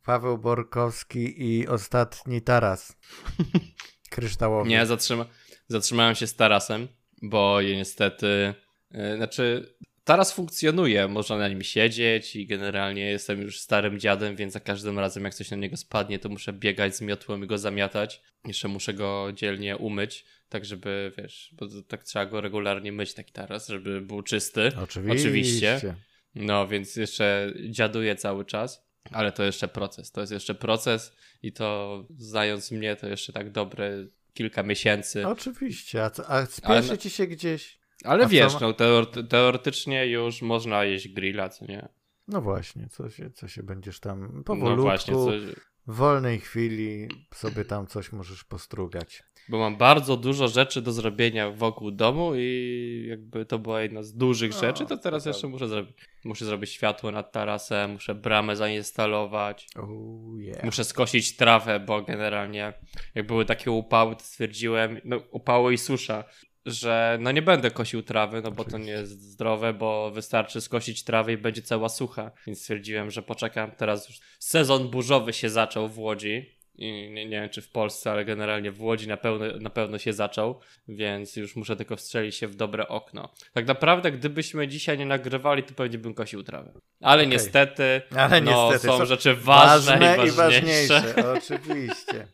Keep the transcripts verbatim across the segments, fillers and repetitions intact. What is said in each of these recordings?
Paweł Borkowski i ostatni Taras. Kryształowy. Nie, zatrzyma... zatrzymałem się z Tarasem, bo niestety, yy, znaczy Taras funkcjonuje, można na nim siedzieć i generalnie jestem już starym dziadem, więc za każdym razem jak coś na niego spadnie, to muszę biegać z miotłem i go zamiatać. Jeszcze muszę go dzielnie umyć, tak żeby, wiesz, bo to, tak trzeba go regularnie myć, taki Taras, żeby był czysty. Oczywiście. Oczywiście. No, więc jeszcze dziaduję cały czas, ale to jeszcze proces, to jest jeszcze proces i to, znając mnie, to jeszcze tak dobre kilka miesięcy. Oczywiście, a, co, a spieszy Ale... ci się gdzieś? Ale a wiesz, ma... no teore- teoretycznie już można jeść grilla, co nie? No właśnie, co się, co się będziesz tam powolutku, no właśnie, coś... w wolnej chwili sobie tam coś możesz postrugać. Bo mam bardzo dużo rzeczy do zrobienia wokół domu i jakby to była jedna z dużych no, rzeczy, to teraz to jeszcze muszę zrobić. Muszę zrobić światło nad tarasem, muszę bramę zainstalować, oh, yeah. muszę skosić trawę, bo generalnie jak były takie upały, to stwierdziłem, no upały i susza, że no nie będę kosił trawy, no bo Oczywiście. To nie jest zdrowe, bo wystarczy skosić trawę i będzie cała sucha. Więc stwierdziłem, że poczekam, teraz już sezon burzowy się zaczął w Łodzi. I nie, nie wiem czy w Polsce, ale generalnie w Łodzi na pewno, na pewno się zaczął, więc już muszę tylko wstrzelić się w dobre okno. Tak naprawdę gdybyśmy dzisiaj nie nagrywali, to pewnie bym kosił trawę. Ale okay. niestety, ale no, niestety są, są rzeczy ważne, ważne i ważniejsze. I ważniejsze. Oczywiście.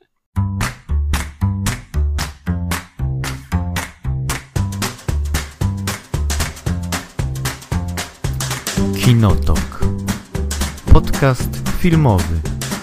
Kinotok. Podcast filmowy.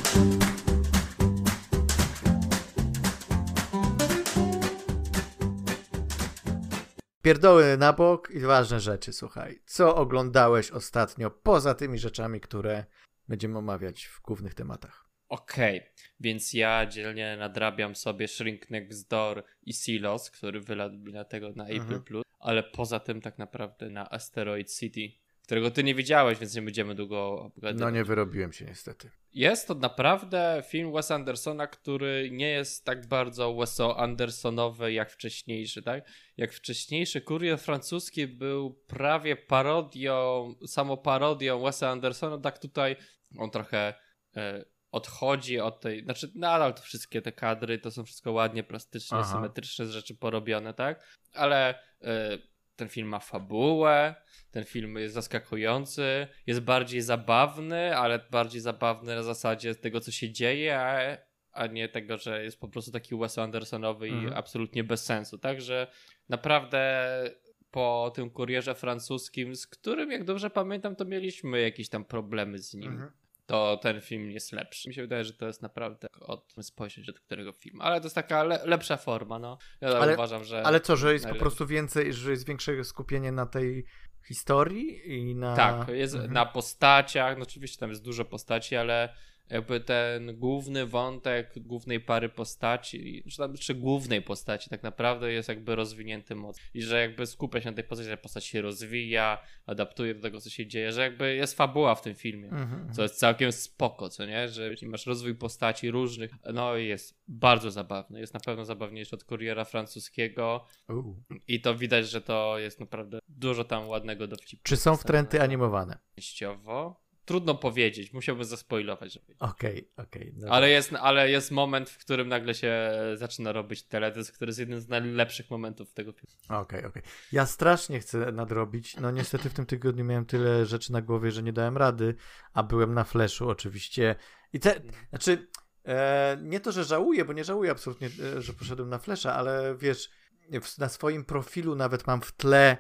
Pierdoły na bok i ważne rzeczy, słuchaj. Co oglądałeś ostatnio poza tymi rzeczami, które będziemy omawiać w głównych tematach? Okej, okay. Więc ja dzielnie nadrabiam sobie Shrink Next Door i Silos, który wyladł mi na tego na Apple mhm. Plus, ale poza tym tak naprawdę na Asteroid City, którego ty nie widziałeś, więc nie będziemy długo obgadywać. No nie wyrobiłem się niestety. Jest to naprawdę film Wesa Andersona, który nie jest tak bardzo Weso Andersonowy jak wcześniejszy, tak? Jak wcześniejszy Kurier Francuski był prawie parodią, samoparodią Wesa Andersona, tak tutaj on trochę e, odchodzi od tej, znaczy nadal to wszystkie te kadry, to są wszystko ładnie, plastyczne, Aha. symetryczne z rzeczy porobione, tak? Ale e, ten film ma fabułę, ten film jest zaskakujący, jest bardziej zabawny, ale bardziej zabawny na zasadzie tego, co się dzieje, a, a nie tego, że jest po prostu taki Wes Andersonowy mhm. i absolutnie bez sensu. Także naprawdę po tym Kurierze Francuskim, z którym, jak dobrze pamiętam, to mieliśmy jakieś tam problemy z nim. Mhm. To ten film jest lepszy. Mi się wydaje, że to jest naprawdę od spojrzeć od którego filmu. Ale to jest taka le- lepsza forma, no. Ja ale, uważam, że... Ale co, że jest najlepszy. Po prostu więcej, że jest większe skupienie na tej historii i na... Tak, jest mhm. na postaciach, no oczywiście tam jest dużo postaci, ale jakby ten główny wątek głównej pary postaci, czy, tam, czy głównej postaci tak naprawdę jest jakby rozwinięty mocno. I że jakby skupia się na tej postaci, że postać się rozwija, adaptuje do tego, co się dzieje, że jakby jest fabuła w tym filmie, mm-hmm. co jest całkiem spoko, co nie? Że masz rozwój postaci różnych, no i jest bardzo zabawny. Jest na pewno zabawniejszy od Kuriera Francuskiego uh. i to widać, że to jest naprawdę dużo tam ładnego dowcipu. Czy są wtręty animowane? Częściowo. Trudno powiedzieć, musiałbym zaspoilować. Okej, okej. Okay, okay, ale, jest, ale jest moment, w którym nagle się zaczyna robić teledysk, który jest jednym z najlepszych momentów tego filmu. Okej, okay, okej. Okay. Ja strasznie chcę nadrobić. No niestety w tym tygodniu miałem tyle rzeczy na głowie, że nie dałem rady, a byłem na Flashu oczywiście. I te, znaczy, e, nie to, że żałuję, bo nie żałuję absolutnie, e, że poszedłem na Flasha, ale wiesz, w, na swoim profilu nawet mam w tle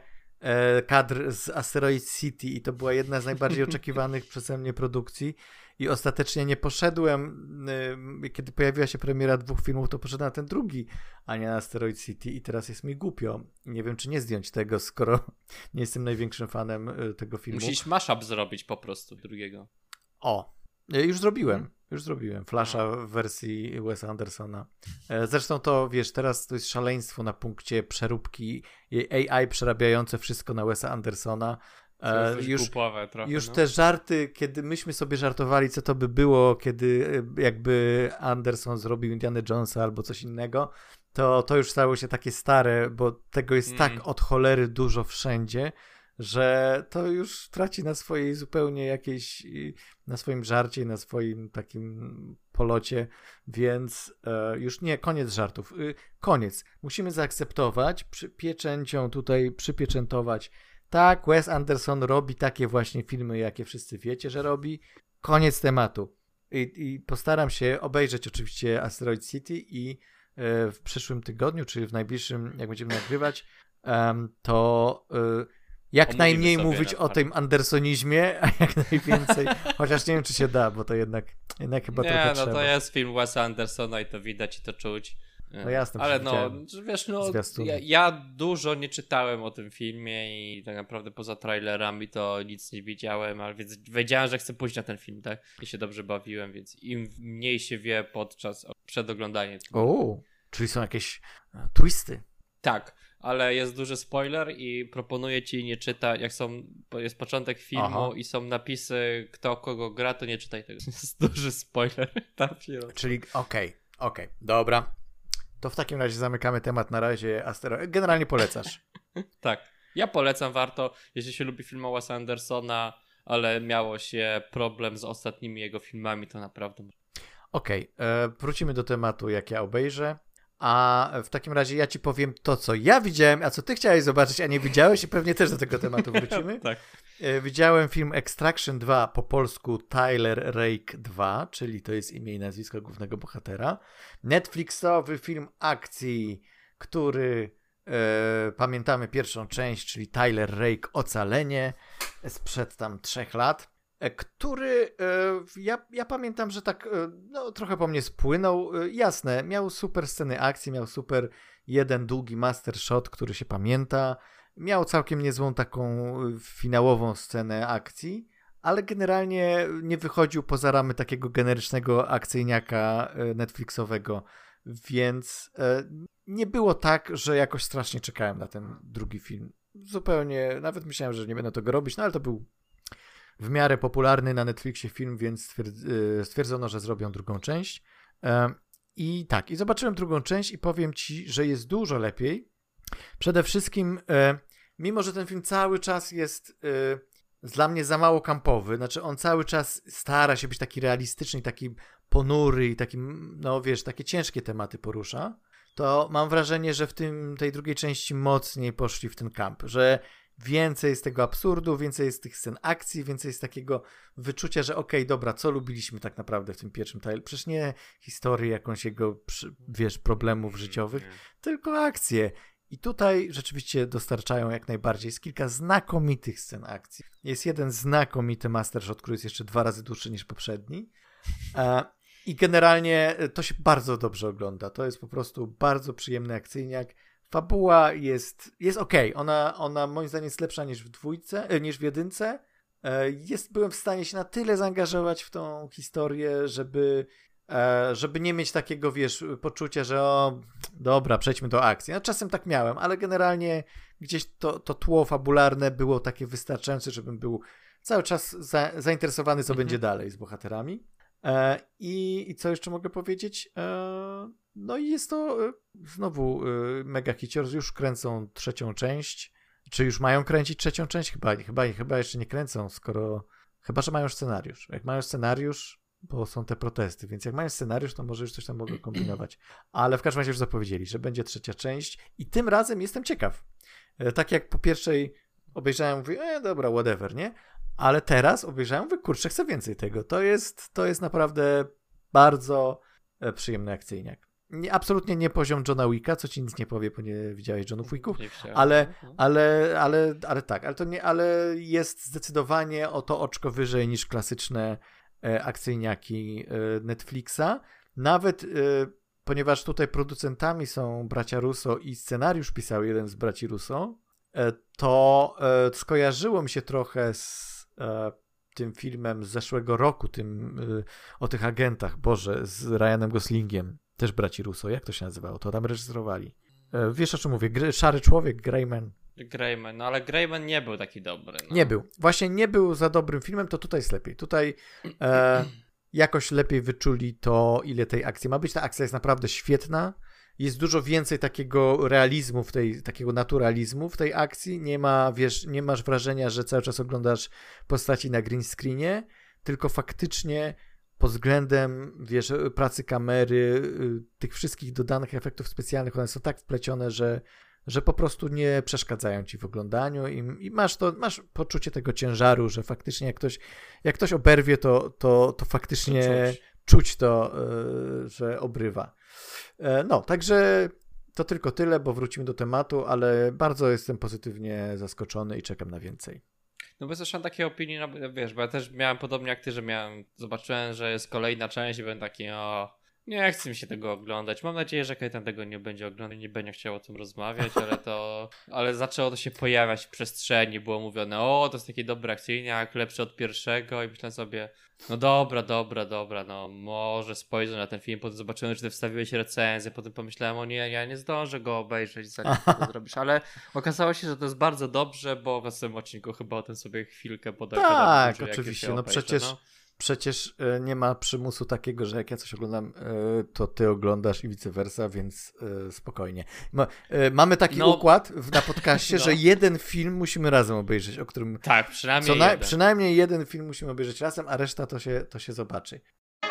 kadr z Asteroid City i to była jedna z najbardziej oczekiwanych przeze mnie produkcji i ostatecznie nie poszedłem, kiedy pojawiła się premiera dwóch filmów, to poszedłem na ten drugi, a nie na Asteroid City i teraz jest mi głupio. Nie wiem, czy nie zdjąć tego, skoro nie jestem największym fanem tego filmu. Musisz mashup zrobić po prostu drugiego. O, już zrobiłem. Już zrobiłem. Flasha w wersji Wesa Andersona. Zresztą to, wiesz, teraz to jest szaleństwo na punkcie przeróbki A I przerabiające wszystko na Wesa Andersona. E, już trochę, już no. te żarty, kiedy myśmy sobie żartowali, co to by było, kiedy jakby Anderson zrobił Indiana Jonesa albo coś innego, to, to już stało się takie stare, bo tego jest mm. tak od cholery dużo wszędzie, że to już traci na swojej zupełnie jakiejś, na swoim żarcie, na swoim takim polocie, więc e, już nie, koniec żartów. Y, koniec. Musimy zaakceptować, przy, pieczęcią tutaj przypieczętować. Tak, Wes Anderson robi takie właśnie filmy, jakie wszyscy wiecie, że robi. Koniec tematu. I, i postaram się obejrzeć oczywiście Asteroid City i e, w przyszłym tygodniu, czyli w najbliższym, jak będziemy nagrywać, um, to e, jak Omówimy najmniej mówić o tym andersonizmie, a jak najwięcej, chociaż nie wiem, czy się da, bo to jednak, jednak chyba nie, trochę no trzeba. Nie, no to jest film Wesa Andersona i to widać i to czuć. No jasne, ale no, wiesz, no, ja, ja dużo nie czytałem o tym filmie i tak naprawdę poza trailerami to nic nie widziałem, ale więc wiedziałem, że chcę pójść na ten film, tak? I się dobrze bawiłem, więc im mniej się wie podczas, przed oglądaniem. O, czyli są jakieś twisty. Tak, ale jest duży spoiler i proponuję ci nie czytać, jak są, jest początek filmu Aha. i są napisy, kto kogo gra, to nie czytaj tego. Jest duży spoiler. Tam czyli okej, okay, okej, okay, dobra. To w takim razie zamykamy temat na razie. Astero... Generalnie polecasz. Tak. Ja polecam, warto, jeśli się lubi film Wesa Andersona, ale miało się problem z ostatnimi jego filmami, to naprawdę... Okej, okay. Wrócimy do tematu, jak ja obejrzę. A w takim razie ja ci powiem to, co ja widziałem, a co ty chciałeś zobaczyć, a nie widziałeś i pewnie też do tego tematu wrócimy. Tak. Widziałem film Extraction dwa, po polsku Tyler Rake dwa, czyli to jest imię i nazwisko głównego bohatera. Netflixowy film akcji, który e, pamiętamy pierwszą część, czyli Tyler Rake Ocalenie sprzed tam trzech lat, e, który e, ja, ja pamiętam, że tak e, no, trochę po mnie spłynął. E, jasne, miał super sceny akcji, miał super jeden długi master shot, który się pamięta. Miał całkiem niezłą taką finałową scenę akcji, ale generalnie nie wychodził poza ramy takiego generycznego akcyjniaka Netflixowego, więc nie było tak, że jakoś strasznie czekałem na ten drugi film. Zupełnie, nawet myślałem, że nie będę tego robić, no ale to był w miarę popularny na Netflixie film, więc stwierdzono, że zrobią drugą część. I tak, i zobaczyłem drugą część i powiem ci, że jest dużo lepiej. Przede wszystkim, e, mimo że ten film cały czas jest e, dla mnie za mało kampowy, znaczy on cały czas stara się być taki realistyczny, taki ponury i taki, no wiesz, takie ciężkie tematy porusza, to mam wrażenie, że w tym, tej drugiej części mocniej poszli w ten kamp, że więcej jest tego absurdu, więcej jest tych scen akcji, więcej jest takiego wyczucia, że okej, okay, dobra, co lubiliśmy tak naprawdę w tym pierwszym Tyler? Przecież nie historię jakąś jego, wiesz, problemów życiowych, tylko akcje. I tutaj rzeczywiście dostarczają jak najbardziej. Jest kilka znakomitych scen akcji. Jest jeden znakomity master shot, który jest jeszcze dwa razy dłuższy niż poprzedni. E, I generalnie to się bardzo dobrze ogląda. To jest po prostu bardzo przyjemny akcyjniak. Fabuła jest, jest okej. Okay. Ona, ona moim zdaniem jest lepsza niż w dwójce, e, niż w jedynce. E, jest, byłem w stanie się na tyle zaangażować w tą historię, żeby żeby nie mieć takiego, wiesz, poczucia, że o, dobra, przejdźmy do akcji. No, czasem tak miałem, ale generalnie gdzieś to, to tło fabularne było takie wystarczające, żebym był cały czas za, zainteresowany, co mhm. będzie dalej z bohaterami. E, i, I co jeszcze mogę powiedzieć? E, no i jest to e, znowu e, mega hicior. Już kręcą trzecią część. Czy już mają kręcić trzecią część? Chyba, chyba, chyba jeszcze nie kręcą, skoro... Chyba, że mają już scenariusz. Jak mają scenariusz, bo są te protesty, więc jak mają scenariusz, to może już coś tam mogą kombinować. Ale w każdym razie już zapowiedzieli, że będzie trzecia część i tym razem jestem ciekaw. Tak jak po pierwszej obejrzałem, mówię, e, dobra, whatever, nie? Ale teraz obejrzałem, mówię, kurczę, chcę więcej tego. To jest, to jest naprawdę bardzo przyjemny akcyjniak. Nie, absolutnie nie poziom Johna Wicka, co ci nic nie powie, bo nie widziałeś Johnów Wicków, ale, ale, ale, ale tak, ale to nie, ale jest zdecydowanie o to oczko wyżej niż klasyczne akcyjniaki Netflixa. Nawet ponieważ tutaj producentami są bracia Russo i scenariusz pisał jeden z braci Russo, to skojarzyło mi się trochę z tym filmem z zeszłego roku, tym o tych agentach, Boże, z Ryanem Goslingiem, też braci Russo. Jak to się nazywało? To tam reżyserowali. Wiesz, o czym mówię? Gry, Szary Człowiek, Greyman. Greyman, no ale Greyman nie był taki dobry. No. Nie był. Właśnie nie był za dobrym filmem, to tutaj jest lepiej. Tutaj e, jakoś lepiej wyczuli to, ile tej akcji ma być. Ta akcja jest naprawdę świetna. jest dużo więcej takiego realizmu, w tej, takiego naturalizmu w tej akcji. Nie ma, wiesz, nie masz wrażenia, że cały czas oglądasz postaci na green screenie, tylko faktycznie pod względem, wiesz, pracy kamery, tych wszystkich dodanych efektów specjalnych, one są tak wplecione, że, że po prostu nie przeszkadzają ci w oglądaniu i, i masz to, masz poczucie tego ciężaru, że faktycznie jak ktoś, jak ktoś oberwie, to, to, to faktycznie to czuć. czuć to, że obrywa. No, także to tylko tyle, bo wrócimy do tematu, ale bardzo jestem pozytywnie zaskoczony i czekam na więcej. No bo słyszałem takie opinie, no wiesz, bo ja też miałem podobnie jak ty, że miałem, zobaczyłem, że jest kolejna część i byłem taki, o, nie chce mi się tego oglądać. Mam nadzieję, że Kajtan tego nie będzie oglądać, nie będzie chciał o tym rozmawiać, ale to, ale zaczęło to się pojawiać w przestrzeni, było mówione, o, to jest taki dobry akcyjniak, lepszy od pierwszego i myślałem sobie, no dobra, dobra, dobra, no może spojrzę na ten film, potem zobaczyłem, że ty wstawiłeś recenzję, potem pomyślałem, o nie, ja nie zdążę go obejrzeć, zanim to zrobisz, ale okazało się, że to jest bardzo dobrze, bo w następnym odcinku chyba o tym sobie chwilkę podaję. Tak, oczywiście, no obejrzę, przecież no. Przecież nie ma przymusu takiego, że jak ja coś oglądam, to ty oglądasz i vice versa, więc spokojnie. Mamy taki no, układ na podcaście, no. że jeden film musimy razem obejrzeć, o którym... Tak, przynajmniej co na, jeden. Przynajmniej jeden film musimy obejrzeć razem, a reszta to się, to się zobaczy.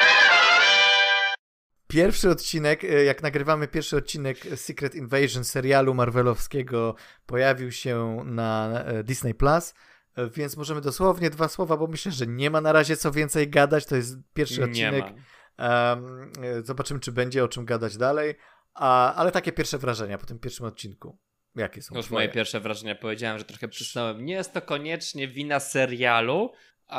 Pierwszy odcinek, jak nagrywamy pierwszy odcinek Secret Invasion serialu marvelowskiego, pojawił się na Disney Plus. Więc możemy dosłownie dwa słowa, bo myślę, że nie ma na razie co więcej gadać. To jest pierwszy odcinek. Um, zobaczymy, czy będzie o czym gadać dalej. A, ale takie pierwsze wrażenia po tym pierwszym odcinku. Jakie są Już twoje? Moje pierwsze wrażenia powiedziałem, że trochę przysnąłem. Nie jest to koniecznie wina serialu,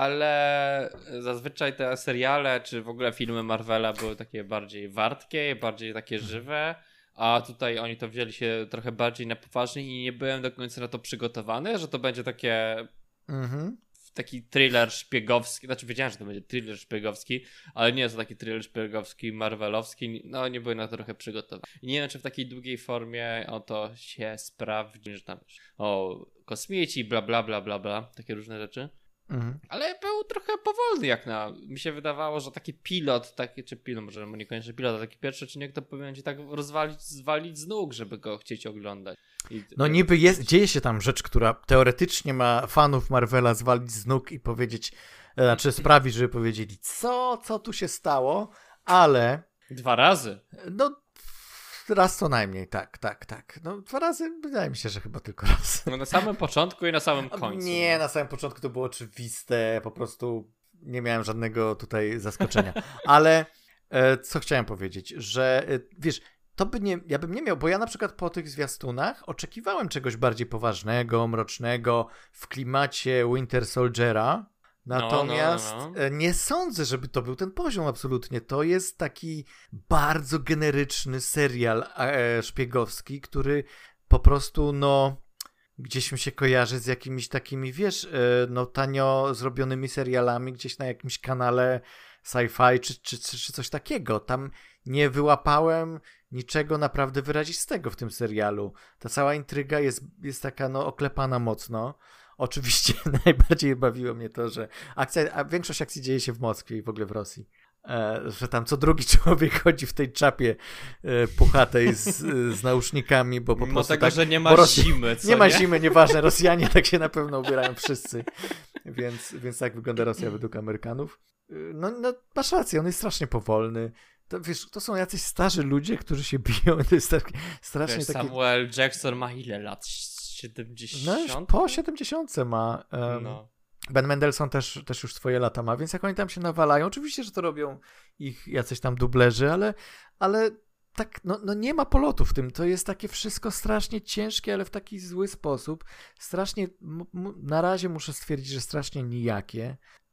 ale zazwyczaj te seriale, czy w ogóle filmy Marvela były takie bardziej wartkie, bardziej takie żywe. A tutaj oni to wzięli się trochę bardziej na poważnie i nie byłem do końca na to przygotowany, że to będzie takie mm-hmm. taki thriller szpiegowski, znaczy wiedziałem, że to będzie thriller szpiegowski, ale nie jest to taki thriller szpiegowski, marvelowski, no nie byłem na to trochę przygotowany. I nie wiem, czy w takiej długiej formie o to się sprawdzi, że tam o kosmici, bla bla bla bla bla, takie różne rzeczy. Mhm. Ale był trochę powolny jak na... Mi się wydawało, że taki pilot, taki, czy pilot, może niekoniecznie pilot, a taki pierwszy odcinek to powinien ci tak rozwalić, zwalić z nóg, żeby go chcieć oglądać. I... No niby jest, dzieje się tam rzecz, która teoretycznie ma fanów Marvela zwalić z nóg i powiedzieć, znaczy sprawić, żeby powiedzieli, co, co tu się stało, ale... Dwa razy. No... Raz co najmniej, tak, tak, tak. No dwa razy, wydaje mi się, że chyba tylko raz. No na samym początku i na samym końcu. Nie, no. Na samym początku to było oczywiste, po prostu nie miałem żadnego tutaj zaskoczenia. Ale e, co chciałem powiedzieć, że e, wiesz, to by nie, ja bym nie miał, bo ja na przykład po tych zwiastunach oczekiwałem czegoś bardziej poważnego, mrocznego, w klimacie Winter Soldiera. Natomiast no, no, no. nie sądzę, żeby to był ten poziom absolutnie. To jest taki bardzo generyczny serial e, szpiegowski, który po prostu no gdzieś mi się kojarzy z jakimiś takimi, wiesz, e, no tanio zrobionymi serialami gdzieś na jakimś kanale sci-fi czy, czy, czy, czy coś takiego. Tam nie wyłapałem niczego naprawdę wyrazistego w tym serialu. Ta cała intryga jest, jest taka no oklepana mocno. Oczywiście najbardziej bawiło mnie to, że akcja, a większość akcji dzieje się w Moskwie i w ogóle w Rosji. E, że tam co drugi człowiek chodzi w tej czapie e, puchatej z, z nausznikami, bo po Mimo prostu tego, tak, że nie ma Rosji... zimy, co nie ma nie? zimy, nieważne, Rosjanie tak się na pewno ubierają wszyscy. Więc, więc tak wygląda Rosja według Amerykanów. No, no masz rację, on jest strasznie powolny. To, wiesz, to są jacyś starzy ludzie, którzy się biją. To jest tak, strasznie wiesz, taki... Samuel Jackson ma ile lat? siedemdziesiąt? No już po siedemdziesiątce ma. Um, no. Ben Mendelsohn też, też już swoje lata ma, więc jak oni tam się nawalają, oczywiście, że to robią ich jacyś tam dublerzy, ale, ale tak, no, no nie ma polotu w tym. To jest takie wszystko strasznie ciężkie, ale w taki zły sposób. Strasznie, m- m- na razie muszę stwierdzić, że strasznie nijakie.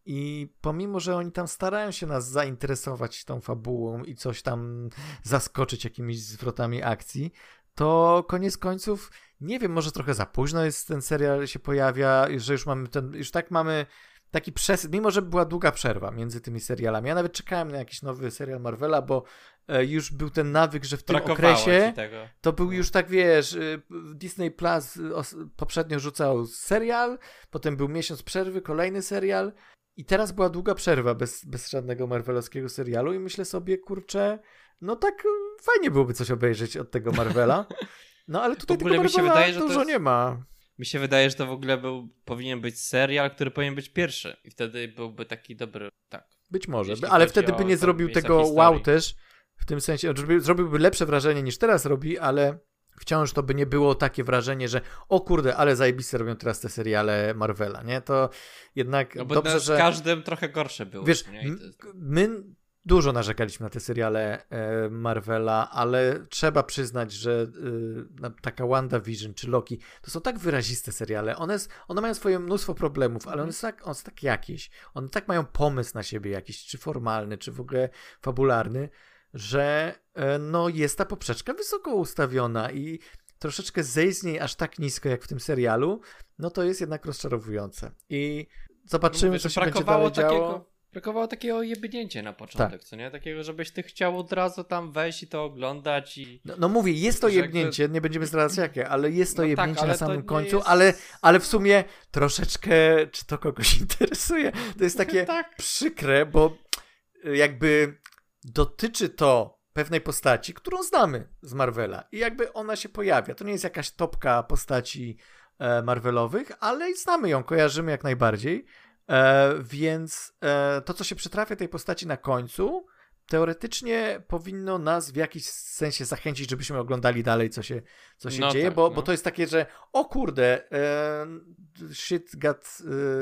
I pomimo, że oni tam starają się nas zainteresować tą fabułą i coś tam zaskoczyć jakimiś zwrotami akcji, to koniec końców, nie wiem, może trochę za późno jest ten serial się pojawia, że już mamy ten, już tak mamy taki przesyt, mimo że była długa przerwa między tymi serialami. Ja nawet czekałem na jakiś nowy serial Marvela, bo e, już był ten nawyk, że w tym Brakowało okresie tego. to był już tak, wiesz, Disney Plus os, poprzednio rzucał serial, potem był miesiąc przerwy, kolejny serial i teraz była długa przerwa bez, bez żadnego marvelowskiego serialu i myślę sobie, kurczę, no tak fajnie byłoby coś obejrzeć od tego Marvela. No ale tutaj tego mi się Marvela wydaje, że dużo to jest... nie ma. Mi się wydaje, że to w ogóle był, powinien być serial, który powinien być pierwszy. I wtedy byłby taki dobry, tak. Być może, Jeśli ale chodzi wtedy o by nie tam zrobił miejsca tego historii. wow też, w tym sensie, żeby, zrobiłby lepsze wrażenie niż teraz robi, ale wciąż to by nie było takie wrażenie, że o kurde, ale zajebiste robią teraz te seriale Marvela, nie? To jednak No bo dobrze, z że... każdym trochę gorsze było. Wiesz, nie? I to jest... my dużo narzekaliśmy na te seriale e, Marvela, ale trzeba przyznać, że e, taka WandaVision czy Loki, to są tak wyraziste seriale. One, one mają swoje mnóstwo problemów, ale one są tak, one są tak jakieś. One tak mają pomysł na siebie jakiś, czy formalny, czy w ogóle fabularny, że e, no jest ta poprzeczka wysoko ustawiona i troszeczkę zejść z niej aż tak nisko jak w tym serialu, no to jest jednak rozczarowujące. I zobaczymy, Mówię, co się brakowało będzie dalej takiego, działo. Brakowało takiego jebnięcia na początek, tak. co nie? Takiego, żebyś ty chciał od razu tam wejść i to oglądać i... No, no mówię, jest to że jebnięcie, jakby... nie będziemy zdradzać jakie, ale jest to no jebnięcie tak, ale na samym końcu, jest... ale, ale w sumie troszeczkę, czy to kogoś interesuje, to jest takie tak. przykre, bo jakby dotyczy to pewnej postaci, którą znamy z Marvela i jakby ona się pojawia. To nie jest jakaś topka postaci e, Marvelowych, ale znamy ją, kojarzymy jak najbardziej. E, więc e, to, co się przytrafia tej postaci na końcu, teoretycznie powinno nas w jakiś sensie zachęcić, żebyśmy oglądali dalej, co się, co się no dzieje, tak, bo, no. bo to jest takie, że o kurde, e, shit got...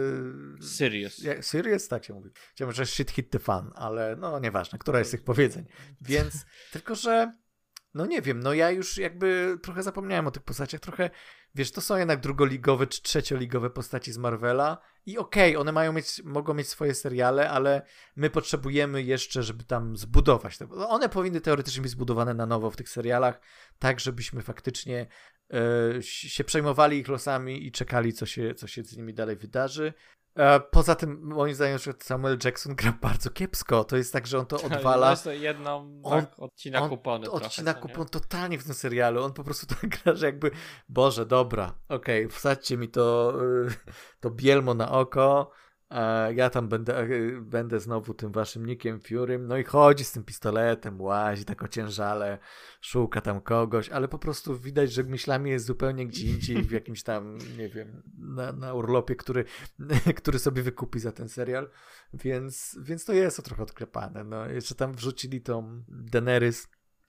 E, serious. Ja, serious? Tak się mówi. Chciałbym, że shit hit the fan, ale no nieważne, która jest z tych powiedzeń. Więc tylko, że no nie wiem, no ja już jakby trochę zapomniałem o tych postaciach, trochę, wiesz, to są jednak drugoligowe czy trzecioligowe postaci z Marvela i okej, okay, one mają mieć, mogą mieć swoje seriale, ale my potrzebujemy jeszcze, żeby tam zbudować te, one powinny teoretycznie być zbudowane na nowo w tych serialach, tak żebyśmy faktycznie e, się przejmowali ich losami i czekali, co się, co się z nimi dalej wydarzy. Poza tym, moim zdaniem, że Samuel Jackson gra bardzo kiepsko. To jest tak, że on to odwala. Jest to jedną, on, tak, odcina on, kupony on trochę. Odcina kupon totalnie w tym serialu. On po prostu tak gra, że jakby, Boże, dobra, okej, okay, wsadźcie mi to, to bielmo na oko, ja tam będę, będę znowu tym waszym Nickiem Furym, no i chodzi z tym pistoletem, łazi tak ociężale, szuka tam kogoś, ale po prostu widać, że myślami jest zupełnie gdzie indziej, w jakimś tam, nie wiem, na, na urlopie, który, który sobie wykupi za ten serial, więc, więc to jest to trochę odklepane. No, jeszcze tam wrzucili tą Daenerys,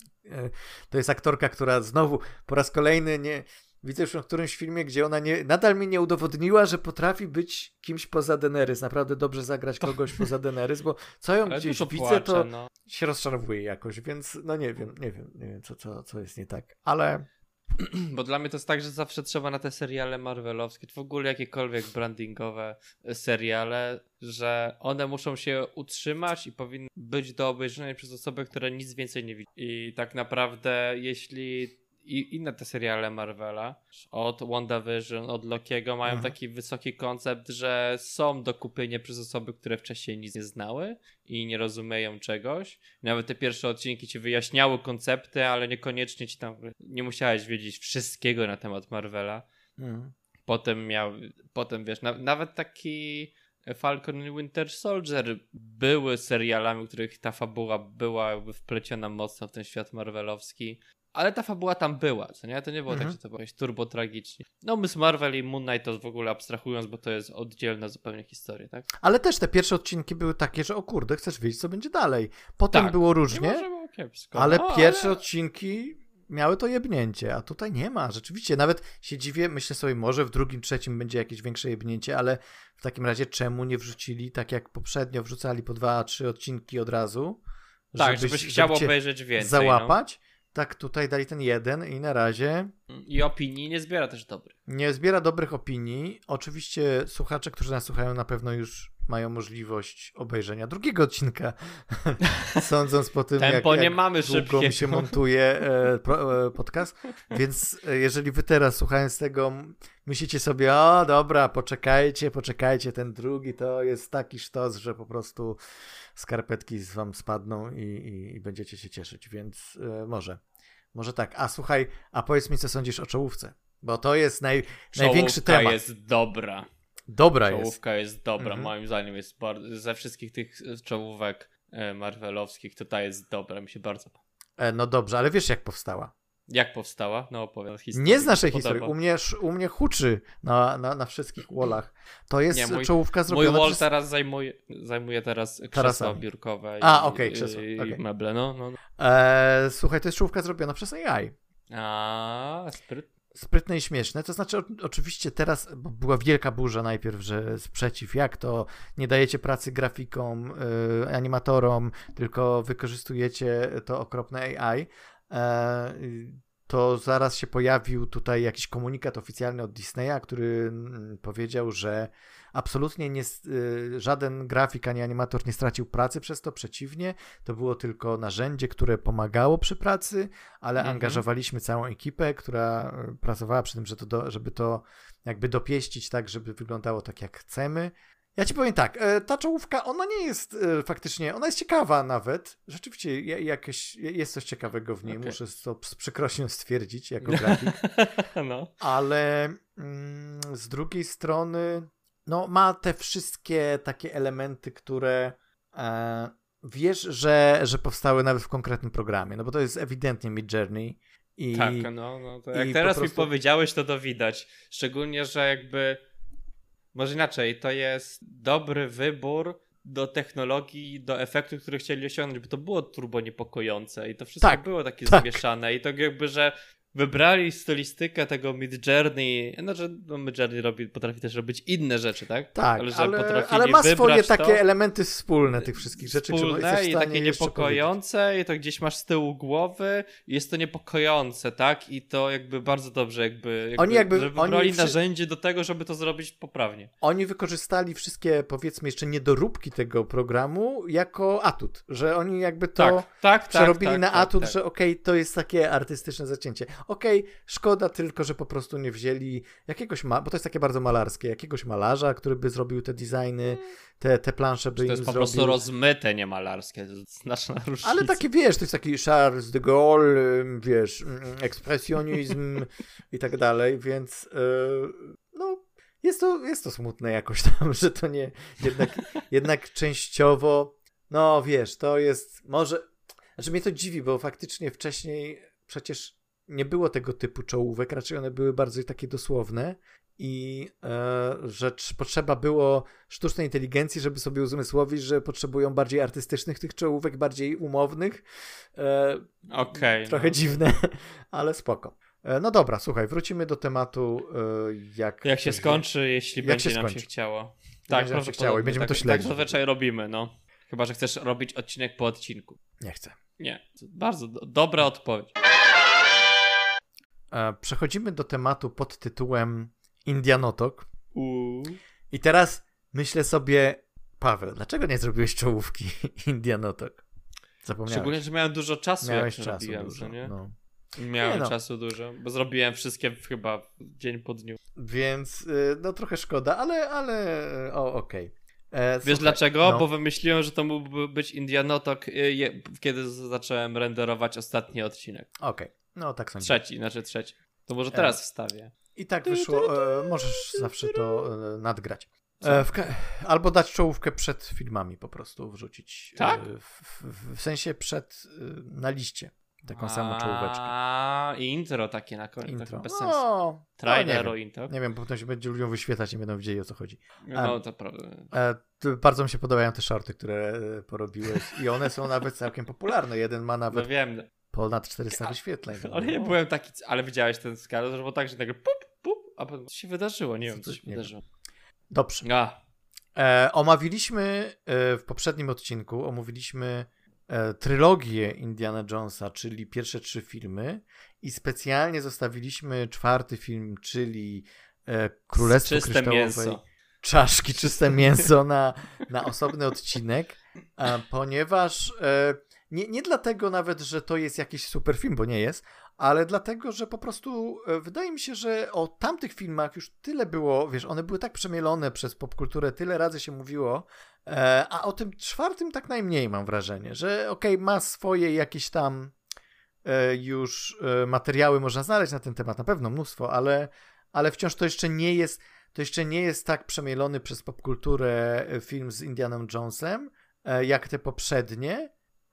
to jest aktorka, która znowu po raz kolejny nie... Widzę już w którymś filmie, gdzie ona nie, nadal mi nie udowodniła, że potrafi być kimś poza Daenerys. Naprawdę dobrze zagrać kogoś poza Daenerys, bo co ją Ale gdzieś widzę, płacze, to no. się rozczarowuje jakoś, więc no nie wiem, nie wiem, nie wiem co, co, co jest nie tak, ale... Bo dla mnie to jest tak, że zawsze trzeba na te seriale marvelowskie, w ogóle jakiekolwiek brandingowe seriale, że one muszą się utrzymać i powinny być do obejrzenia przez osoby, które nic więcej nie widzą. I tak naprawdę jeśli... I inne te seriale Marvela, od WandaVision, od Lokiego, mają mhm. taki wysoki koncept, że są do kupienia przez osoby, które wcześniej nic nie znały i nie rozumieją czegoś. Nawet te pierwsze odcinki ci wyjaśniały koncepty, ale niekoniecznie ci tam nie musiałeś wiedzieć wszystkiego na temat Marvela. Mhm. Potem miał, potem wiesz, na, nawet taki Falcon i Winter Soldier były serialami, w których ta fabuła była jakby wpleciona mocno w ten świat marvelowski. Ale ta fabuła tam była, co nie? To nie było mhm. tak, że to było jakieś turbo tragicznie. No Miss Marvel i Moon Knight to w ogóle abstrahując, bo to jest oddzielna zupełnie historia, tak? Ale też te pierwsze odcinki były takie, że o kurde, chcesz wiedzieć, co będzie dalej. Potem tak. było różnie, nie było kiepsko, ale no, pierwsze ale... odcinki miały to jebnięcie, a tutaj nie ma. Rzeczywiście, nawet się dziwię, myślę sobie, może w drugim, trzecim będzie jakieś większe jebnięcie, ale w takim razie czemu nie wrzucili, tak jak poprzednio wrzucali po dwa, trzy odcinki od razu? Tak, żebyś, żebyś chciał obejrzeć więcej. Załapać. No. Tak, tutaj dali ten jeden i na razie... I opinii nie zbiera też dobrych. Nie zbiera dobrych opinii. Oczywiście słuchacze, którzy nas słuchają, na pewno już mają możliwość obejrzenia drugiego odcinka. Sądząc po tym, Tempo jak, nie jak mamy długo szybkiego. mi się montuje e, pro, e, podcast. Więc e, jeżeli wy teraz słuchając tego myślicie sobie, o dobra, poczekajcie, poczekajcie, ten drugi to jest taki sztos, że po prostu skarpetki z wam spadną i, i, i będziecie się cieszyć, więc e, może. Może tak. A słuchaj, a powiedz mi, co sądzisz o czołówce, bo to jest naj, największy temat. Czołówka jest dobra. Dobra Czołówka jest. Czołówka jest dobra, mhm. moim zdaniem jest bardzo, ze wszystkich tych czołówek marvelowskich to ta jest dobra, mi się bardzo podoba. E, no dobrze, ale wiesz jak powstała? Jak powstała? No opowiadam historię. Nie z naszej historii. U mnie, u mnie huczy na, na, na wszystkich wallach. To jest nie, mój, czołówka zrobiona Mój wall przez... teraz zajmuje, zajmuje teraz krzesła Tarasami. biurkowe A, i, okej, okay, krzesła. i okay. meble. No, no, no. E, słuchaj, to jest czołówka zrobiona przez A I. A, spryt. Sprytne i śmieszne. To znaczy, o, oczywiście teraz była wielka burza najpierw, że sprzeciw, jak to nie dajecie pracy grafikom, y, animatorom, tylko wykorzystujecie to okropne A I. E, to zaraz się pojawił tutaj jakiś komunikat oficjalny od Disneya, który powiedział, że absolutnie nie, żaden grafik ani animator nie stracił pracy przez to, przeciwnie, to było tylko narzędzie, które pomagało przy pracy, ale mm-hmm. angażowaliśmy całą ekipę, która pracowała przy tym, że to do, żeby to jakby dopieścić tak, żeby wyglądało tak jak chcemy. Ja ci powiem tak, ta czołówka, ona nie jest faktycznie, ona jest ciekawa nawet, rzeczywiście jakieś, jest coś ciekawego w niej, okay. muszę to z przykrością stwierdzić jako grafik, no. ale mm, z drugiej strony no ma te wszystkie takie elementy, które e, wiesz, że, że powstały nawet w konkretnym programie, no bo to jest ewidentnie Midjourney. I, tak, no, no to jak teraz po prostu... mi powiedziałeś, to to widać, szczególnie, że jakby może inaczej, to jest dobry wybór do technologii, do efektu, który chcieli osiągnąć, bo to było turbo niepokojące i to wszystko tak, było takie tak. zmieszane i to jakby, że wybrali stylistykę tego Midjourney, znaczy no Midjourney robi, potrafi też robić inne rzeczy, tak? Tak, ale, ale, ale ma swoje takie to, elementy wspólne tych wszystkich rzeczy. Wspólne i takie niepokojące i to gdzieś masz z tyłu głowy jest to niepokojące, tak? I to jakby bardzo dobrze jakby, jakby oni jakby że wybrali oni narzędzie do tego, żeby to zrobić poprawnie. Oni wykorzystali wszystkie, powiedzmy, jeszcze niedoróbki tego programu jako atut, że oni jakby to tak, tak, przerobili tak, na tak, atut, tak, że okej, okay, to jest takie artystyczne zacięcie. Okej, okay, szkoda tylko, że po prostu nie wzięli jakiegoś, ma- bo to jest takie bardzo malarskie, jakiegoś malarza, który by zrobił te designy, te, te plansze by im zrobił. To jest po prostu rozmyte, nie malarskie, to jest znaczna różnica. Ale takie, wiesz, to jest taki Charles de Gaulle, wiesz, ekspresjonizm i tak dalej, więc yy, no, jest to, jest to smutne jakoś tam, że to nie, jednak, jednak częściowo, no wiesz, to jest, może, znaczy mnie to dziwi, bo faktycznie wcześniej przecież nie było tego typu czołówek, raczej one były bardzo takie dosłowne i e, że potrzeba było sztucznej inteligencji, żeby sobie uzmysłowić, że potrzebują bardziej artystycznych tych czołówek, bardziej umownych. E, Okej. Trochę no. dziwne, ale spoko. E, no dobra, słuchaj, wrócimy do tematu e, jak... Jak się skończy, jeśli jak będzie się nam skończy. się chciało. Tak, będzie nam się chciało i będziemy tak, to śledzić. Tak zazwyczaj robimy, no. Chyba że chcesz robić odcinek po odcinku. Nie chcę. Nie, bardzo do- dobra odpowiedź. Przechodzimy do tematu pod tytułem Indianotok. Uuu. I teraz myślę sobie, Paweł, dlaczego nie zrobiłeś czołówki Indianotok? Zapomniałeś. Szczególnie, że miałem dużo czasu, Miałeś jak czasu robiłem, dużo, nie? no. Miałem nie no. czasu dużo, bo zrobiłem wszystkie chyba dzień po dniu. Więc no trochę szkoda, ale, ale o, okej. Okay. E, Wiesz słuchaj, dlaczego? no. Bo wymyśliłem, że to mógłby być Indianotok, je, kiedy zacząłem renderować ostatni odcinek. Okej, okay. No tak sądzę. Trzeci, znaczy trzeci. To może teraz wstawię. I tak wyszło, e, możesz zawsze to e, nadgrać. E, w ka- albo dać czołówkę przed filmami po prostu wrzucić. Tak? E, w, w, w sensie przed, e, na liście. Taką samą czołóweczkę. A i intro takie na koniec, intro. Tak bez No, sensu. Trailer no, o intro. Nie wiem, bo potem się będzie ludziom wyświetlać i będą wiedzieli, o co chodzi. No to prawda. E, to bardzo mi się podobają te shorty, które e, porobiłeś i one są nawet całkiem popularne. Jeden ma nawet no wiem. ponad czterysta A, wyświetleń. Ale nie byłem taki, ale widziałeś ten skala, że było tak, że nagle pup, pup, a potem co się wydarzyło, nie co wiem, co się nie wydarzyło. Wiem. Dobrze. A. E, omówiliśmy e, w poprzednim odcinku, omówiliśmy e, trylogię Indiana Jonesa, czyli pierwsze trzy filmy i specjalnie zostawiliśmy czwarty film, czyli e, Królestwo Czyste Kryształowej mięso. Czaszki, czyste mięso na, na osobny odcinek, e, ponieważ e, nie, nie dlatego nawet, że to jest jakiś super film, bo nie jest, ale dlatego, że po prostu e, wydaje mi się, że o tamtych filmach już tyle było, wiesz, one były tak przemielone przez popkulturę, tyle razy się mówiło, e, a o tym czwartym tak najmniej mam wrażenie, że okej, okay, ma swoje jakieś tam e, już e, materiały można znaleźć na ten temat, na pewno mnóstwo, ale, ale wciąż to jeszcze nie jest to jeszcze nie jest tak przemielony przez popkulturę film z Indianą Jonesem, jak te poprzednie.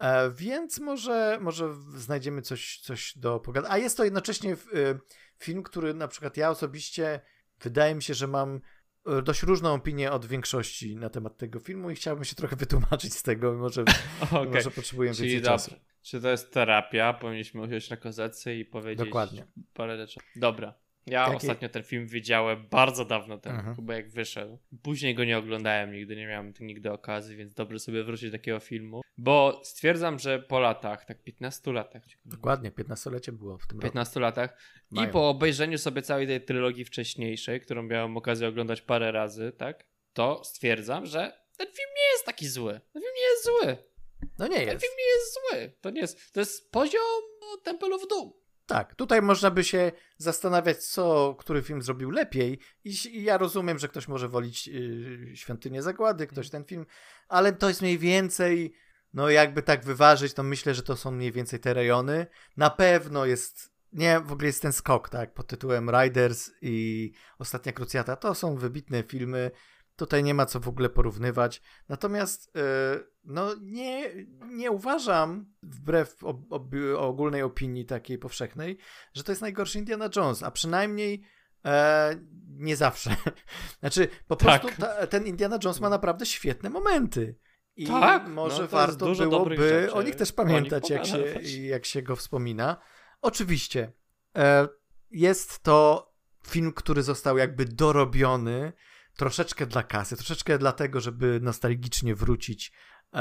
E, więc może, może znajdziemy coś, coś do pogadania. A jest to jednocześnie w, y, film, który na przykład ja osobiście wydaje mi się, że mam dość różną opinię od większości na temat tego filmu i chciałbym się trochę wytłumaczyć z tego, może, okay. może potrzebuję Czyli więcej dobra. czasu. Czy to jest terapia? Powinniśmy usiąść na kozetce i powiedzieć Dokładnie. parę rzeczy. Dobra. Ja Jaki? ostatnio ten film widziałem bardzo dawno temu, mhm. chyba jak wyszedł. Później go nie oglądałem nigdy, nie miałem nigdy okazji, więc dobrze sobie wrócić do takiego filmu. Bo stwierdzam, że po latach, tak piętnastu latach. Dokładnie, piętnastolecie było w tym roku. piętnastu latach. Mają. I po obejrzeniu sobie całej tej trylogii wcześniejszej, którą miałem okazję oglądać parę razy, tak? To stwierdzam, że ten film nie jest taki zły. Ten film nie jest zły. No nie jest. Ten film nie jest zły. To nie jest, to jest poziom Temple of Doom. Tak, tutaj można by się zastanawiać, co który film zrobił lepiej i, i ja rozumiem, że ktoś może wolić yy, Świątynię Zagłady, ktoś ten film, ale to jest mniej więcej, no jakby tak wyważyć, to myślę, że to są mniej więcej te rejony. Na pewno jest, nie, w ogóle jest ten skok, tak, pod tytułem Riders i Ostatnia Krucjata, to są wybitne filmy, tutaj nie ma co w ogóle porównywać, natomiast yy, no nie, nie uważam, wbrew ob, ob, ogólnej opinii takiej powszechnej, że to jest najgorszy Indiana Jones, a przynajmniej e, nie zawsze. Znaczy, po tak. prostu ta, ten Indiana Jones ma naprawdę świetne momenty. I tak, może no, warto byłoby o nich też pamiętać, nich jak, się, jak się go wspomina. Oczywiście, e, jest to film, który został jakby dorobiony troszeczkę dla kasy, troszeczkę dlatego, żeby nostalgicznie wrócić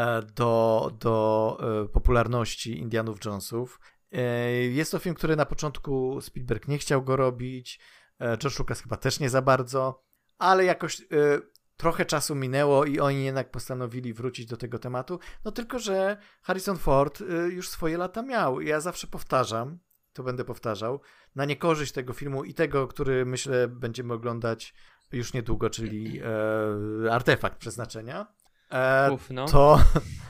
do, do popularności Indianów Jonesów. Jest to film, który na początku Spielberg nie chciał go robić, George Lucas chyba też nie za bardzo, ale jakoś trochę czasu minęło i oni jednak postanowili wrócić do tego tematu, no tylko, że Harrison Ford już swoje lata miał. Ja zawsze powtarzam, to będę powtarzał, na niekorzyść tego filmu i tego, który myślę będziemy oglądać już niedługo, czyli e, Artefakt Przeznaczenia, e, Uf, no. to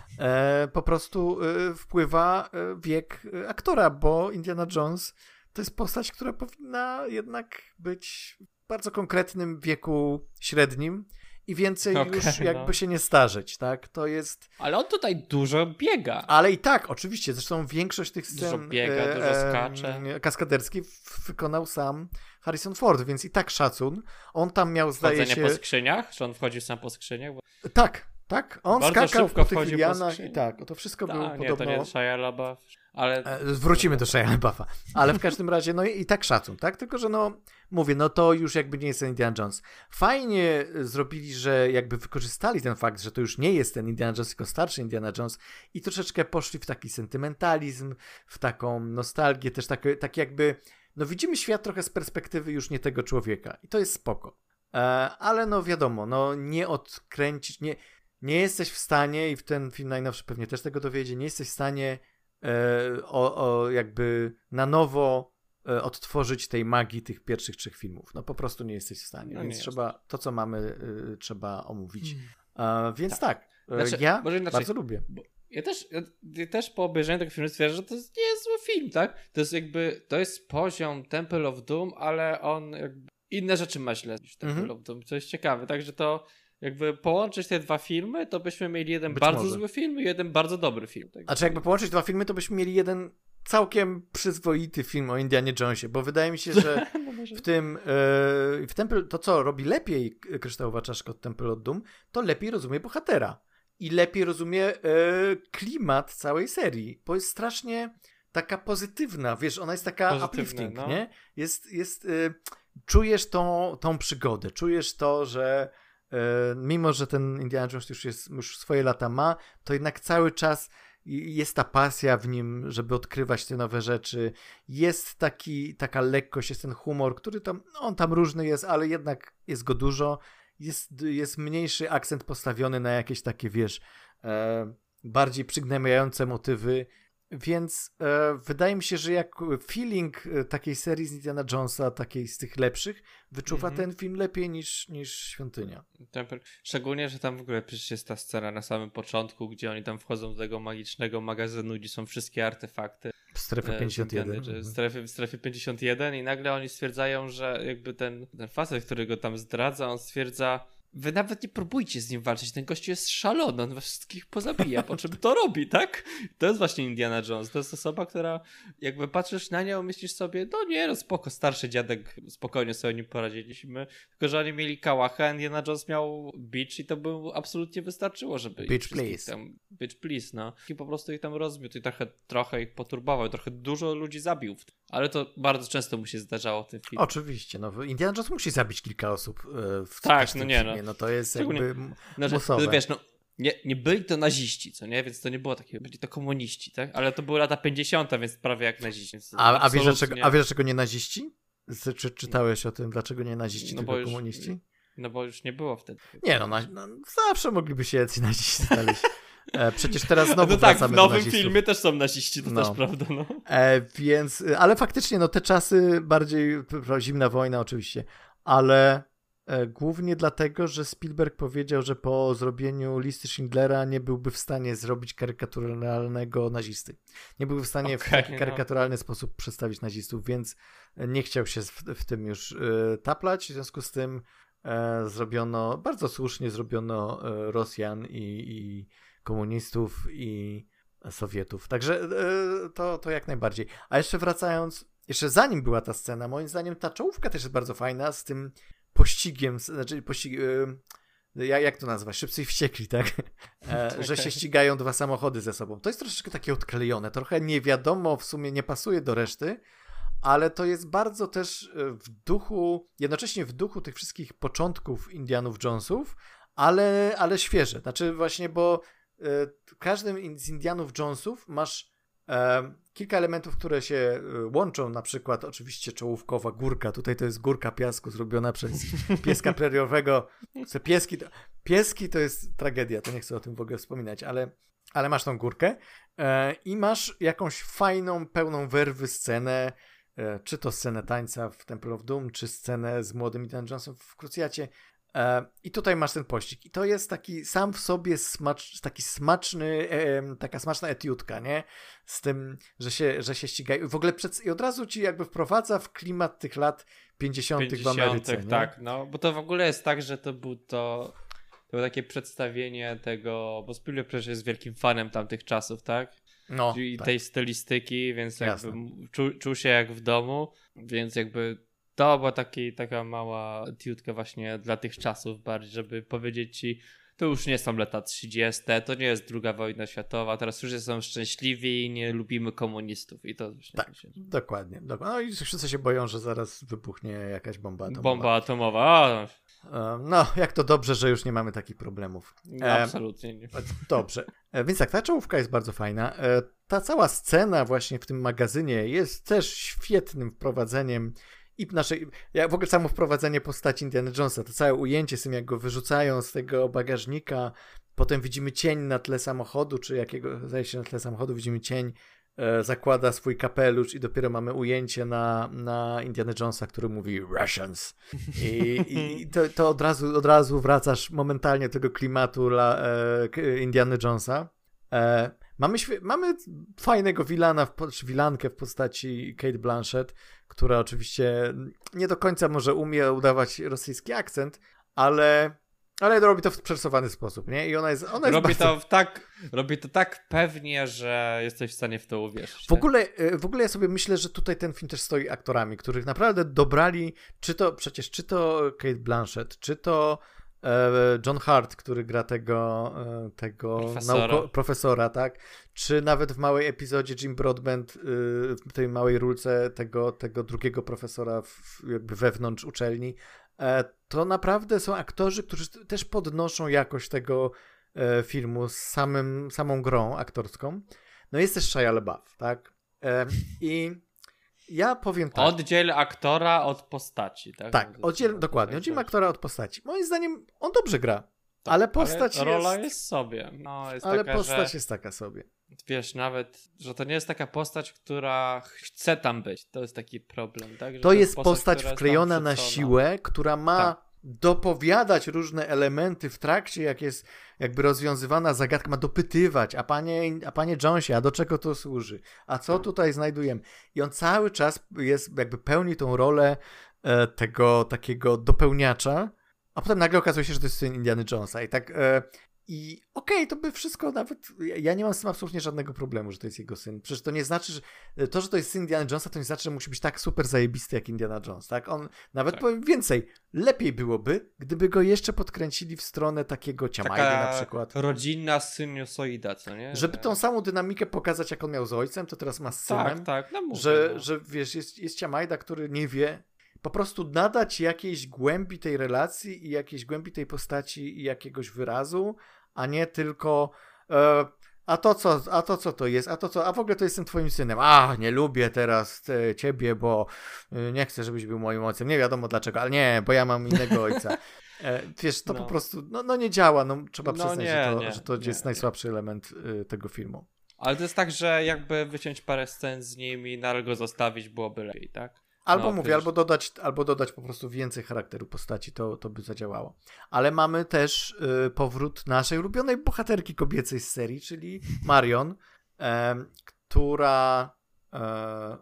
e, po prostu e, wpływa wiek aktora, bo Indiana Jones to jest postać, która powinna jednak być w bardzo konkretnym wieku średnim i więcej okay, już jakby no. się nie starzeć, tak? To jest... Ale on tutaj dużo biega. Ale i tak, oczywiście, zresztą większość tych scen dużo biega, e, dużo skacze. E, kaskaderskich wykonał sam Harrison Ford, więc i tak szacun. On tam miał, zdaje się... Wchodzenie po skrzyniach? Czy on wchodził sam po skrzyniach? Bo... Tak, tak. On bardzo skakał po tych lianach i tak. To wszystko Ta, było nie, podobno... to nie Shia LaBeouf, ale... Wrócimy do Shia LaBeoufa. Ale w każdym razie, no i, i tak szacun, tak? Tylko, że no, mówię, no to już jakby nie jest ten Indiana Jones. Fajnie zrobili, że jakby wykorzystali ten fakt, że to już nie jest ten Indiana Jones, tylko starszy Indiana Jones i troszeczkę poszli w taki sentymentalizm, w taką nostalgię, też tak, tak jakby... No widzimy świat trochę z perspektywy już nie tego człowieka i to jest spoko. E, ale no wiadomo, no nie odkręcić, nie, nie jesteś w stanie i w ten film najnowszy pewnie też tego dowiedzie, nie jesteś w stanie e, o, o jakby na nowo e, odtworzyć tej magii tych pierwszych trzech filmów. No po prostu nie jesteś w stanie, no więc trzeba, to co mamy e, trzeba omówić. E, więc tak, tak znaczy, ja inaczej, bardzo lubię. Bo... Ja też, ja, ja też po obejrzeniu tego filmu stwierdzę, że to nie jest zły film, tak? To jest jakby, to jest poziom Temple of Doom, ale on jakby inne rzeczy myślę niż Temple mm-hmm. of Doom, co jest ciekawe. Także to jakby połączyć te dwa filmy, to byśmy mieli jeden Być bardzo może. zły film i jeden bardzo dobry film. Tak? A czy jakby połączyć dwa filmy, to byśmy mieli jeden całkiem przyzwoity film o Indianie Jonesie, bo wydaje mi się, że w tym yy, w Temple, to co robi lepiej Kryształowa Czaszka od Temple of Doom, to lepiej rozumie bohatera. I lepiej rozumie e, klimat całej serii, bo jest strasznie taka pozytywna, wiesz, ona jest taka Pozytywne, uplifting, no. nie? Jest, jest, e, czujesz tą, tą przygodę, czujesz to, że e, mimo, że ten Indiana Jones już, jest, już swoje lata ma, to jednak cały czas jest ta pasja w nim, żeby odkrywać te nowe rzeczy, jest taki, taka lekkość, jest ten humor, który tam, no, on tam różny jest, ale jednak jest go dużo. Jest, jest mniejszy akcent postawiony na jakieś takie, wiesz, e, bardziej przygnębiające motywy, więc e, wydaje mi się, że jak feeling takiej serii z Indiana Jonesa, takiej z tych lepszych, wyczuwa mm-hmm. ten film lepiej niż, niż Świątynia. Szczególnie, że tam w ogóle przecież jest ta scena na samym początku, gdzie oni tam wchodzą do tego magicznego magazynu, gdzie są wszystkie artefakty. W strefie pięćdziesiąt jeden. W strefie, w strefie pięćdziesiąt jeden i nagle oni stwierdzają, że jakby ten, ten facet, który go tam zdradza, on stwierdza, wy nawet nie próbujcie z nim walczyć, ten gościu jest szalony, on was wszystkich pozabija, po czym to robi, tak? To jest właśnie Indiana Jones, to jest osoba, która jakby patrzysz na nią, myślisz sobie, no nie, no spoko, starszy dziadek, spokojnie sobie nim poradziliśmy, tylko że oni mieli kałacha, a Indiana Jones miał beach i to by absolutnie wystarczyło, żeby Beach please. tam, beach please, no. I po prostu ich tam rozmiótł i trochę, trochę ich poturbował, trochę dużo ludzi zabił, ale to bardzo często mu się zdarzało w tym filmie. Oczywiście, no Indiana Jones musi zabić kilka osób e, w tak, tym no nie, filmie, no. no to jest Szczególnie, jakby no, musowe. Wiesz, no, nie, nie byli to naziści, co nie? Więc to nie było takie, byli to komuniści, tak? Ale to były lata pięćdziesiąte, więc prawie jak naziści. A, a, wiesz, dlaczego, a wiesz dlaczego nie naziści? Czy czytałeś o tym, dlaczego nie naziści, no tylko już, komuniści? No bo już nie było wtedy. Nie, no, na, no zawsze mogliby się jacyś naziści znaleźć. E, przecież teraz znowu no tak, wracamy w nowym do nazistów. filmie też są naziści, to no. też prawda, no. E, więc, ale faktycznie, no te czasy bardziej, zimna wojna oczywiście, ale e, głównie dlatego, że Spielberg powiedział, że po zrobieniu listy Schindlera nie byłby w stanie zrobić karykaturalnego nazisty. Nie byłby w stanie okay, w taki karykaturalny no. sposób przedstawić nazistów, więc nie chciał się w, w tym już e, taplać, w związku z tym e, zrobiono, bardzo słusznie zrobiono e, Rosjan i, i komunistów i Sowietów. Także e, to, to jak najbardziej. A jeszcze wracając, jeszcze zanim była ta scena, moim zdaniem ta czołówka też jest bardzo fajna z tym pościgiem, znaczy pościg, e, jak, jak to nazwać? Szybcy i wściekli, tak? E, okay. Że się ścigają dwa samochody ze sobą. To jest troszeczkę takie odklejone, trochę nie wiadomo, w sumie nie pasuje do reszty, ale to jest bardzo też w duchu, jednocześnie w duchu tych wszystkich początków Indianów Jonesów, ale, ale świeże. Znaczy właśnie, bo w każdym z Indianów Jonesów masz e, kilka elementów, które się łączą, na przykład oczywiście czołówkowa górka, tutaj to jest górka piasku zrobiona przez pieska preriowego. Pieski to, pieski to jest tragedia, to nie chcę o tym w ogóle wspominać, ale, ale masz tą górkę e, i masz jakąś fajną, pełną werwy scenę, e, czy to scenę tańca w Temple of Doom, czy scenę z młodym Indiana Jonesem w Krucjacie. I tutaj masz ten pościg. I to jest taki sam w sobie smacz, taki smaczny, e, taka smaczna etiudka, nie? Z tym, że się, że się ścigają. W ogóle przed, i od razu ci jakby wprowadza w klimat tych lat pięćdziesiątych w Ameryce. Nie? Tak, no, bo to w ogóle jest tak, że to był to, to było takie przedstawienie tego, bo Spielberg przecież jest wielkim fanem tamtych czasów, tak? No, I tak. tej stylistyki, więc jakby Jasne. czuł, czuł się jak w domu, więc jakby to była taki, taka mała tiutka właśnie dla tych czasów bardziej, żeby powiedzieć ci, to już nie są lata trzydzieste, to nie jest druga wojna światowa, teraz już są szczęśliwi i nie lubimy komunistów i to właśnie... Tak, się... dokładnie, dokładnie. No i wszyscy się boją, że zaraz wybuchnie jakaś bomba atomowa. Bomba atomowa, a... No, jak to dobrze, że już nie mamy takich problemów. No, absolutnie nie. Dobrze, więc tak, ta czołówka jest bardzo fajna. Ta cała scena właśnie w tym magazynie jest też świetnym wprowadzeniem i naszej, ja w ogóle samo wprowadzenie postaci Indiana Jonesa, to całe ujęcie z tym, jak go wyrzucają z tego bagażnika, potem widzimy cień na tle samochodu, czy jakiego, zdaje się na tle samochodu widzimy cień, e, zakłada swój kapelusz i dopiero mamy ujęcie na, na Indiana Jonesa, który mówi Russians. I, i to, to od razu, od razu wracasz momentalnie do tego klimatu la, e, Indiana Jonesa. E, mamy, mamy fajnego wilana, w, czy wilankę w postaci Cate Blanchett, która oczywiście nie do końca może umie udawać rosyjski akcent, ale, ale robi to w przerysowany sposób, nie? I ona jest, ona jest robi, bardzo... to w tak, robi to tak pewnie, że jesteś w stanie w to uwierzyć. W ogóle, w ogóle ja sobie myślę, że tutaj ten film też stoi aktorami, których naprawdę dobrali, czy to przecież, czy to Cate Blanchett, czy to John Hart, który gra tego, tego profesora. Nauko- profesora, tak? Czy nawet w małej epizodzie Jim Broadbent, w tej małej rulce tego, tego drugiego profesora w, jakby wewnątrz uczelni, to naprawdę są aktorzy, którzy też podnoszą jakość tego filmu z samym, samą grą aktorską. No jest też Shia LaBeouf, tak? I ja powiem tak. Oddziel aktora od postaci, tak? Tak, oddziel, dokładnie. Oddziel aktora od postaci. Moim zdaniem on dobrze gra, tak, ale postać ale rola jest... jest sobie. No, jest ale taka, postać że... jest taka sobie. Wiesz, nawet, że to nie jest taka postać, która chce tam być. To jest taki problem, tak? Że to, to jest postać, postać wklejona na siłę, która ma tak. dopowiadać różne elementy w trakcie, jak jest jakby rozwiązywana zagadka, ma dopytywać, a panie, a panie Jonesie, a do czego to służy? A co tutaj znajdujemy? I on cały czas jest, jakby pełni tą rolę e, tego takiego dopełniacza a potem nagle okazuje się, że to jest syn Indiana Jonesa i tak... E, I okej, okay, to by wszystko nawet... Ja nie mam z tym absolutnie żadnego problemu, że to jest jego syn. Przecież to nie znaczy, że... To, że to jest syn Indiana Jonesa, to nie znaczy, że musi być tak super zajebisty jak Indiana Jones, tak? On... Nawet tak. Powiem więcej. Lepiej byłoby, gdyby go jeszcze podkręcili w stronę takiego Ciamajdy na przykład. Rodzinna sinusoida, co nie? Żeby tą samą dynamikę pokazać, jak on miał z ojcem, to teraz ma z synem. Tak, tak. No mówię, że, no. że wiesz, jest, jest Ciamajda, który nie wie... Po prostu nadać jakiejś głębi tej relacji i jakiejś głębi tej postaci i jakiegoś wyrazu, a nie tylko e, a to co, a to co to jest, a to co, a w ogóle to jestem twoim synem, a nie lubię teraz te, ciebie, bo y, nie chcę, żebyś był moim ojcem, nie wiadomo dlaczego, ale nie, bo ja mam innego ojca. E, wiesz, to no. po prostu, no, no nie działa, no trzeba no przyznać, nie, że to, nie, że to nie, jest nie. najsłabszy element y, tego filmu. Ale to jest tak, że jakby wyciąć parę scen z nim i nagle go zostawić byłoby lepiej, tak? Albo no, mówię, wiesz... albo dodać, albo dodać po prostu więcej charakteru postaci, to, to by zadziałało. Ale mamy też y, powrót naszej ulubionej bohaterki kobiecej z serii, czyli Marion, e, która, e,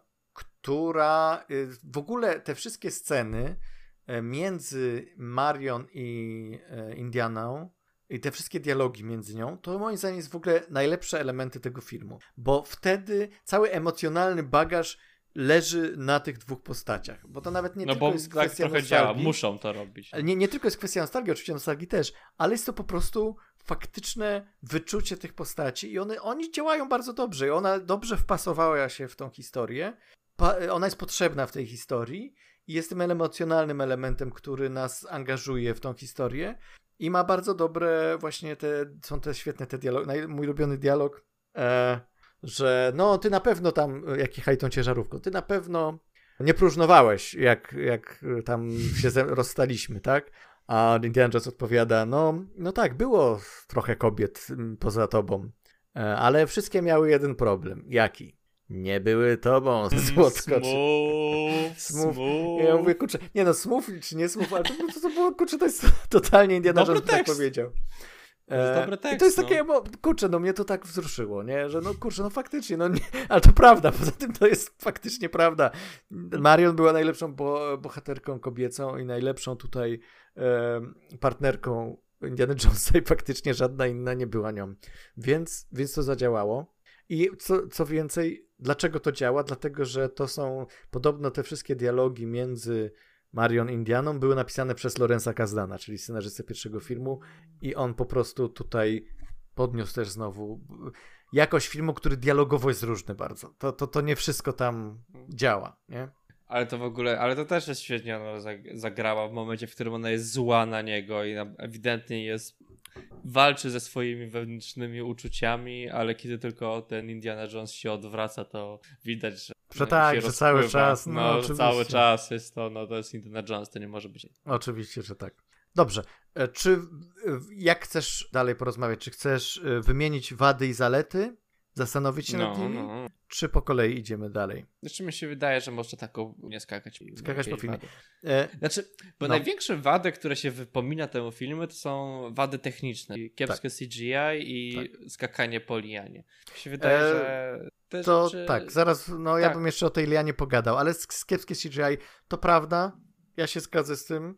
która y, w ogóle te wszystkie sceny e, między Marion i e, Indianą i te wszystkie dialogi między nią, to moim zdaniem jest w ogóle najlepsze elementy tego filmu, bo wtedy cały emocjonalny bagaż leży na tych dwóch postaciach, bo to nawet nie no tylko jest tak kwestia trochę nostalgii. Działa. Muszą to robić. Nie, nie tylko jest kwestia nostalgii, oczywiście nostalgii też, ale jest to po prostu faktyczne wyczucie tych postaci i one, oni działają bardzo dobrze i ona dobrze wpasowała się w tą historię. Pa, ona jest potrzebna w tej historii i jest tym emocjonalnym elementem, który nas angażuje w tą historię i ma bardzo dobre właśnie te, są te świetne te dialogi. Mój ulubiony dialog e, że no ty na pewno tam, jak jechali tą ciężarówką, ty na pewno nie próżnowałeś, jak, jak tam się rozstaliśmy, tak? A Indiana Jones odpowiada, no, no tak, było trochę kobiet poza tobą, ale wszystkie miały jeden problem. Jaki? Nie były tobą, słodko. Smooth, smooth. Ja mówię, kurczę, nie no, smooth czy nie smooth, ale to, to, to było, kurczę, to jest totalnie Indiana Jones tak powiedział. To jest dobry tekst, I to jest no. takie, bo, kurczę, no mnie to tak wzruszyło, nie? Że no kurczę, no faktycznie, no nie, ale to prawda, poza tym to jest faktycznie prawda. Marion była najlepszą bo, bohaterką kobiecą i najlepszą tutaj e, partnerką Indiana Jonesa i faktycznie żadna inna nie była nią. Więc, więc to zadziałało. I co, co więcej, dlaczego to działa? Dlatego, że to są podobno te wszystkie dialogi między Marion i Indianą były napisane przez Lawrence'a Kasdana, czyli scenarzystę pierwszego filmu i on po prostu tutaj podniósł też znowu jakość filmu, który dialogowo jest różny bardzo. To, to, to nie wszystko tam działa, nie? Ale to w ogóle, ale to też jest świetnie ona zagrała w momencie, w którym ona jest zła na niego i ewidentnie jest walczy ze swoimi wewnętrznymi uczuciami, ale kiedy tylko ten Indiana Jones się odwraca, to widać, że Że tak, że cały czas, no, no oczywiście. cały czas jest to, no to jest Indiana Jones, to nie może być. Oczywiście, że tak. Dobrze, czy jak chcesz dalej porozmawiać, czy chcesz wymienić wady i zalety, zastanowić się no, nad nimi, no. czy po kolei idziemy dalej? Znaczy mi się wydaje, że można taką nie skakać. Skakać po filmie. E, znaczy, bo no. największe wady, które się wypomina temu filmu, to są wady techniczne. Kiepskie tak. C G I i tak. skakanie po lianie. Mi się wydaje, e, że te to rzeczy... tak, zaraz, no tak. ja bym jeszcze o tej lianie pogadał, ale kiepskie C G I to prawda, ja się zgadzam z tym,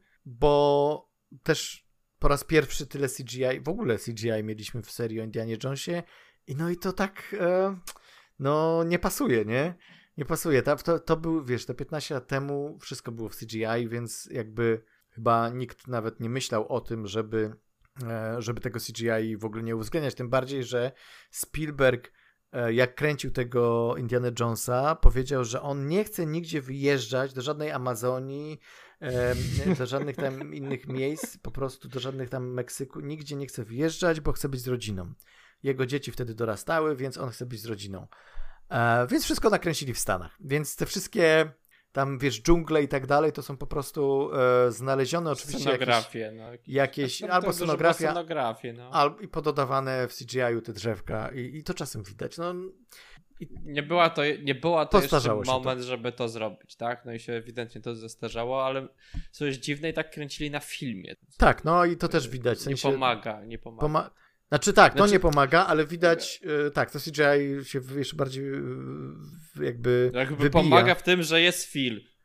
bo też po raz pierwszy tyle C G I, w ogóle C G I mieliśmy w serii o Indianie Jonesie i no i to tak e, no nie pasuje, nie? Nie pasuje. To, to, to był, wiesz, te piętnaście lat temu wszystko było w C G I, więc jakby chyba nikt nawet nie myślał o tym, żeby, e, żeby tego C G I w ogóle nie uwzględniać. Tym bardziej, że Spielberg e, jak kręcił tego Indiana Jonesa, powiedział, że on nie chce nigdzie wyjeżdżać do żadnej Amazonii, e, do żadnych tam innych miejsc, po prostu do żadnych tam Meksyku. Nigdzie nie chce wyjeżdżać, bo chce być z rodziną. Jego dzieci wtedy dorastały, więc on chce być z rodziną. E, więc wszystko nakręcili w Stanach. Więc te wszystkie tam, wiesz, dżungle i tak dalej, to są po prostu e, znalezione oczywiście scenografie, jakieś, no. jakieś albo scenografia, scenografie, no. albo i pododawane w C G I-u te drzewka i, i to czasem widać. No, i nie była to, nie była to jeszcze moment, to. żeby to zrobić, tak? No i się ewidentnie to zestarzało, ale co jest dziwne i tak kręcili na filmie. Tak, no i to też widać. W sensie, nie pomaga, nie pomaga. Poma- Znaczy tak, to znaczy, nie pomaga, ale widać, yy, tak, to C G I się jeszcze bardziej yy, jakby jakby wybija. pomaga w tym, że jest film.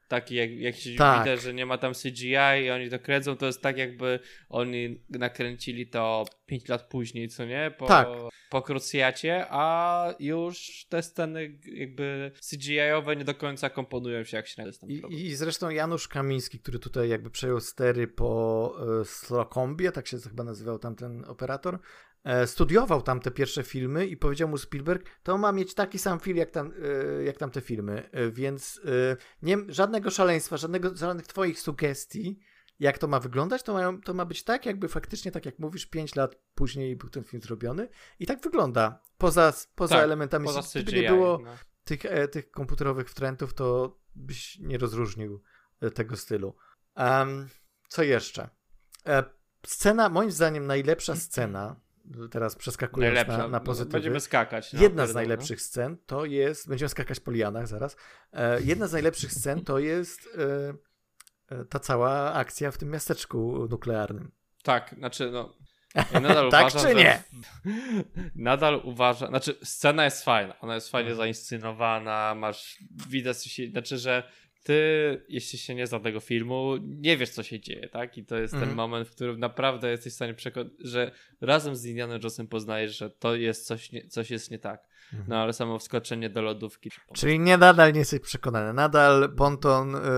taki jak, jak się tak. widać, że nie ma tam C G I i oni to kręcą, to jest tak jakby oni nakręcili to pięć lat później, co nie? Po, tak. po Krucjacie, a już te sceny jakby C G I-owe nie do końca komponują się, jak się na I, I zresztą Janusz Kamiński, który tutaj jakby przejął stery po e, Slockombie, tak się chyba nazywał tamten operator, e, studiował tam te pierwsze filmy i powiedział mu Spielberg, to ma mieć taki sam film jak, tam, e, jak tamte filmy, e, więc e, nie, żadnego szaleństwa, żadnego, żadnych twoich sugestii, jak to ma wyglądać, to, mają, to ma być tak, jakby faktycznie, tak jak mówisz, pięć lat później był ten film zrobiony i tak wygląda, poza, poza tak, elementami, poza gdyby C G I, nie było no. tych, e, tych komputerowych wtrętów, to byś nie rozróżnił e, tego stylu. Um, co jeszcze? E, scena, moim zdaniem najlepsza scena, teraz przeskakując najlepsza. na, na pozytywy. Będziemy skakać. No, jedna z pierdolę, najlepszych no. scen to jest, będziemy skakać po lianach zaraz, e, jedna z najlepszych scen to jest e, e, ta cała akcja w tym miasteczku nuklearnym. Tak, znaczy no... Ja nadal tak uważam, czy nie? Że... Nadal uważam, znaczy scena jest fajna, ona jest fajnie zainscenowana, masz, widać co się, znaczy, że ty, jeśli się nie zna tego filmu, nie wiesz co się dzieje, tak? I to jest Mhm. ten moment, w którym naprawdę jesteś w stanie przekonać, że razem z Indiana Jonesem poznajesz, że to jest coś, nie, coś jest nie tak. Mhm. No ale samo wskoczenie do lodówki. Czyli nie nadal nie jesteś przekonany, nadal ponton y,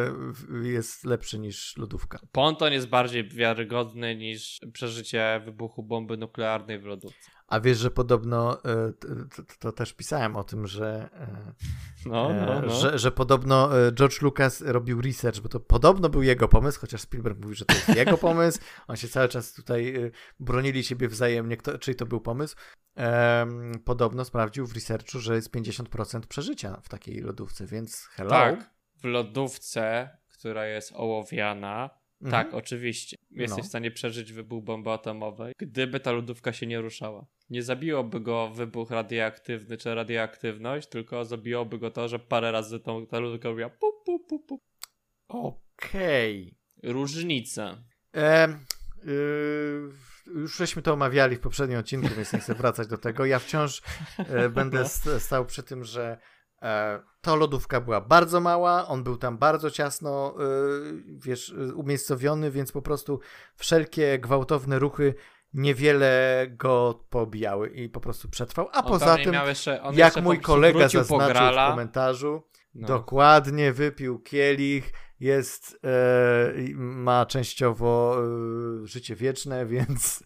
jest lepszy niż lodówka. Ponton jest bardziej wiarygodny niż przeżycie wybuchu bomby nuklearnej w lodówce. A wiesz, że podobno, y, to, to też pisałem o tym, że, y, No, no, no. Że, że podobno George Lucas robił research, bo to podobno był jego pomysł, chociaż Spielberg mówi, że to jest jego pomysł. On się cały czas tutaj y, bronili siebie wzajemnie, kto, czyj to był pomysł. Um, podobno sprawdził w researchu, że jest pięćdziesiąt procent przeżycia w takiej lodówce, więc hello. Tak, w lodówce, która jest ołowiana, Mhm. tak, oczywiście. Jesteś No. w stanie przeżyć wybuch bomby atomowej, gdyby ta lodówka się nie ruszała. Nie zabiłoby go wybuch radioaktywny czy radioaktywność, tylko zabiłoby go to, że parę razy tą, ta lodówka robiła pu, pu, pu, pu. Okej. Różnica. Okay. Yy, już żeśmy to omawiali w poprzednim odcinku, więc nie chcę wracać do tego. Ja wciąż e, będę st- stał przy tym, że e, ta lodówka była bardzo mała, on był tam bardzo ciasno e, wiesz, umiejscowiony, więc po prostu wszelkie gwałtowne ruchy niewiele go pobijały i po prostu przetrwał. A On poza nie tym, miał jeszcze, on jak jeszcze mój po prostu kolega wrócił po zaznaczył Grala. w komentarzu, No. dokładnie wypił kielich, jest, e, ma częściowo e, życie wieczne, więc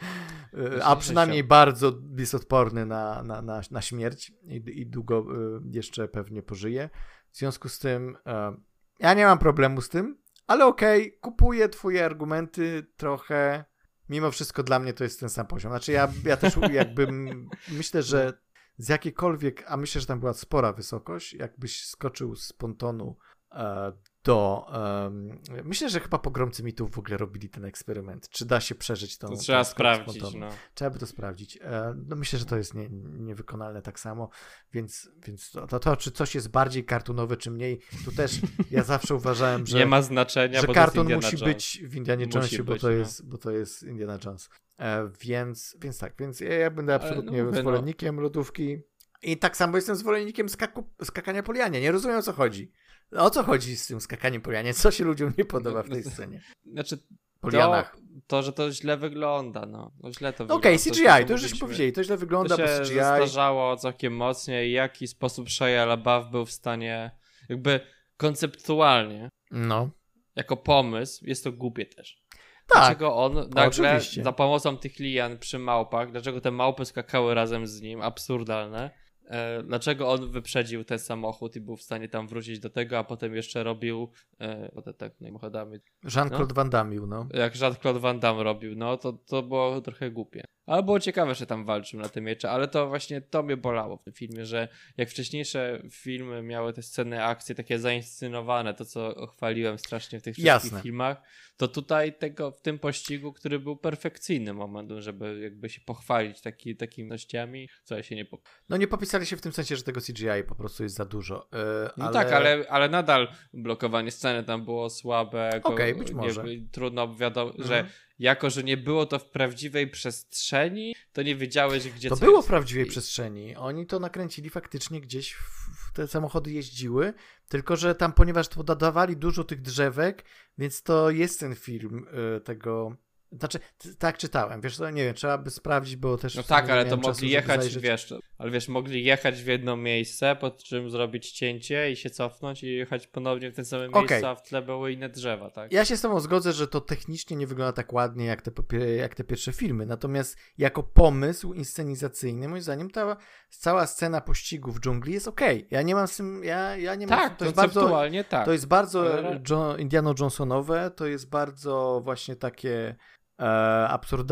e, a przynajmniej bardzo jest odporny na, na, na, na śmierć i, i długo e, jeszcze pewnie pożyje. W związku z tym e, ja nie mam problemu z tym, ale okej, okay, kupuję twoje argumenty trochę. Mimo wszystko dla mnie to jest ten sam poziom. Znaczy ja, ja też jakby myślę, że z jakiejkolwiek, a myślę, że tam była spora wysokość, jakbyś skoczył z pontonu e, do... Um, myślę, że chyba pogromcy mitów w ogóle robili ten eksperyment. Czy da się przeżyć tą... To trzeba tą sprawdzić, no. Trzeba by to sprawdzić. E, no myślę, że to jest nie, niewykonalne tak samo, więc, więc to, to, to, czy coś jest bardziej kartunowe, czy mniej, tu też ja zawsze uważałem, że... Nie ma znaczenia, że bo kartun to jest musi Indiana być w Indianie Musi Jonesie, bo, być, to no. jest, bo to jest Indiana Jones. E, więc, więc tak, więc ja, ja będę absolutnie no mówię, zwolennikiem no. lodówki i tak samo jestem zwolennikiem skaku, skakania po lianie. Nie rozumiem, o co chodzi. O co chodzi z tym skakaniem po lianie? Co się ludziom nie podoba w tej scenie? Znaczy, po to, lianach. to, że to źle wygląda, no. no źle to Okej, okay, wygląda. C G I, to, to już żeśmy powiedzieli, to źle wygląda, to bo się C G I... zestarzało całkiem mocniej, w jaki sposób Shia LaBeouf był w stanie, jakby konceptualnie, no. jako pomysł, jest to głupie też. Tak, dlaczego on nagle oczywiście. za pomocą tych lian przy małpach, dlaczego te małpy skakały razem z nim, absurdalne. E, dlaczego on wyprzedził ten samochód i był w stanie tam wrócić do tego, a potem jeszcze robił e, tak samochodami. Jean-Claude no? Van Damme, no. Jak Jean-Claude Van Damme robił, no to, to było trochę głupie. Ale było ciekawe, że tam walczył na tym miecze, ale to właśnie to mnie bolało w tym filmie, że jak wcześniejsze filmy miały te sceny akcji takie zainscenowane, to co chwaliłem strasznie w tych wszystkich Jasne. filmach, to tutaj tego w tym pościgu, który był perfekcyjnym momentem, żeby jakby się pochwalić taki, takimi nościami, co ja się nie po... No nie popisali się w tym sensie, że tego C G I po prostu jest za dużo. Yy, No ale... tak, ale, ale nadal blokowanie sceny tam było słabe. Okej, okay, być może. Nie, trudno wiadomo, mhm. że jako, że nie było to w prawdziwej przestrzeni, to nie wiedziałeś, gdzie to co było jest. w prawdziwej I... przestrzeni. Oni to nakręcili faktycznie gdzieś w, w te samochody jeździły, tylko że tam, ponieważ to dodawali dużo tych drzewek, więc to jest ten film y, tego... Znaczy, t- tak czytałem, wiesz co, nie wiem, trzeba by sprawdzić, bo też... No tak, ale to czasu, mogli jechać, zajrzeć. wiesz, ale wiesz, mogli jechać w jedno miejsce, po czym zrobić cięcie i się cofnąć i jechać ponownie w tym samym Okay. miejscu, a w tle były inne drzewa, tak? Ja się z tobą zgodzę, że to technicznie nie wygląda tak ładnie jak te, popie- jak te pierwsze filmy, natomiast jako pomysł inscenizacyjny, moim zdaniem ta cała scena pościgu w dżungli jest okej. Okay. Ja nie mam z tym, ja, ja nie mam Tak, z tym, to jest bardzo, konceptualnie tak. to jest bardzo Ale- jo- Indiana Johnsonowe, to jest bardzo właśnie takie e,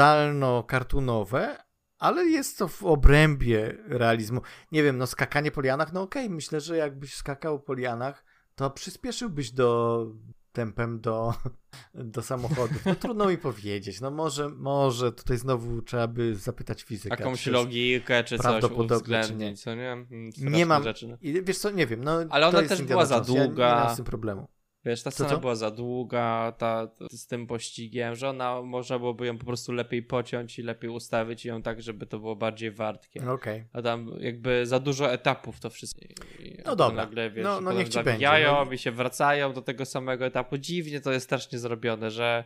absurdalno-kartunowe, ale jest to w obrębie realizmu. Nie wiem, no skakanie po lianach, no okej, okay, myślę, że jakbyś skakał po lianach, to przyspieszyłbyś do tempem do, do samochodów. No trudno mi powiedzieć. No może, może tutaj znowu trzeba by zapytać fizyka. Jakąś czy jest logikę, czy coś prawdopodobne, uwzględnić, co nie? Mm, Nie mam. Rzeczy, no. I wiesz co, nie wiem. No, Ale ona to jest też Indiana była za Jones. Ja długa. nie mam z tym problemu. Wiesz, ta Co, scena co? była za długa, ta, ta, z tym pościgiem, że ona można byłoby ją po prostu lepiej pociąć i lepiej ustawić ją tak, żeby to było bardziej wartkie. Okej. Okay. A tam jakby za dużo etapów to wszystko. I No dobra. Nagle, wiesz, no, no niech ci zabijają będzie. No. i się wracają do tego samego etapu. Dziwnie to jest strasznie zrobione, że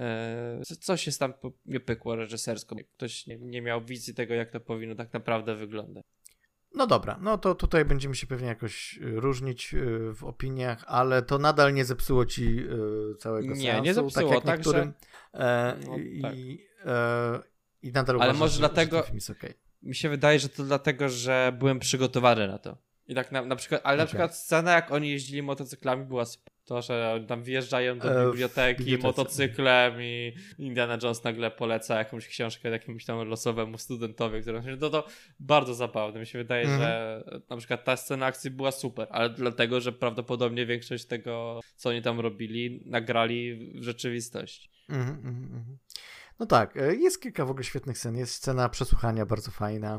e, coś jest tam nie pykło reżysersko. Ktoś nie, nie miał wizji tego, jak to powinno tak naprawdę wyglądać. No dobra, no to tutaj będziemy się pewnie jakoś różnić w opiniach, ale to nadal nie zepsuło ci całego nie, seansu. Nie, zepsuło, tak jak tak, niektórym. że... E, no, i, tak. e, I nadal ale uważam, może że, dlatego, że ten film jest okay. Mi się wydaje, że to dlatego, że byłem przygotowany na to. I tak na, na przykład, ale na Okay. przykład scena, jak oni jeździli motocyklami, była super. To, że oni tam wjeżdżają do E, biblioteki bibliotece. motocyklem i Indiana Jones nagle poleca jakąś książkę jakiemuś tam losowemu studentowi, który no to bardzo zabawne. Mi się wydaje, mm-hmm. że na przykład ta scena akcji była super, ale dlatego, że prawdopodobnie większość tego, co oni tam robili, nagrali w rzeczywistości. Mm-hmm, mm-hmm. No tak, jest kilka w ogóle świetnych scen. Jest scena przesłuchania bardzo fajna.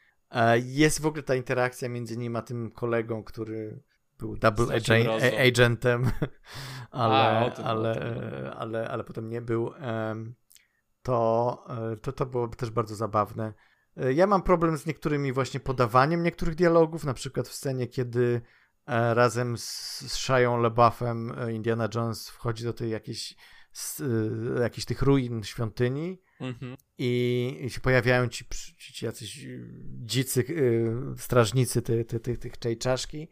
Jest w ogóle ta interakcja między nim a tym kolegą, który był double ag- agentem, ale, a, tym, ale, ale, ale potem nie był. To, to, to było też bardzo zabawne. Ja mam problem z niektórymi właśnie podawaniem niektórych dialogów, na przykład w scenie, kiedy razem z Shią LaBeoufem Indiana Jones wchodzi do tej jakiejś z y, jakichś tych ruin świątyni mm-hmm. i, i się pojawiają ci, ci, ci jacyś dzicy y, strażnicy ty, ty, ty, tych tej czaszki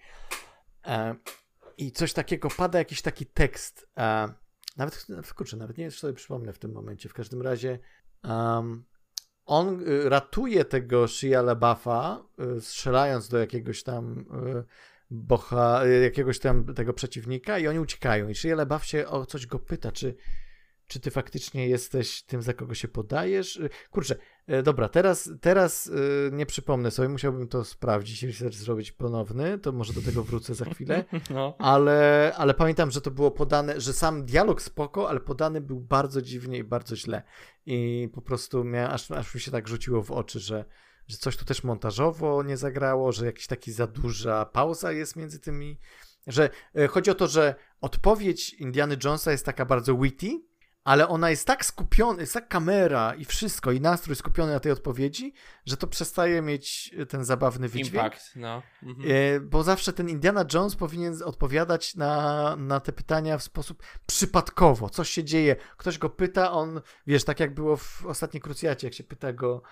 e, i coś takiego, pada jakiś taki tekst e, nawet, kurczę, nawet nie wiem, czy sobie przypomnę w tym momencie, w każdym razie um, on y, ratuje tego Shia LaBeoufa y, strzelając do jakiegoś tam y, boha, jakiegoś tam tego przeciwnika i oni uciekają. I Shia LaBeouf się o coś go pyta, czy, czy ty faktycznie jesteś tym, za kogo się podajesz? Kurczę, dobra, teraz, teraz nie przypomnę sobie, musiałbym to sprawdzić, research zrobić ponowny, to może do tego wrócę za chwilę, no. ale, ale pamiętam, że to było podane, że sam dialog spoko, ale podany był bardzo dziwnie i bardzo źle. I po prostu miał, aż, aż mi się tak rzuciło w oczy, że że coś tu też montażowo nie zagrało, że jakiś taki za duża pauza jest między tymi, że e, chodzi o to, że odpowiedź Indiana Jonesa jest taka bardzo witty, ale ona jest tak skupiona, jest tak kamera i wszystko, i nastrój skupiony na tej odpowiedzi, że to przestaje mieć ten zabawny wydźwięk. Impact, no. Mhm. E, bo zawsze ten Indiana Jones powinien odpowiadać na, na te pytania w sposób przypadkowo. Coś się dzieje, ktoś go pyta, on, wiesz, tak jak było w Ostatniej Krucjacie, jak się pyta go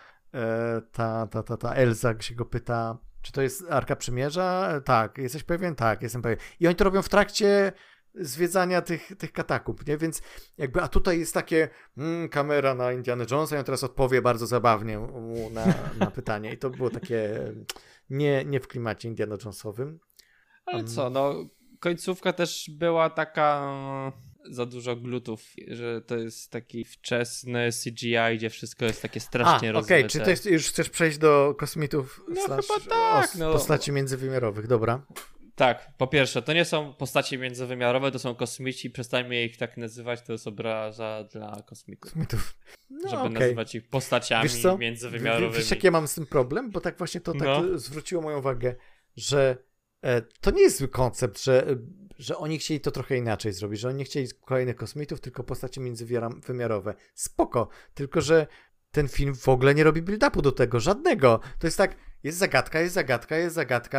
ta, ta, ta, ta Elza się go pyta, czy to jest Arka Przymierza? Tak. Jesteś pewien? Tak, jestem pewien. I oni to robią w trakcie zwiedzania tych, tych katakumb, nie? Więc jakby, a tutaj jest takie mm, kamera na Indiana Jonesa i on teraz odpowie bardzo zabawnie mu na, na pytanie. I to było takie nie, nie w klimacie Indiana Jonesowym. Ale co, no końcówka też była taka za dużo glutów, że to jest taki wczesny C G I, gdzie wszystko jest takie strasznie A, rozmyte. okej, okay. Czy to jest, już chcesz przejść do kosmitów no, slash chyba tak, os, no. postaci międzywymiarowych, dobra. Tak, po pierwsze, to nie są postacie międzywymiarowe, to są kosmici, przestańmy ich tak nazywać, to jest obraza dla kosmitów. Kosmitów. No, żeby okay. nazywać ich postaciami wiesz co? międzywymiarowymi. Wiesz, jak ja mam z tym problem? Bo tak właśnie to tak no. zwróciło moją uwagę, że e, to nie jest zły koncept, że, że oni chcieli to trochę inaczej zrobić, że oni nie chcieli kolejnych kosmitów, tylko postacie międzywymiarowe. Spoko, tylko że ten film w ogóle nie robi build-upu do tego, żadnego. To jest tak, jest zagadka, jest zagadka, jest zagadka.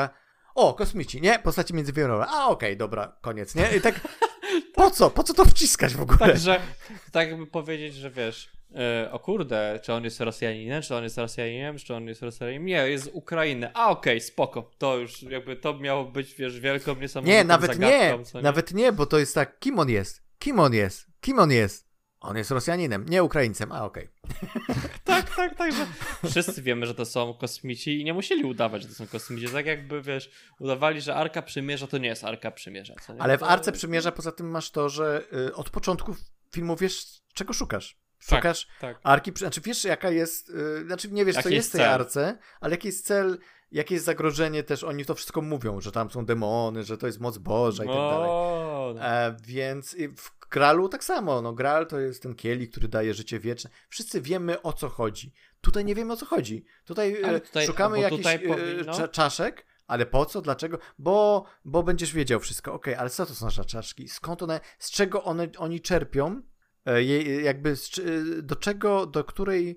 O, kosmici, nie? Postaci międzywymiarowe. A, okej, okay, dobra, koniec, nie? I tak, po co? Po co to wciskać w ogóle? Także, tak jakby powiedzieć, że wiesz, yy, o kurde, czy on jest Rosjaninem, czy on jest Rosjaninem, czy on jest Rosjaninem? Nie, jest z Ukrainy. A, okej, okay, spoko. To już jakby, to miało być, wiesz, wielką, niesamowitą Nie, nawet zagadką. nie, Co, nie, nawet nie, bo to jest tak, kim on jest? Kim on jest? Kim on jest? On jest Rosjaninem, nie Ukraińcem. A, okej. Okay. Tak, tak, tak, że wszyscy wiemy, że to są kosmici i nie musieli udawać, że to są kosmici. Tak jakby, wiesz, udawali, że Arka Przymierza to nie jest Arka Przymierza. Co nie? Ale w to... Arce Przymierza poza tym masz to, że y, od początku filmu wiesz, czego szukasz. Szukasz tak, tak. Arki, znaczy wiesz jaka jest, y, znaczy nie wiesz jaki co jest w tej cel? Arce, ale jaki jest cel, jakie jest zagrożenie też, oni to wszystko mówią, że tam są demony, że to jest moc Boża i tak dalej. No. E, więc w Gralu tak samo, no Graal to jest ten kielich, który daje życie wieczne. Wszyscy wiemy o co chodzi. Tutaj nie wiemy o co chodzi. Tutaj, tutaj szukamy jakichś powinno... cza- czaszek, ale po co, dlaczego? Bo, bo będziesz wiedział wszystko. Okej, okay, ale co to są nasze czaszki? Skąd one, z czego one, oni czerpią? E, jakby z, do czego, do której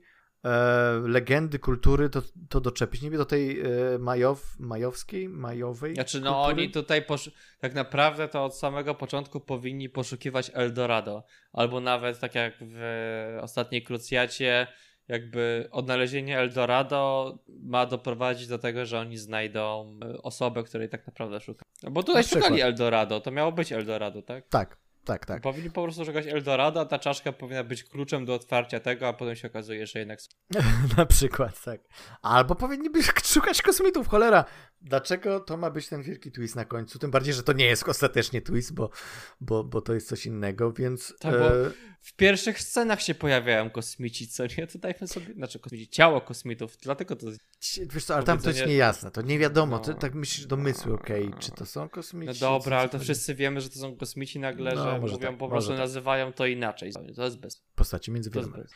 e, legendy, kultury to, to doczepić? Niby do tej e, majow, majowskiej, majowej Znaczy no kultury? oni tutaj posz... tak naprawdę to od samego początku powinni poszukiwać Eldorado. Albo nawet tak jak w ostatniej Krucjacie, jakby odnalezienie Eldorado ma doprowadzić do tego, że oni znajdą osobę, której tak naprawdę szukają. Bo tutaj szukali Eldorado, to miało być Eldorado, tak? Tak. Tak, tak. Powinni po prostu szukać Eldorado, a ta czaszka powinna być kluczem do otwarcia tego, a potem się okazuje, że jednak... Na przykład, tak. Albo powinni by szukać kosmitów, cholera. Dlaczego to ma być ten wielki twist na końcu? Tym bardziej, że to nie jest ostatecznie twist, bo, bo, bo to jest coś innego, więc... Tak, bo w pierwszych scenach się pojawiają kosmici, co nie? To dajmy sobie... Znaczy kosmici, ciało kosmitów, dlatego to... Wiesz co, ale tam to jest niejasne, to nie wiadomo, no. Ty, tak myślisz domysły, okej, okay. Czy to są kosmici? No dobra, ale to wszyscy wiemy, że to są kosmici nagle, no, że mówią tak, po prostu, tak. Nazywają to inaczej. To jest bez... Postaci międzywymiarowe.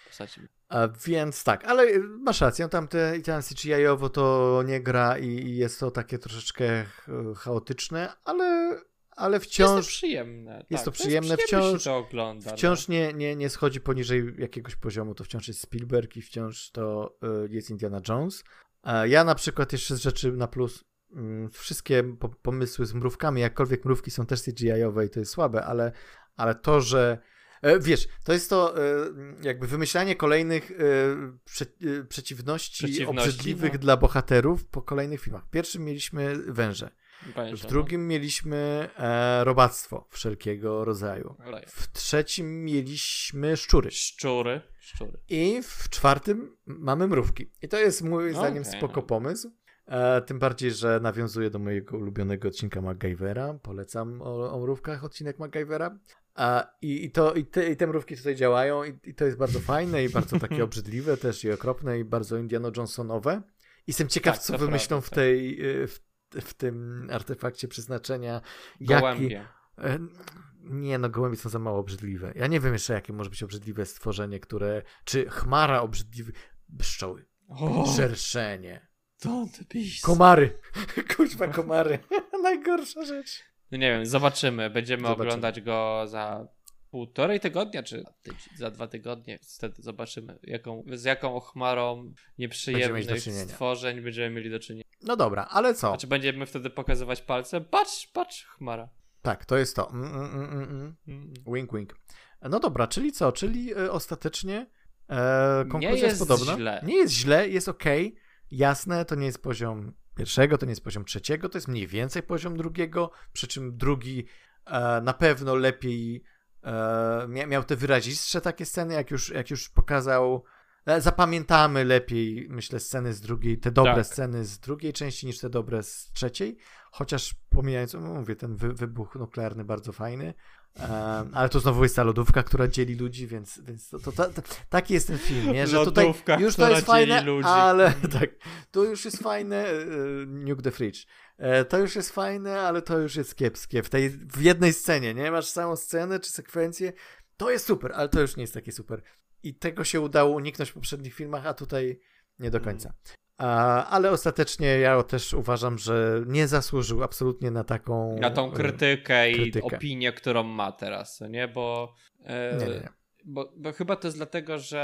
A więc tak, ale masz rację, tam te, i tam C G I-owo to nie gra i, i jest to takie troszeczkę chaotyczne, ale, ale wciąż... Jest to przyjemne. Jest tak, to przyjemne, to wciąż, to ogląda, wciąż no. nie, nie, nie schodzi poniżej jakiegoś poziomu, to wciąż jest Spielberg i wciąż to y, jest Indiana Jones. A ja na przykład jeszcze z rzeczy na plus, y, wszystkie po, pomysły z mrówkami, jakkolwiek mrówki są też C G I-owe i to jest słabe, ale, ale to, że wiesz, to jest to jakby wymyślanie kolejnych prze, przeciwności, przeciwności obrzydliwych no. dla bohaterów po kolejnych filmach. W pierwszym mieliśmy węże. W drugim no. mieliśmy e, robactwo wszelkiego rodzaju. W trzecim mieliśmy szczury. Szczury. Szczury. I w czwartym mamy mrówki. I to jest moim zdaniem okay, spoko no. pomysł. E, tym bardziej, że nawiązuje do mojego ulubionego odcinka MacGyvera. Polecam o, o mrówkach odcinek MacGyvera. A, i, i, to, i, te, I te mrówki tutaj działają i, i to jest bardzo fajne i bardzo takie obrzydliwe też i okropne i bardzo Indiana Johnsonowe. I jestem ciekaw, tak, co wymyślą prawda, w, tej, w, w tym artefakcie przeznaczenia. Gołębie. Jaki, nie, no gołębie są za mało obrzydliwe. Ja nie wiem jeszcze, jakie może być obrzydliwe stworzenie, które... Czy chmara obrzydliwy... Pszczoły. Oh. Szerszenie. Don't be... Komary. Kuźwa, komary. Najgorsza rzecz. No nie wiem, zobaczymy. Będziemy zobaczymy. oglądać go za półtorej tygodnia, czy za dwa tygodnie. Wtedy zobaczymy, jaką, z jaką chmarą nieprzyjemnych stworzeń będziemy mieli do czynienia. No dobra, ale co? Znaczy będziemy wtedy pokazywać palce? Patrz, patrz, chmara. Tak, to jest to. Mm, mm, mm, mm. Mm. Wink, wink. No dobra, czyli co? Czyli y, ostatecznie e, konkluzja nie jest, jest podobna. Źle. Nie jest źle, jest okej. Okay. Jasne, to nie jest poziom pierwszego, to nie jest poziom trzeciego, to jest mniej więcej poziom drugiego, przy czym drugi e, na pewno lepiej e, miał te wyrazistsze takie sceny, jak już, jak już pokazał, e, zapamiętamy lepiej, myślę, sceny z drugiej, te dobre tak. sceny z drugiej części niż te dobre z trzeciej, chociaż pomijając, no mówię, ten wy, wybuch nuklearny bardzo fajny, e, ale to znowu jest ta lodówka, która dzieli ludzi, więc, więc to, to, to, to, taki jest ten film, nie? Że lodówka, tutaj już to jest fajne, ludzi. ale tak, to już jest fajne, uh, Nuke the Fridge, e, to już jest fajne, ale to już jest kiepskie, w tej, w jednej scenie, nie? Masz całą scenę czy sekwencję, to jest super, ale to już nie jest takie super i tego się udało uniknąć w poprzednich filmach, a tutaj nie do końca. A, ale ostatecznie ja też uważam, że nie zasłużył absolutnie na taką... Na tą krytykę, krytykę. i opinię, którą ma teraz, nie? Bo, e, nie, nie, nie. Bo, bo chyba to jest dlatego, że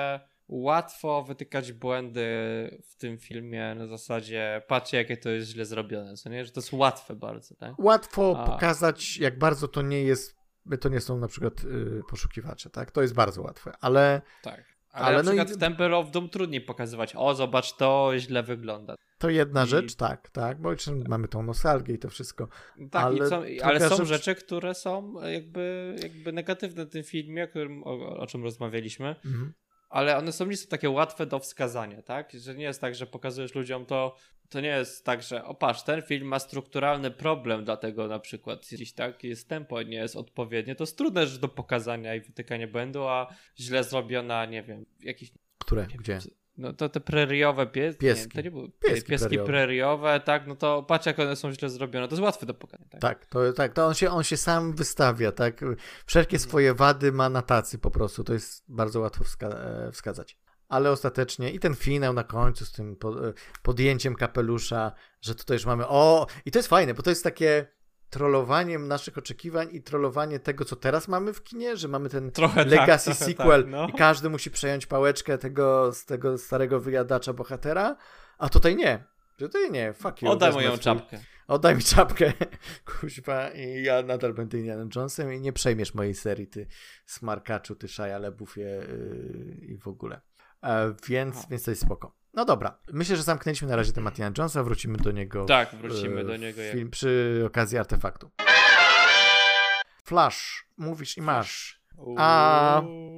łatwo wytykać błędy w tym filmie na zasadzie patrzcie, jakie to jest źle zrobione, co nie? Że to jest łatwe bardzo, tak? Łatwo A... pokazać, jak bardzo to nie jest, to nie są na przykład y, poszukiwacze, tak? To jest bardzo łatwe, ale... Tak. Ale, ale na no przykład i... w Temple of Doom trudniej pokazywać, o zobacz, to źle wygląda. To jedna I... rzecz, tak, tak, bo jeszcze mamy tą nostalgię i to wszystko. Tak, ale, i co, ale są rzecz... rzeczy, które są jakby, jakby negatywne w tym filmie, którym, o, o czym rozmawialiśmy, Mhm. ale one są nie są takie łatwe do wskazania, tak? Że nie jest tak, że pokazujesz ludziom to, to nie jest tak, że o patrz, ten film ma strukturalny problem, dlatego na przykład gdzieś tak jest tempo, nie jest odpowiednie, to jest trudne rzecz do pokazania i wytykania błędu, a źle zrobiona, nie wiem, jakiś... Które? Gdzie? No to te preriowe pies... pieski. Nie, to nie były Pieski, pieski preriowe. preriowe, tak, no to patrz jak one są źle zrobione, to jest łatwe do pokazania. Tak, tak, to, tak, to on się, on się sam wystawia, tak, wszelkie swoje wady ma na tacy po prostu, to jest bardzo łatwo wska- wskazać. Ale ostatecznie i ten finał na końcu z tym podjęciem kapelusza, że tutaj już mamy, o, i to jest fajne, bo to jest takie trollowaniem naszych oczekiwań i trollowanie tego, co teraz mamy w kinie, że mamy ten trochę legacy tak, sequel tak, no. i każdy musi przejąć pałeczkę tego, z tego starego wyjadacza bohatera, a tutaj nie. Tutaj nie, fuck you. Oddaj moją czapkę. Oddaj mi czapkę, kuźwa, i ja nadal będę Indianem Jonesem i nie przejmiesz mojej serii, ty smarkaczu, ty Shia LaBeoufie yy, i w ogóle. E, więc, więc to jest spoko. No dobra, myślę, że zamknęliśmy na razie temat Indiana Jonesa, wrócimy do niego. Tak, wrócimy e, do niego. Jak... Film, przy okazji artefaktu. Flash, mówisz i masz. A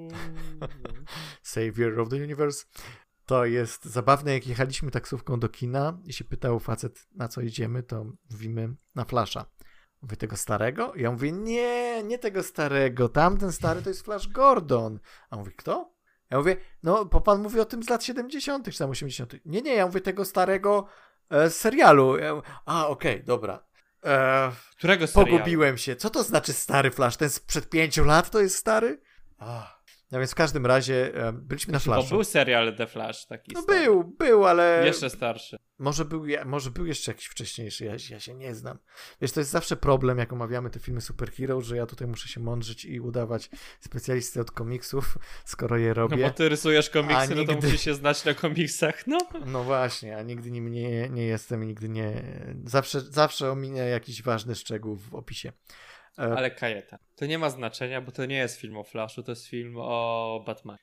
Savior of the Universe. To jest zabawne, jak jechaliśmy taksówką do kina i się pytał facet, na co idziemy, to mówimy na Flasha. Mówię, tego starego? I ja mówię, nie, nie tego starego, tamten stary to jest Flash Gordon. A on mówi, kto? Ja mówię, no, bo pan mówi o tym z lat siedemdziesiątych czy tam osiemdziesiątych. Nie, nie, ja mówię tego starego e, serialu. Ja mówię, a, okej, okay, dobra. E, Którego serialu? Pogubiłem się. Co to znaczy stary Flash? Ten sprzed pięciu lat to jest stary? Ach. No więc w każdym razie e, byliśmy na Flashu. Bo był serial The Flash taki No stary. był, był, ale... Jeszcze starszy. Może był, może był jeszcze jakiś wcześniejszy, ja, ja się nie znam. Wiesz, to jest zawsze problem, jak omawiamy te filmy superhero, że ja tutaj muszę się mądrzyć i udawać specjalisty od komiksów, skoro je robię. No bo ty rysujesz komiksy, nigdy... no to musisz się znać na komiksach, no. No właśnie, a nigdy nim nie, nie jestem i nigdy nie... Zawsze, zawsze ominę jakiś ważny szczegół w opisie. Ale Kajeta, to nie ma znaczenia, bo to nie jest film o Flashu, to jest film o Batmanie.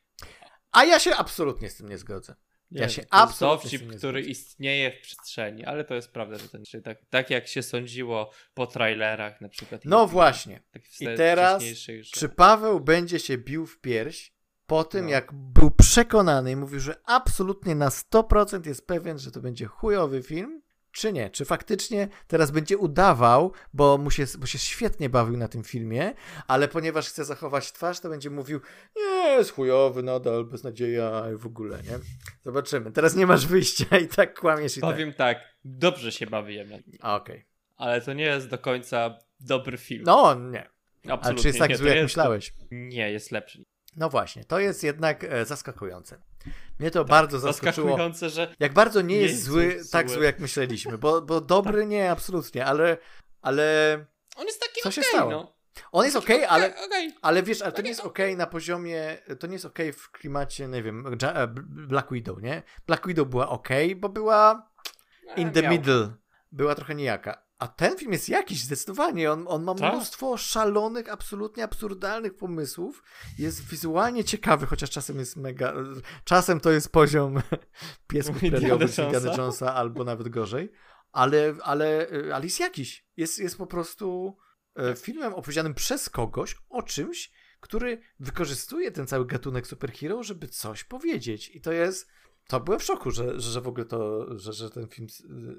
A ja się absolutnie z tym nie zgodzę. Nie, ja się to absolutnie jest dowcip, który istnieje w przestrzeni, ale to jest prawda, że to nie tak, tak jak się sądziło po trailerach na przykład. No właśnie. Tak I teraz, że... czy Paweł będzie się bił w pierś po tym, no. jak był przekonany i mówił, że absolutnie na sto procent jest pewien, że to będzie chujowy film, czy nie? Czy faktycznie teraz będzie udawał, bo, mu się, bo się świetnie bawił na tym filmie, ale ponieważ chce zachować twarz, to będzie mówił, nie, jest chujowy nadal, beznadzieja i w ogóle, nie? Zobaczymy. Teraz nie masz wyjścia i tak kłamiesz i Powiem tak. tak, dobrze się bawiłem. Okej. Okay. Ale to nie jest do końca dobry film. No, nie. Absolutnie. Ale czy jest tak nie, zły, jak jest myślałeś? To... Nie, jest lepszy. No właśnie, to jest jednak e, zaskakujące. Mnie to tak, bardzo zaskoczyło. Zaskakujące, że... Jak bardzo nie, nie jest, jest zły, zły, tak zły, jak myśleliśmy, bo, bo dobry tak. nie, absolutnie, ale... ale... On jest taki Co się okay, stało? No. On jest okej, okay, ale, okay. ale wiesz, ale to okay. nie jest okej okay na poziomie, to nie jest okej okay w klimacie, nie wiem, Black Widow, nie? Black Widow była okej, okay, bo była in the middle, była trochę nijaka. A ten film jest jakiś, zdecydowanie. On, on ma tak? mnóstwo szalonych, absolutnie absurdalnych pomysłów. Jest wizualnie ciekawy, chociaż czasem jest mega... Czasem to jest poziom piesków preriowych z Indiana Jonesa, albo nawet gorzej. Ale, ale, ale jest jakiś. Jest, jest po prostu filmem opowiedzianym przez kogoś o czymś, który wykorzystuje ten cały gatunek superhero, żeby coś powiedzieć. I to jest... To byłem w szoku, że, że w ogóle to, że, że ten film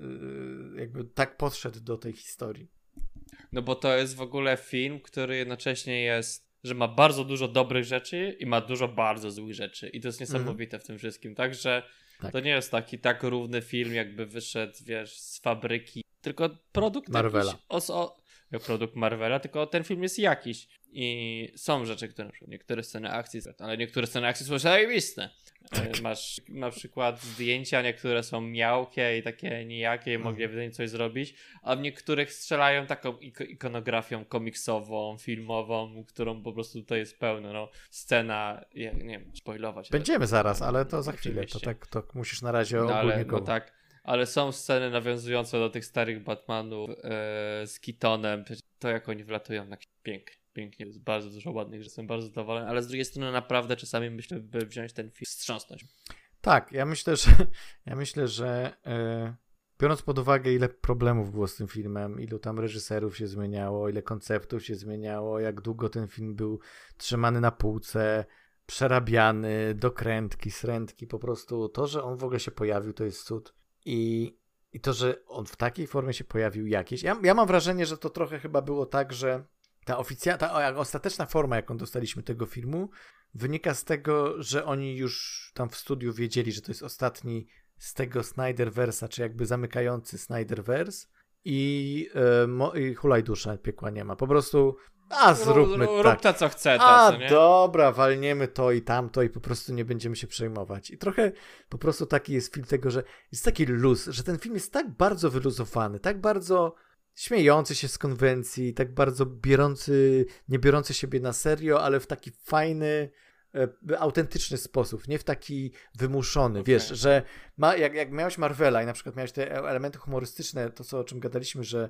jakby tak podszedł do tej historii. No bo to jest w ogóle film, który jednocześnie jest, że ma bardzo dużo dobrych rzeczy i ma dużo bardzo złych rzeczy. I to jest niesamowite mm. w tym wszystkim. Także tak. To nie jest taki tak równy film, jakby wyszedł, wiesz, z fabryki. Tylko produkt Marvela. Jakiś, o, jak produkt Marvela, tylko ten film jest jakiś. I są rzeczy, które na przykład niektóre sceny akcji, ale niektóre sceny akcji są zajebiste. Tak. Masz na przykład zdjęcia, niektóre są miałkie i takie nijakie, mogli ewidentnie coś zrobić, a w niektórych strzelają taką ik- ikonografią komiksową, filmową, którą po prostu tutaj jest pełno. No, scena, ja, nie wiem, spoilować. Będziemy ale, zaraz, ale to za chwilę, oczywiście. to tak to musisz na razie no, ogólnie ale, go... no tak, ale są sceny nawiązujące do tych starych Batmanów e, z Keatonem, to jak oni wlatują na pięknie. Pięknie, jest bardzo dużo ładnych, że jestem bardzo zadowolony, ale z drugiej strony naprawdę czasami myślę, by wziąć ten film, wstrząsnąć. Tak, ja myślę, że ja myślę, że e, biorąc pod uwagę, ile problemów było z tym filmem, ilu tam reżyserów się zmieniało, ile konceptów się zmieniało, jak długo ten film był trzymany na półce, przerabiany, dokrętki, srętki, po prostu to, że on w ogóle się pojawił, to jest cud. I, i to, że on w takiej formie się pojawił jakieś. Ja, ja mam wrażenie, że to trochę chyba było tak, że ta oficjalna, ta ostateczna forma, jaką dostaliśmy tego filmu, wynika z tego, że oni już tam w studiu wiedzieli, że to jest ostatni z tego Snyderverse'a, czy jakby zamykający Snyderverse i, yy, mo- i hulaj dusza, piekła nie ma. Po prostu, a zróbmy rób, tak. Rób to, co chce. A to, nie? dobra, walniemy to i tamto i po prostu nie będziemy się przejmować. I trochę po prostu taki jest film tego, że jest taki luz, że ten film jest tak bardzo wyluzowany, tak bardzo śmiejący się z konwencji, tak bardzo biorący, nie biorący siebie na serio, ale w taki fajny, e, autentyczny sposób, nie w taki wymuszony, okay. Wiesz, że ma, jak, jak miałeś Marvela i na przykład miałeś te elementy humorystyczne, to co, o czym gadaliśmy, że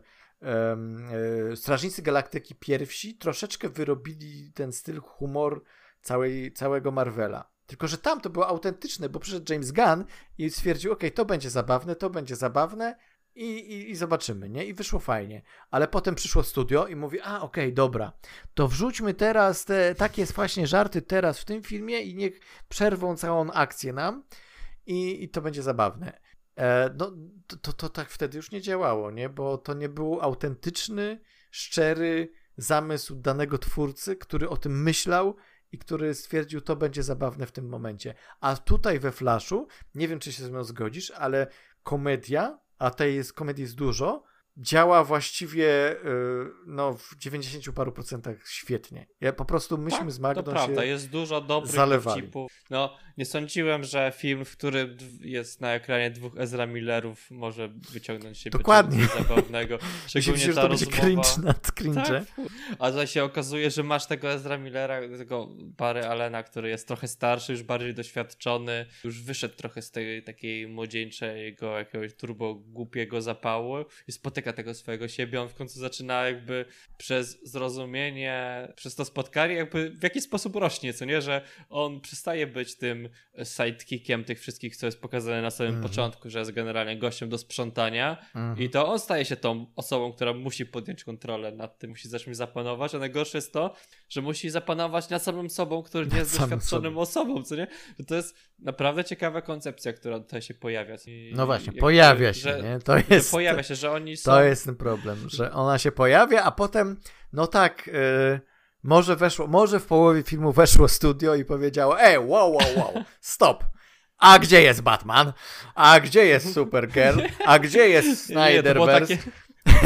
um, e, Strażnicy Galaktyki pierwsi troszeczkę wyrobili ten styl humor całej, całego Marvela. Tylko że tam to było autentyczne, bo przyszedł James Gunn i stwierdził, okej, okay, to będzie zabawne, to będzie zabawne, I, i, i zobaczymy, nie? I wyszło fajnie. Ale potem przyszło studio i mówi, a okej, okay, dobra, to wrzućmy teraz te takie właśnie żarty teraz w tym filmie i niech przerwą całą akcję nam i, i to będzie zabawne. E, no, to, to, to tak wtedy już nie działało, nie? Bo to nie był autentyczny, szczery zamysł danego twórcy, który o tym myślał i który stwierdził, to będzie zabawne w tym momencie. A tutaj we Flashu, nie wiem, czy się ze mną zgodzisz, ale komedia, a tej jest, komedii jest dużo, działa właściwie yy, no, w dziewięćdziesięciu paru procentach świetnie. Ja po prostu myśmy tak, z Magdą to prawda, się jest dużo dobrych zalewali. dowcipów. No, nie sądziłem, że film, w którym jest na ekranie dwóch Ezra Millerów może wyciągnąć się dokładnie coś zabawnego. Szczególnie myślę, ta że to będzie rozmowa... cringe nad cringe. Tak, a tutaj się okazuje, że masz tego Ezra Millera, tego Barry Allena, który jest trochę starszy, już bardziej doświadczony, już wyszedł trochę z tej takiej młodzieńczego, jakiegoś turbo głupiego zapału i spotyka tego swojego siebie. On w końcu zaczyna jakby przez zrozumienie, przez to spotkanie jakby w jakiś sposób rośnie, co nie? Że on przestaje być tym sidekickiem tych wszystkich, co jest pokazane na samym mm-hmm. początku, że jest generalnie gościem do sprzątania mm-hmm. i to on staje się tą osobą, która musi podjąć kontrolę nad tym, musi zacząć zapanować, a najgorsze jest to, że musi zapanować nad samym sobą, który nie jest doświadczonym osobą, co nie? Że to jest naprawdę ciekawa koncepcja, która tutaj się pojawia. I, no właśnie, jakby, pojawia się, że, nie? To jest, pojawia się, że oni są... To jest ten problem, że ona się pojawia, a potem, no tak, yy, może weszło, może w połowie filmu weszło studio i powiedziało, ej, wow, wow, wow, stop. A gdzie jest Batman? A gdzie jest Supergirl? A gdzie jest Snyderverse? Takie...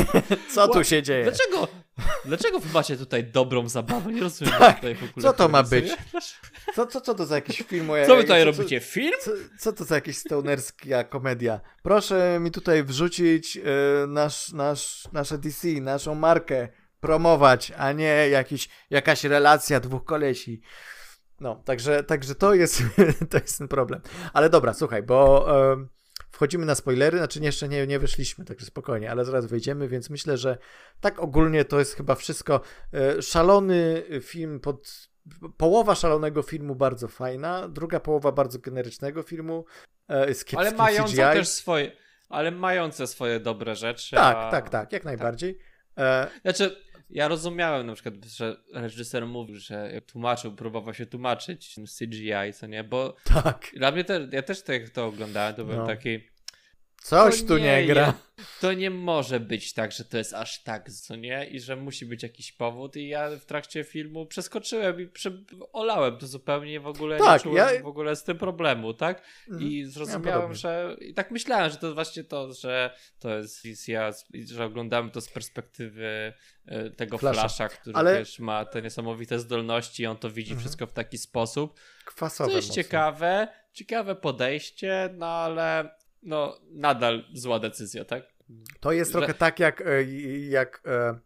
Co tu się dzieje? Dlaczego? Dlaczego wy macie tutaj dobrą zabawę? Nie rozumiem. Tak. Tutaj w ogóle co to ma być? Co, co, co to za jakiś film? Co wy tutaj co, robicie? Film? Co, co to za jakaś stonerska komedia? Proszę mi tutaj wrzucić y, nasz, nasz, nasze D C, naszą markę, promować, a nie jakiś, jakaś relacja dwóch kolesi. No, także, także to jest to jest ten problem. Ale dobra, słuchaj, bo y, wchodzimy na spoilery, znaczy jeszcze nie, nie wyszliśmy, także spokojnie, ale zaraz wejdziemy, więc myślę, że tak ogólnie to jest chyba wszystko. Y, szalony film pod... Połowa szalonego filmu bardzo fajna, druga połowa bardzo generycznego filmu y, z kiepskim ale mające C G I. też swoje, ale mające swoje dobre rzeczy. Tak, a... tak, tak, jak najbardziej. Tak. E... Znaczy, ja rozumiałem na przykład, że reżyser mówił, że jak tłumaczył, próbował się tłumaczyć C G I, co nie, bo tak. dla mnie też, ja też to, jak to oglądałem, to byłem no. taki, Coś to tu nie, nie gra. Je, to nie może być tak, że to jest aż tak, co nie? I że musi być jakiś powód i ja w trakcie filmu przeskoczyłem i prze... olałem to zupełnie, w ogóle tak, nie czułem ja... w ogóle z tym problemu, tak? I zrozumiałem, że... I tak myślałem, że to właśnie to, że to jest wizja, że oglądamy to z perspektywy tego Flasha, Flasha który Ale... też ma te niesamowite zdolności i on to widzi mhm. wszystko w taki sposób. Kwasowe To jest mocno. ciekawe, ciekawe podejście, no ale no nadal zła decyzja, tak? To jest że... trochę tak jak, jak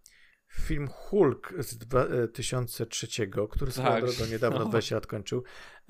film Hulk z dwa tysiące trzeciego, który swoją tak. drogą niedawno no. dwadzieścia lat kończył,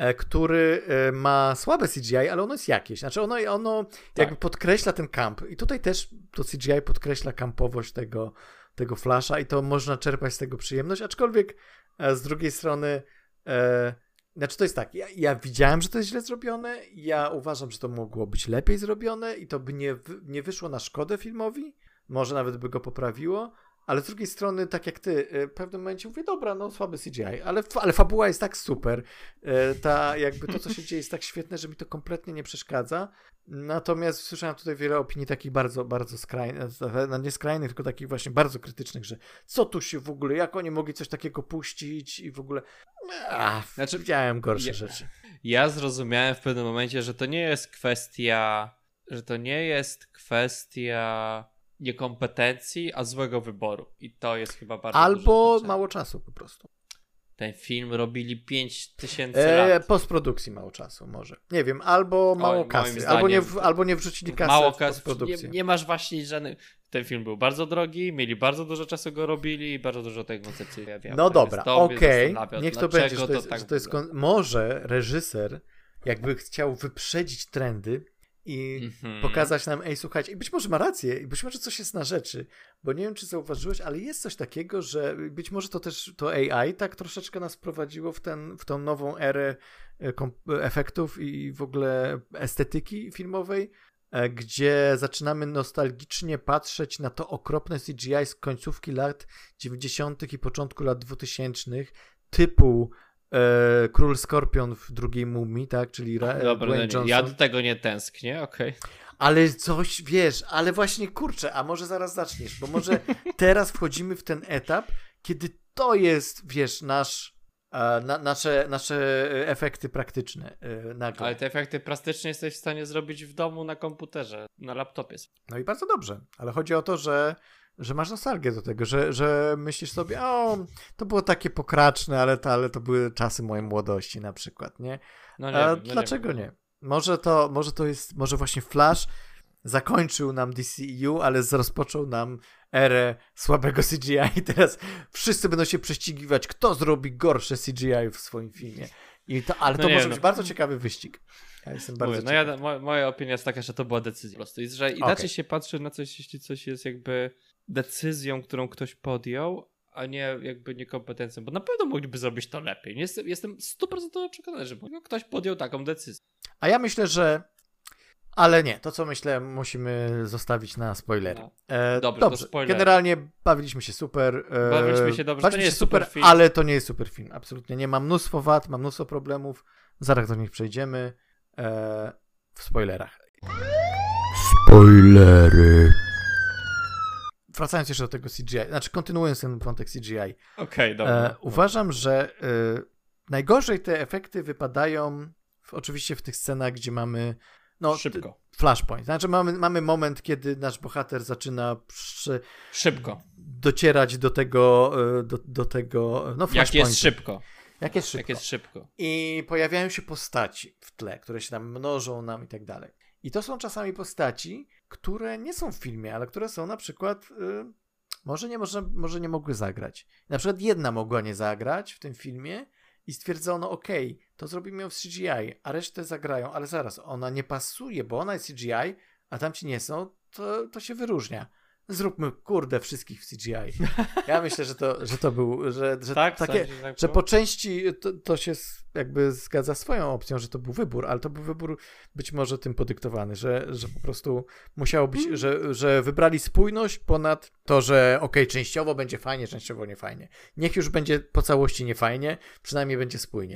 który ma słabe C G I, ale ono jest jakieś. Znaczy ono, ono tak. jakby podkreśla ten kamp. I tutaj też to C G I podkreśla kampowość tego, tego Flasha i to można czerpać z tego przyjemność, aczkolwiek z drugiej strony e, znaczy to jest tak, ja, ja widziałem, że to jest źle zrobione, ja uważam, że to mogło być lepiej zrobione i to by nie, nie wyszło na szkodę filmowi, może nawet by go poprawiło, ale z drugiej strony, tak jak ty, w pewnym momencie mówię, dobra, no słaby C G I, ale, ale fabuła jest tak super, ta, jakby to, co się dzieje jest tak świetne, że mi to kompletnie nie przeszkadza, natomiast słyszałem tutaj wiele opinii takich bardzo, bardzo skrajnych, no nie skrajnych, tylko takich właśnie bardzo krytycznych, że co tu się w ogóle, jak oni mogli coś takiego puścić i w ogóle, ach, znaczy, widziałem gorsze ja, rzeczy. Ja zrozumiałem w pewnym momencie, że to nie jest kwestia, że to nie jest kwestia niekompetencji, a złego wyboru. I to jest chyba bardzo Albo mało czasu po prostu. Ten film robili pięć tysięcy e, lat. Postprodukcji mało czasu może. Nie wiem, albo mało Oj, kasy, zdaniem, albo, nie w, albo nie wrzucili kasy mało w postprodukcję. Nie, nie masz właśnie żadnych... Ten film był bardzo drogi, mieli bardzo dużo czasu go robili i bardzo dużo tej koncepcji pojawiało. No dobra, okej, okay. Niech to będzie, że to jest, to tak że to jest kon... może reżyser jakby chciał wyprzedzić trendy i mm-hmm. pokazać nam, ej, słuchajcie, i być może ma rację, i być może coś jest na rzeczy, bo nie wiem, czy zauważyłeś, ale jest coś takiego, że być może to też to A I tak troszeczkę nas wprowadziło w, ten, w tą nową erę efektów i w ogóle estetyki filmowej, gdzie zaczynamy nostalgicznie patrzeć na to okropne C G I z końcówki lat dziewięćdziesiątych i początku lat dwutysięcznych, typu e, Król Skorpion w drugiej Mumii, tak, czyli Ra- Dobra, Dwayne no Johnson. Ja do tego nie tęsknię, okej. Okay. Ale coś, wiesz, ale właśnie kurczę, a może zaraz zaczniesz, bo może teraz wchodzimy w ten etap, kiedy to jest, wiesz, nasz Na, nasze, nasze efekty praktyczne yy, nagle. Ale te efekty plastyczne jesteś w stanie zrobić w domu na komputerze, na laptopie. No i bardzo dobrze, ale chodzi o to, że, że masz nostalgię do tego, że, że myślisz sobie, o, to było takie pokraczne, ale to, ale to były czasy mojej młodości na przykład, nie? No nie A wiem, no dlaczego nie? nie? Może to, może to jest, może właśnie Flash zakończył nam D C E U, ale rozpoczął nam erę słabego C G I i teraz wszyscy będą się prześcigiwać, kto zrobi gorsze C G I w swoim filmie. I to, ale no to nie, może no. być bardzo ciekawy wyścig. Ja jestem bardzo Mówię, no ja, mo, moja opinia jest taka, że to była decyzja po prostu. I że inaczej okay. się patrzy na coś, jeśli coś jest jakby decyzją, którą ktoś podjął, a nie jakby niekompetencją, bo na pewno mogliby zrobić to lepiej. Jestem, jestem sto procent przekonany, że ktoś podjął taką decyzję. A ja myślę, że ale nie, to co myślę musimy zostawić na spoilery. No. E, dobrze, dobrze. Spoiler. Generalnie bawiliśmy się super. E, bawiliśmy się dobrze, to nie jest super, super film. Ale to nie jest super film, absolutnie nie. Ma mnóstwo wad, ma mnóstwo problemów. Zaraz do nich przejdziemy e, w spoilerach. Spoilery. Wracając jeszcze do tego C G I, znaczy kontynuując ten wątek C G I. Okej, okay, dobra. E, uważam, że e, najgorzej te efekty wypadają w, oczywiście w tych scenach, gdzie mamy no, szybko. Flashpoint. Znaczy mamy, mamy moment, kiedy nasz bohater zaczyna przy... szybko docierać do tego do, do tego no Jak jest szybko. Jak jest szybko. Jak jest szybko. I pojawiają się postaci w tle, które się tam mnożą nam i tak dalej. I to są czasami postaci, które nie są w filmie, ale które są na przykład y, może, nie, może, może nie mogły zagrać. Na przykład jedna mogła nie zagrać w tym filmie i stwierdzono, okej, okay, to zrobimy ją w C G I, a resztę zagrają, ale zaraz, ona nie pasuje, bo ona jest C G I, a tamci nie są, to, to się wyróżnia. Zróbmy, kurde, wszystkich w C G I. Ja myślę, że to, że to był, że, że tak, takie, sądzi, tak że po części to, to się jakby zgadza swoją opcją, że to był wybór, ale to był wybór być może tym podyktowany, że, że po prostu musiało być, mm. że, że wybrali spójność ponad to, że okej, okay, częściowo będzie fajnie, częściowo nie fajnie. Niech już będzie po całości nie fajnie, przynajmniej będzie spójnie.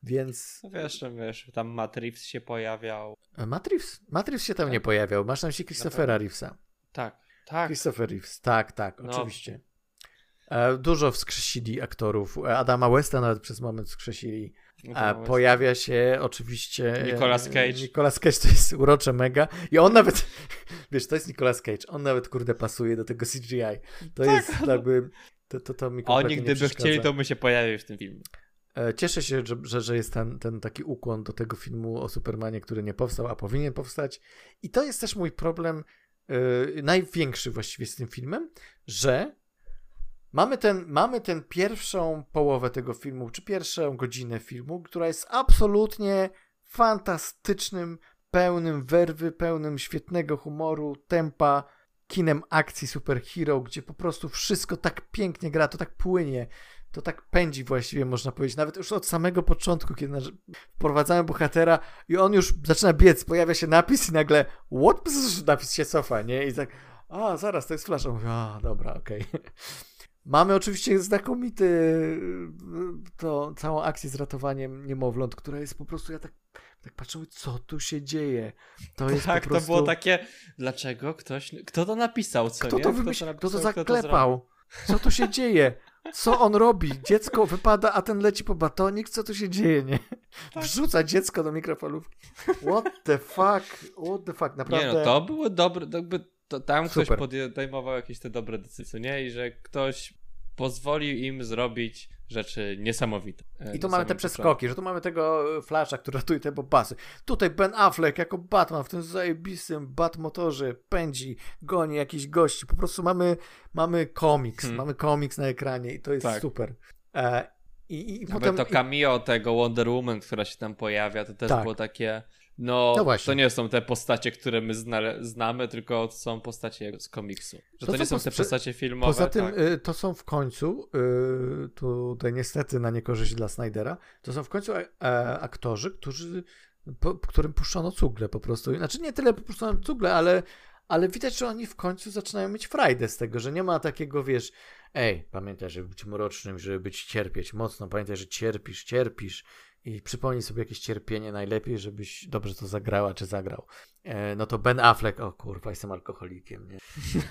Więc... No wiesz, wiesz, tam Matt Reeves się pojawiał. Matt Reeves? Matt Reeves się tam tak. nie pojawiał. Masz na myśli Christophera Reevesa. Tak, tak. Christopher Reeves, tak, tak, no. oczywiście. E, dużo wskrzesili aktorów. Adama Westa nawet przez moment wskrzesili. E, pojawia się oczywiście Nicolas Cage. Nicolas Cage to jest urocze mega. I on nawet, wiesz, to jest Nicolas Cage. On nawet, kurde, pasuje do tego C G I. To tak, jest no. jakby... To, to, to mi Oni gdyby chcieli, to by się pojawił w tym filmie. Cieszę się, że, że, że jest ten, ten taki ukłon do tego filmu o Supermanie, który nie powstał, a powinien powstać. I to jest też mój problem yy, największy właściwie z tym filmem, że mamy ten, mamy ten pierwszą połowę tego filmu, czy pierwszą godzinę filmu, która jest absolutnie fantastycznym, pełnym werwy, pełnym świetnego humoru, tempa, kinem akcji superhero, gdzie po prostu wszystko tak pięknie gra, to tak płynie, to tak pędzi właściwie, można powiedzieć. Nawet już od samego początku, kiedy wprowadzamy bohatera i on już zaczyna biec, pojawia się napis i nagle what? Napis się cofa, nie? I tak, a zaraz, to jest Flash. Mówię, a dobra, okej. Okay. Mamy oczywiście znakomity to całą akcję z ratowaniem niemowląt, która jest po prostu, ja tak tak patrzę, co tu się dzieje? To jest tak, po prostu... to było takie, dlaczego ktoś, kto to napisał, co kto nie? To wymyśl... Kto to napisał, kto to zaklepał? Co tu się dzieje? Co on robi? Dziecko wypada, a ten leci po batonik? Co tu się dzieje, nie? Wrzuca dziecko do mikrofalówki. What the fuck? What the fuck? Naprawdę... Nie no, to było dobre, jakby to tam ktoś podejmował jakieś te dobre decyzje, nie? I że ktoś pozwolił im zrobić rzeczy niesamowite. I tu mamy te przeskoki, że tu mamy tego Flasha, który ratuje te bobasy. Tutaj Ben Affleck jako Batman w tym zajebistym Batmotorze pędzi, goni jakichś gości. Po prostu mamy, mamy komiks, hmm. mamy komiks na ekranie i to jest tak. super. E, i, i, i potem to cameo i... tego Wonder Woman, która się tam pojawia, to też tak. było takie... No, no to nie są te postacie, które my zna, znamy, tylko to są postacie z komiksu. Że to, to nie są te postacie filmowe. Poza tym tak. y, to są w końcu, y, tutaj niestety na niekorzyść dla Snydera, to są w końcu a, a, aktorzy, którzy, po, którym puszczono cugle po prostu. Znaczy nie tyle puszczono cugle, ale, ale widać, że oni w końcu zaczynają mieć frajdę z tego, że nie ma takiego, wiesz, ej, pamiętaj, żeby być mrocznym, żeby być cierpieć mocno, pamiętaj, że cierpisz, cierpisz. I przypomnij sobie jakieś cierpienie najlepiej, żebyś dobrze to zagrała czy zagrał. E, no to Ben Affleck, o kurwa, jestem alkoholikiem, nie?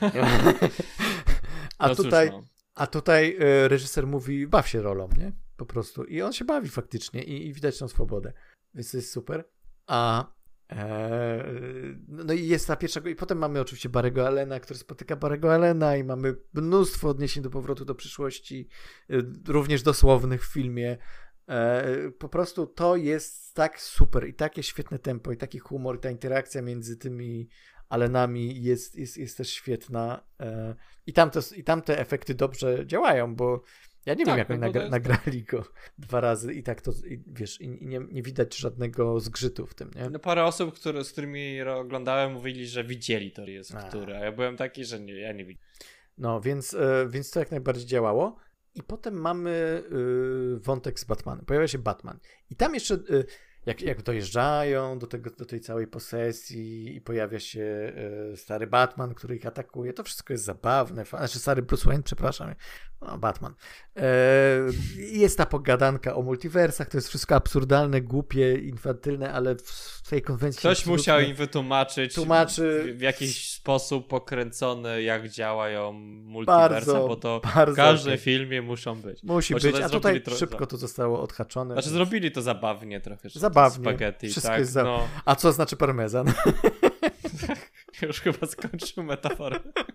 a, no tutaj, cóż, no. a tutaj e, reżyser mówi, baw się rolą, nie? Po prostu. I on się bawi faktycznie i, i widać tą swobodę. Więc to jest super. A e, no i jest ta pierwsza, i potem mamy oczywiście Barry'ego Allena, który spotyka Barry'ego Allena i mamy mnóstwo odniesień do powrotu do przyszłości, e, również dosłownych w filmie. Po prostu to jest tak super i takie świetne tempo i taki humor i ta interakcja między tymi Allenami jest, jest, jest też świetna i tam, to, i tam te efekty dobrze działają, bo ja nie tak, wiem jak oni nagra, nagrali go dwa razy i tak to, i, wiesz, i, i nie, nie widać żadnego zgrzytu w tym, nie? No parę osób, które, z którymi oglądałem, mówili, że widzieli to jest, a. które, a ja byłem taki, że nie, ja nie widziałem. No, więc, więc to jak najbardziej działało. I potem mamy y, wątek z Batmanem. Pojawia się Batman. I tam jeszcze, y, jak, jak dojeżdżają do, tego, do tej całej posesji i pojawia się y, stary Batman, który ich atakuje, to wszystko jest zabawne. Znaczy stary Bruce Wayne, przepraszam. No, Batman. E, jest ta pogadanka o multiversach, to jest wszystko absurdalne, głupie, infantylne, ale w tej konwencji... Ktoś musiał im wytłumaczyć tłumaczy... w jakiś sposób pokręcony, jak działają multiversa, bardzo, bo to bardzo w każdym okay. filmie muszą być. Musi być, a tutaj tro... szybko to zostało odhaczone. Znaczy więc... zrobili to zabawnie trochę. Zabawnie. Spaghetti, wszystko tak? jest za... no. A co znaczy parmezan? Już chyba skończył metaforę.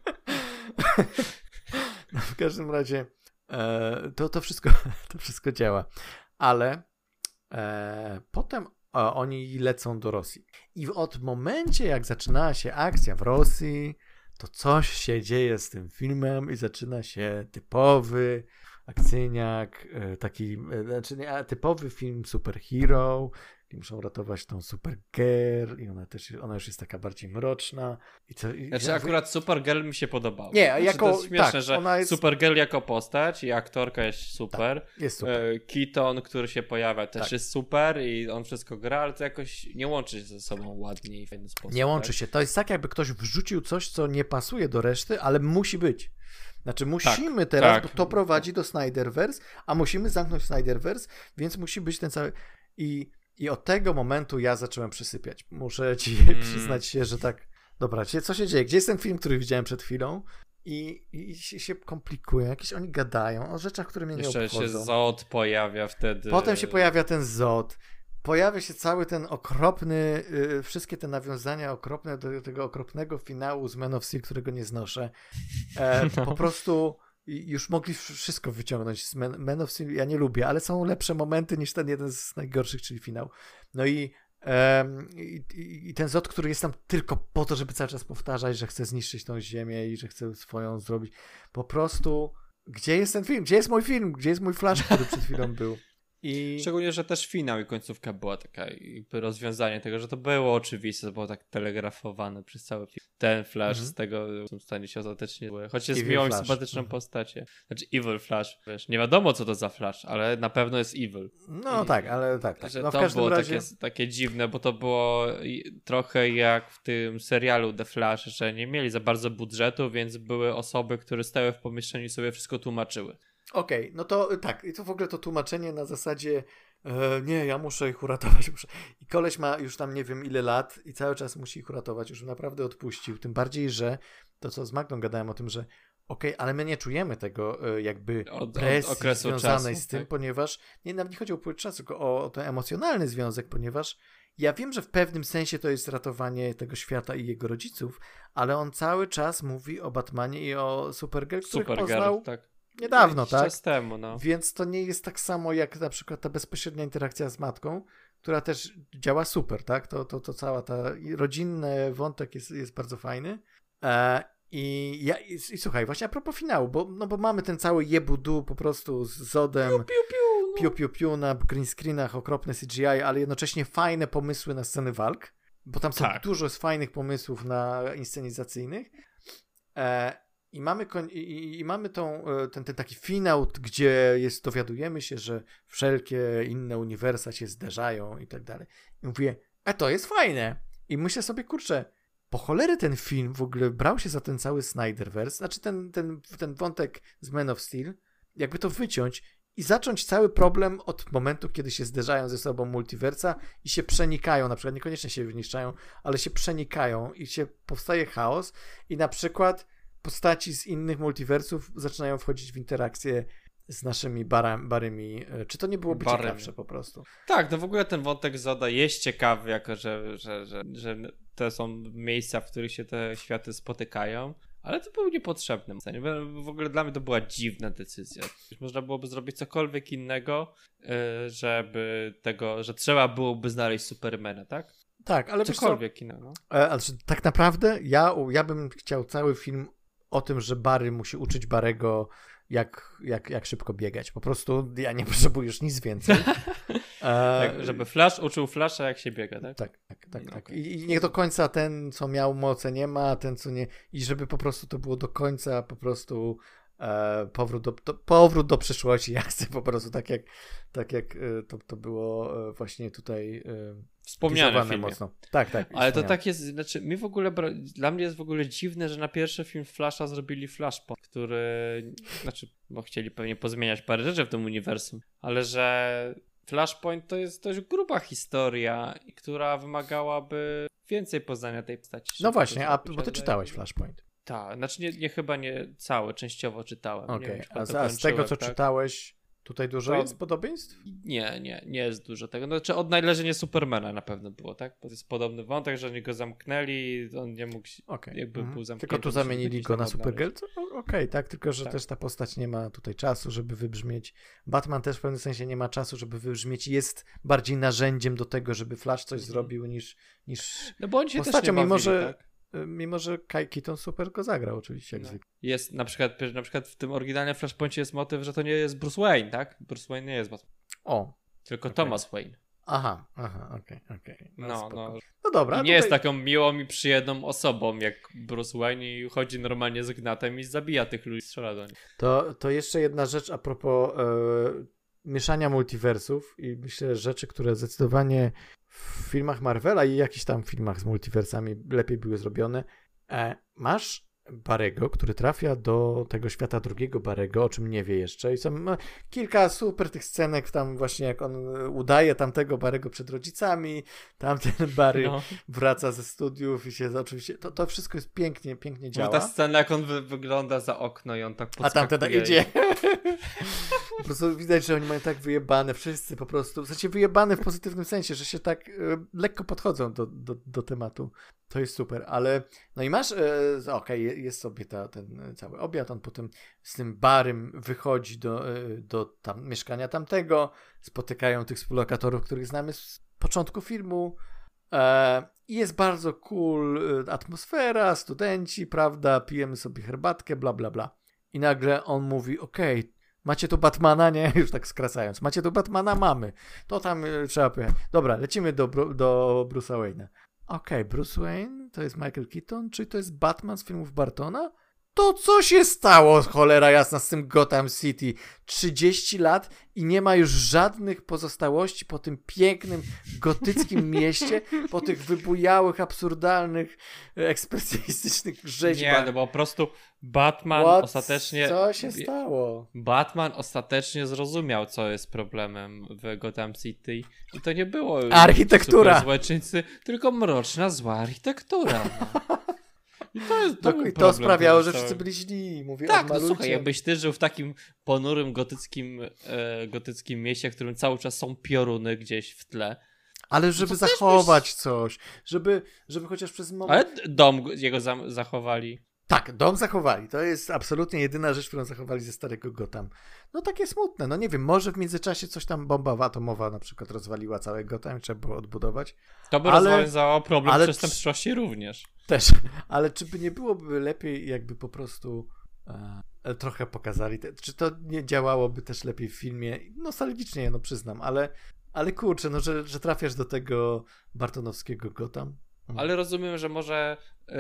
No, w każdym razie e, to, to, wszystko, to wszystko działa. Ale e, potem o, oni lecą do Rosji. I od momencie, jak zaczynała się akcja w Rosji, to coś się dzieje z tym filmem i zaczyna się typowy akcyjniak, e, taki, e, znaczy nie, typowy film superhero, i muszą ratować tą Supergirl i ona też, ona już jest taka bardziej mroczna. I co, i znaczy ja... akurat Supergirl mi się podobało. Nie, znaczy, jako... To jest śmieszne, tak, że ona jest... Supergirl jako postać i aktorka jest super. Tak, jest super. Keaton, który się pojawia też tak. jest super i on wszystko gra, ale to jakoś nie łączy się ze sobą ładnie i w fajny sposób. Nie łączy tak? się. To jest tak, jakby ktoś wrzucił coś, co nie pasuje do reszty, ale musi być. Znaczy musimy tak, teraz, tak. bo to prowadzi do Snyderverse, a musimy zamknąć Snyderverse, więc musi być ten cały... I, i od tego momentu ja zacząłem przysypiać. Muszę ci mm. przyznać się, że tak, dobra, co się dzieje? Gdzie jest ten film, który widziałem przed chwilą? I, i się, się komplikuje. Jakieś oni gadają o rzeczach, które mnie Jeszcze nie obchodzą. Jeszcze się Zod pojawia wtedy. Potem się pojawia ten Zod. Pojawia się cały ten okropny, yy, wszystkie te nawiązania okropne do tego okropnego finału z Man of Steel, którego nie znoszę. E, no. Po prostu już mogli wszystko wyciągnąć z Man, Man of Steel. Ja nie lubię, ale są lepsze momenty niż ten jeden z najgorszych, czyli finał. No i, um, i, i ten Zod, który jest tam tylko po to, żeby cały czas powtarzać, że chce zniszczyć tą ziemię i że chce swoją zrobić. Po prostu, gdzie jest ten film? Gdzie jest mój film? Gdzie jest mój Flash, który przed chwilą był? I... Szczególnie, że też finał i końcówka była taka jakby rozwiązanie tego, że to było oczywiste, to było tak telegrafowane przez cały film. Ten Flash mm-hmm. z tego stanie się ostatecznie, choć jest miłą i sympatyczną mm-hmm. postacią. Znaczy Evil Flash, wiesz, nie wiadomo co to za Flash, ale na pewno jest Evil. No I, tak, ale tak. tak. Że no, w to każdym było razie... takie, takie dziwne, bo to było trochę jak w tym serialu The Flash, że nie mieli za bardzo budżetu, więc były osoby, które stały w pomieszczeniu i sobie wszystko tłumaczyły. Okej, okay, no to tak, i to w ogóle to tłumaczenie na zasadzie e, nie, ja muszę ich uratować. Muszę. I koleś ma już tam nie wiem ile lat i cały czas musi ich uratować, już naprawdę odpuścił. Tym bardziej, że to co z Magdą gadałem o tym, że okej, okay, ale my nie czujemy tego e, jakby od, presji od okresu związanej czasu, z tym, tak? ponieważ nie, nawet nie chodzi o upływ czasu, tylko o, o ten emocjonalny związek, ponieważ ja wiem, że w pewnym sensie to jest ratowanie tego świata i jego rodziców, ale on cały czas mówi o Batmanie i o Supergirl, których Supergirl, poznał tak. niedawno, tak? Czas temu, no. Więc to nie jest tak samo jak na przykład ta bezpośrednia interakcja z matką, która też działa super, tak? To, to, to cała ta rodzinny wątek jest, jest bardzo fajny. E, i, ja, i, I słuchaj, właśnie a propos finału, bo, no bo mamy ten cały jebudu po prostu z Zodem, piu, piu, piu, no. piu, piu, piu na green screenach, okropne C G I, ale jednocześnie fajne pomysły na sceny walk, bo tam są tak. dużo z fajnych pomysłów na inscenizacyjnych. E, I mamy, koń, i, i mamy tą, ten, ten taki finał, gdzie jest, dowiadujemy się, że wszelkie inne uniwersa się zderzają i tak dalej. I mówię, a to jest fajne. I myślę sobie, kurczę, po cholery ten film w ogóle brał się za ten cały Snyderverse, znaczy ten, ten, ten wątek z Man of Steel, jakby to wyciąć i zacząć cały problem od momentu, kiedy się zderzają ze sobą multiversa i się przenikają, na przykład niekoniecznie się wyniszczają, ale się przenikają i się powstaje chaos i na przykład postaci z innych multiversów zaczynają wchodzić w interakcje z naszymi bara, barymi. Czy to nie byłoby Barymi. ciekawsze po prostu? Tak, no w ogóle ten wątek Zoda jest ciekawy, jako że, że, że, że to są miejsca, w których się te światy spotykają, ale to było niepotrzebne. W ogóle dla mnie to była dziwna decyzja. Można byłoby zrobić cokolwiek innego, żeby tego, że trzeba byłoby znaleźć Supermana, tak? Tak, ale cokolwiek innego. Ale tak naprawdę ja, ja bym chciał cały film o tym, że Barry musi uczyć Barrego, jak, jak, jak szybko biegać. Po prostu ja nie potrzebuję już nic więcej. tak, żeby Flash uczył Flasha, jak się biega, tak? Tak, tak, tak. tak. I, I niech do końca ten, co miał moce, nie ma, ten, co nie... I żeby po prostu to było do końca po prostu e, powrót, do, do, powrót do przyszłości. Ja chcę po prostu tak jak, tak jak e, to, to było e, właśnie tutaj e, wspomniane w filmie. Mocno. Tak, tak. Ale to tak jest, znaczy mi w ogóle, dla mnie jest w ogóle dziwne, że na pierwszy film Flasha zrobili Flashpoint, który, znaczy, bo chcieli pewnie pozmieniać parę rzeczy w tym uniwersum, ale że Flashpoint to jest dość gruba historia, która wymagałaby więcej poznania tej postaci. No właśnie, a bo ty czytałeś Flashpoint. Tak, znaczy nie, nie chyba nie całe, częściowo czytałem. Okej, okay. a, a z tego, co tak? czytałeś, tutaj dużo to... jest podobieństw? Nie, nie, nie jest dużo tego. Znaczy odnalezienie Supermana na pewno było, tak? Bo to jest podobny wątek, że oni go zamknęli, on nie mógł okay. jakby mm. był zamknięty. Tylko tu zamienili go na Supergirl? Okej, okay, tak, tylko że tak. też ta postać nie ma tutaj czasu, żeby wybrzmieć. Batman też w pewnym sensie nie ma czasu, żeby wybrzmieć. Jest bardziej narzędziem do tego, żeby Flash coś mm. zrobił niż, niż no bo oni się postacią, też nie bawili, mimo że tak? Mimo, że Kai Keaton super go zagrał oczywiście jak no. zwykle. Jest na przykład, na przykład w tym oryginalnym Flashpoincie jest motyw, że to nie jest Bruce Wayne, tak? Bruce Wayne nie jest Batman. O. Tylko okay. Thomas Wayne. Aha, aha, okej, okay, okej. Okay. No, no, no. No dobra. I nie tutaj... jest taką miłą i przyjemną osobą jak Bruce Wayne i chodzi normalnie z gnatem i zabija tych ludzi, strzela do nich. To, to jeszcze jedna rzecz a propos e, mieszania multiversów i myślę rzeczy, które zdecydowanie w filmach Marvela i jakichś tam filmach z multiversami lepiej były zrobione. E, masz Barego, który trafia do tego świata drugiego Barego, o czym nie wie jeszcze. I są kilka super tych scenek tam właśnie, jak on udaje tamtego Barego przed rodzicami, tamten Barry no. wraca ze studiów i się oczywiście, to, to wszystko jest pięknie, pięknie działa. No ta scena, jak on wy, wygląda za okno i on tak podskakuje. A tamten idzie. Po prostu widać, że oni mają tak wyjebane, wszyscy po prostu, w sensie wyjebane w pozytywnym sensie, że się tak y, lekko podchodzą do, do, do tematu. To jest super, ale no i masz, y, okej, okay, jest sobie ta, ten cały obiad, on potem z tym Barrym wychodzi do, y, do tam, mieszkania tamtego, spotykają tych współlokatorów, których znamy z początku filmu e, i jest bardzo cool y, atmosfera, studenci, prawda, pijemy sobie herbatkę, bla, bla, bla. I nagle on mówi, okej, okay, macie tu Batmana, nie? Już tak skracając. Macie tu Batmana? Mamy. To tam y, trzeba pojechać. Dobra, lecimy do, do Bruce'a Wayne'a. Okej, okay, Bruce Wayne to jest Michael Keaton? Czy to jest Batman z filmów Bartona? To co się stało, cholera jasna, z tym Gotham City? trzydzieści lat i nie ma już żadnych pozostałości po tym pięknym, gotyckim mieście, po tych wybujałych, absurdalnych, ekspresjonistycznych rzeźbach. Nie, no bo po prostu Batman What? ostatecznie... Co się stało? Batman ostatecznie zrozumiał, co jest problemem w Gotham City i to nie było już architektura, złoczyńcy, tylko mroczna, zła architektura. No. I to, jest, to, to, to sprawiało, że wszyscy byli źli. Mówię, tak, no słuchaj, jakbyś ty żył w takim ponurym, gotyckim, e, gotyckim mieście, w którym cały czas są pioruny gdzieś w tle. Ale żeby no zachować byś... coś, żeby, żeby chociaż przez moment... Ale dom jego za- zachowali. Tak, dom zachowali. To jest absolutnie jedyna rzecz, którą zachowali ze starego Gotham. No takie smutne. No nie wiem, może w międzyczasie coś tam bomba atomowa na przykład rozwaliła całe Gotham, trzeba było odbudować. To by ale, rozwiązało problem ale przestępczości czy... również. Też. Ale czy by nie byłoby lepiej, jakby po prostu e, trochę pokazali, te, czy to nie działałoby też lepiej w filmie? Nostalgicznie, no przyznam, ale, ale kurczę, no że, że trafiasz do tego bartonowskiego Gotham. Ale rozumiem, że może yy,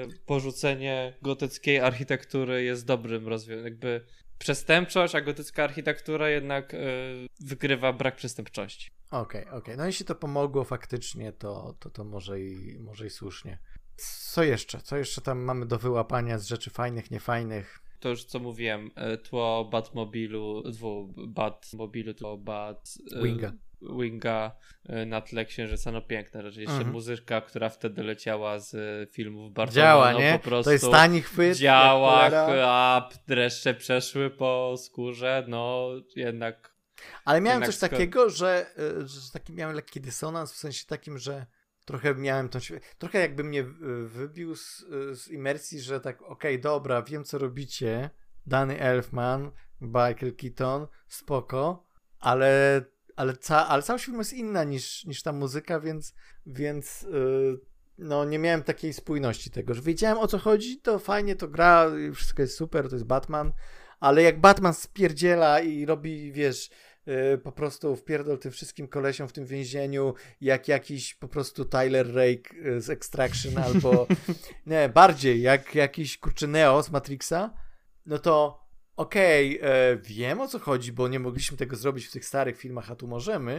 porzucenie gotyckiej architektury jest dobrym rozwiązaniem. Jakby przestępczość, a gotycka architektura jednak yy, wygrywa brak przestępczości. Okej, okay, okej. Okay. No jeśli to pomogło faktycznie, to, to, to może, i, może i słusznie. Co jeszcze? Co jeszcze tam mamy do wyłapania z rzeczy fajnych, niefajnych? To już co mówiłem, tło Batmobilu, dwu Batmobilu, tło Bat... Winga. Winga na tle Księżyca, no piękne rzeczy. Jeszcze mm-hmm. muzyka, która wtedy leciała z filmów Bartona. Działa, no, nie? Po prostu to jest tani chwyt. Działa, a dreszcze przeszły po skórze, no jednak... Ale miałem coś sko- takiego, że, że taki miałem lekki dysonans, w sensie takim, że trochę miałem tą... Trochę jakby mnie wybił z, z imersji, że tak, okej, okay, dobra, wiem co robicie, Danny Elfman, Michael Keaton, spoko, ale... Ale, ca- ale cały film jest inna niż, niż ta muzyka, więc, więc yy, no nie miałem takiej spójności tego, że wiedziałem o co chodzi, to fajnie to gra, wszystko jest super, to jest Batman, ale jak Batman spierdziela i robi, wiesz, yy, po prostu wpierdol tym wszystkim kolesiom w tym więzieniu, jak jakiś po prostu Tyler Rake yy, z Extraction albo nie, bardziej jak jakiś kurczę Neo z Matrixa, no to okej, okay, wiem o co chodzi, bo nie mogliśmy tego zrobić w tych starych filmach, a tu możemy,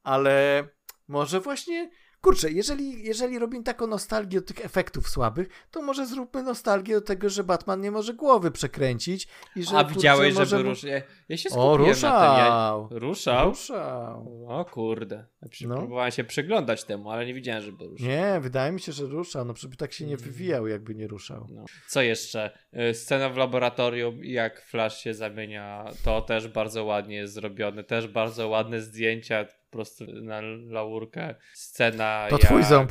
ale może właśnie, kurczę, jeżeli, jeżeli robimy taką nostalgię do tych efektów słabych, to może zróbmy nostalgię do tego, że Batman nie może głowy przekręcić i że... A widziałeś, kurczę, żeby może... ruszał? Ja, ja się skupiłem o, ruszał. na tym. Ja... Ruszał? Ruszał. O kurde. Ja no. Próbowałem się przyglądać temu, ale nie widziałem, żeby ruszał. Nie, wydaje mi się, że ruszał. No żeby tak się nie wywijał, jakby nie ruszał. No. Co jeszcze? Scena w laboratorium, jak Flash się zamienia, to też bardzo ładnie jest zrobione. Też bardzo ładne zdjęcia, po prostu na laurkę. Scena to jak... twój ząb.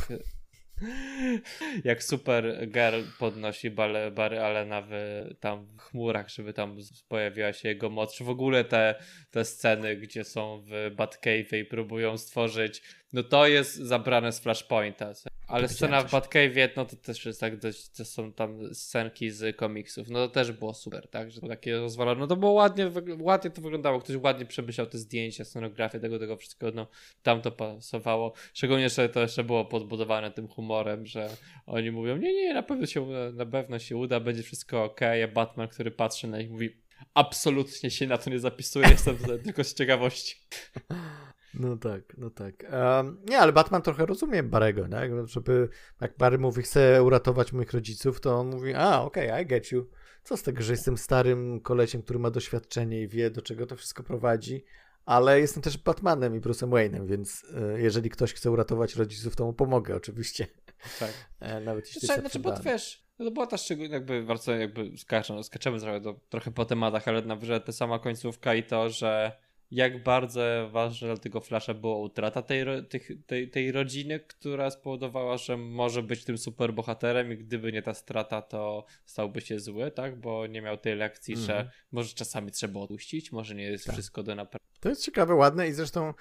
Jak Supergirl podnosi Barry Allena w, tam w chmurach, żeby tam pojawiła się jego moc. Czy w ogóle te, te sceny, gdzie są w Batcave i próbują stworzyć, no to jest zabrane z Flashpointa. Ale scena w Batcave'ie, no to też jest tak, to są tam scenki z komiksów. No to też było super, tak? Że to takie rozwalone. No to było ładnie, ładnie to wyglądało. Ktoś ładnie przemyślał te zdjęcia, scenografię, tego, tego wszystkiego. No tam to pasowało. Szczególnie, że to jeszcze było podbudowane tym humorem, że oni mówią, nie, nie, na pewno się uda, na pewno się uda, będzie wszystko okej. Okay. A Batman, który patrzy na nich, mówi, absolutnie się na to nie zapisuje, jestem tylko z ciekawości. No tak, no tak. Um, nie, ale Batman trochę rozumie Barrego, tak? Żeby, jak Barry mówi, chce uratować moich rodziców, to on mówi, a, okej, okay, I get you. Co z tego, że jestem starym kolesiem, który ma doświadczenie i wie, do czego to wszystko prowadzi, ale jestem też Batmanem i Bruce'em Wayne'em, więc y, jeżeli ktoś chce uratować rodziców, to mu pomogę oczywiście. Tak. E, nawet jeśli Znaczy, znaczy bo wiesz, no to była ta szczególnie jakby bardzo jakby skaczą, skaczemy trochę, do, trochę po tematach, ale na że ta sama końcówka i to, że jak bardzo ważne dla tego Flasha była utrata tej, tych, tej, tej rodziny, która spowodowała, że może być tym superbohaterem i gdyby nie ta strata, to stałby się zły, tak? Bo nie miał tej lekcji, mm. że może czasami trzeba odpuścić, może nie jest tak. wszystko do naprawy. To jest ciekawe, ładne i zresztą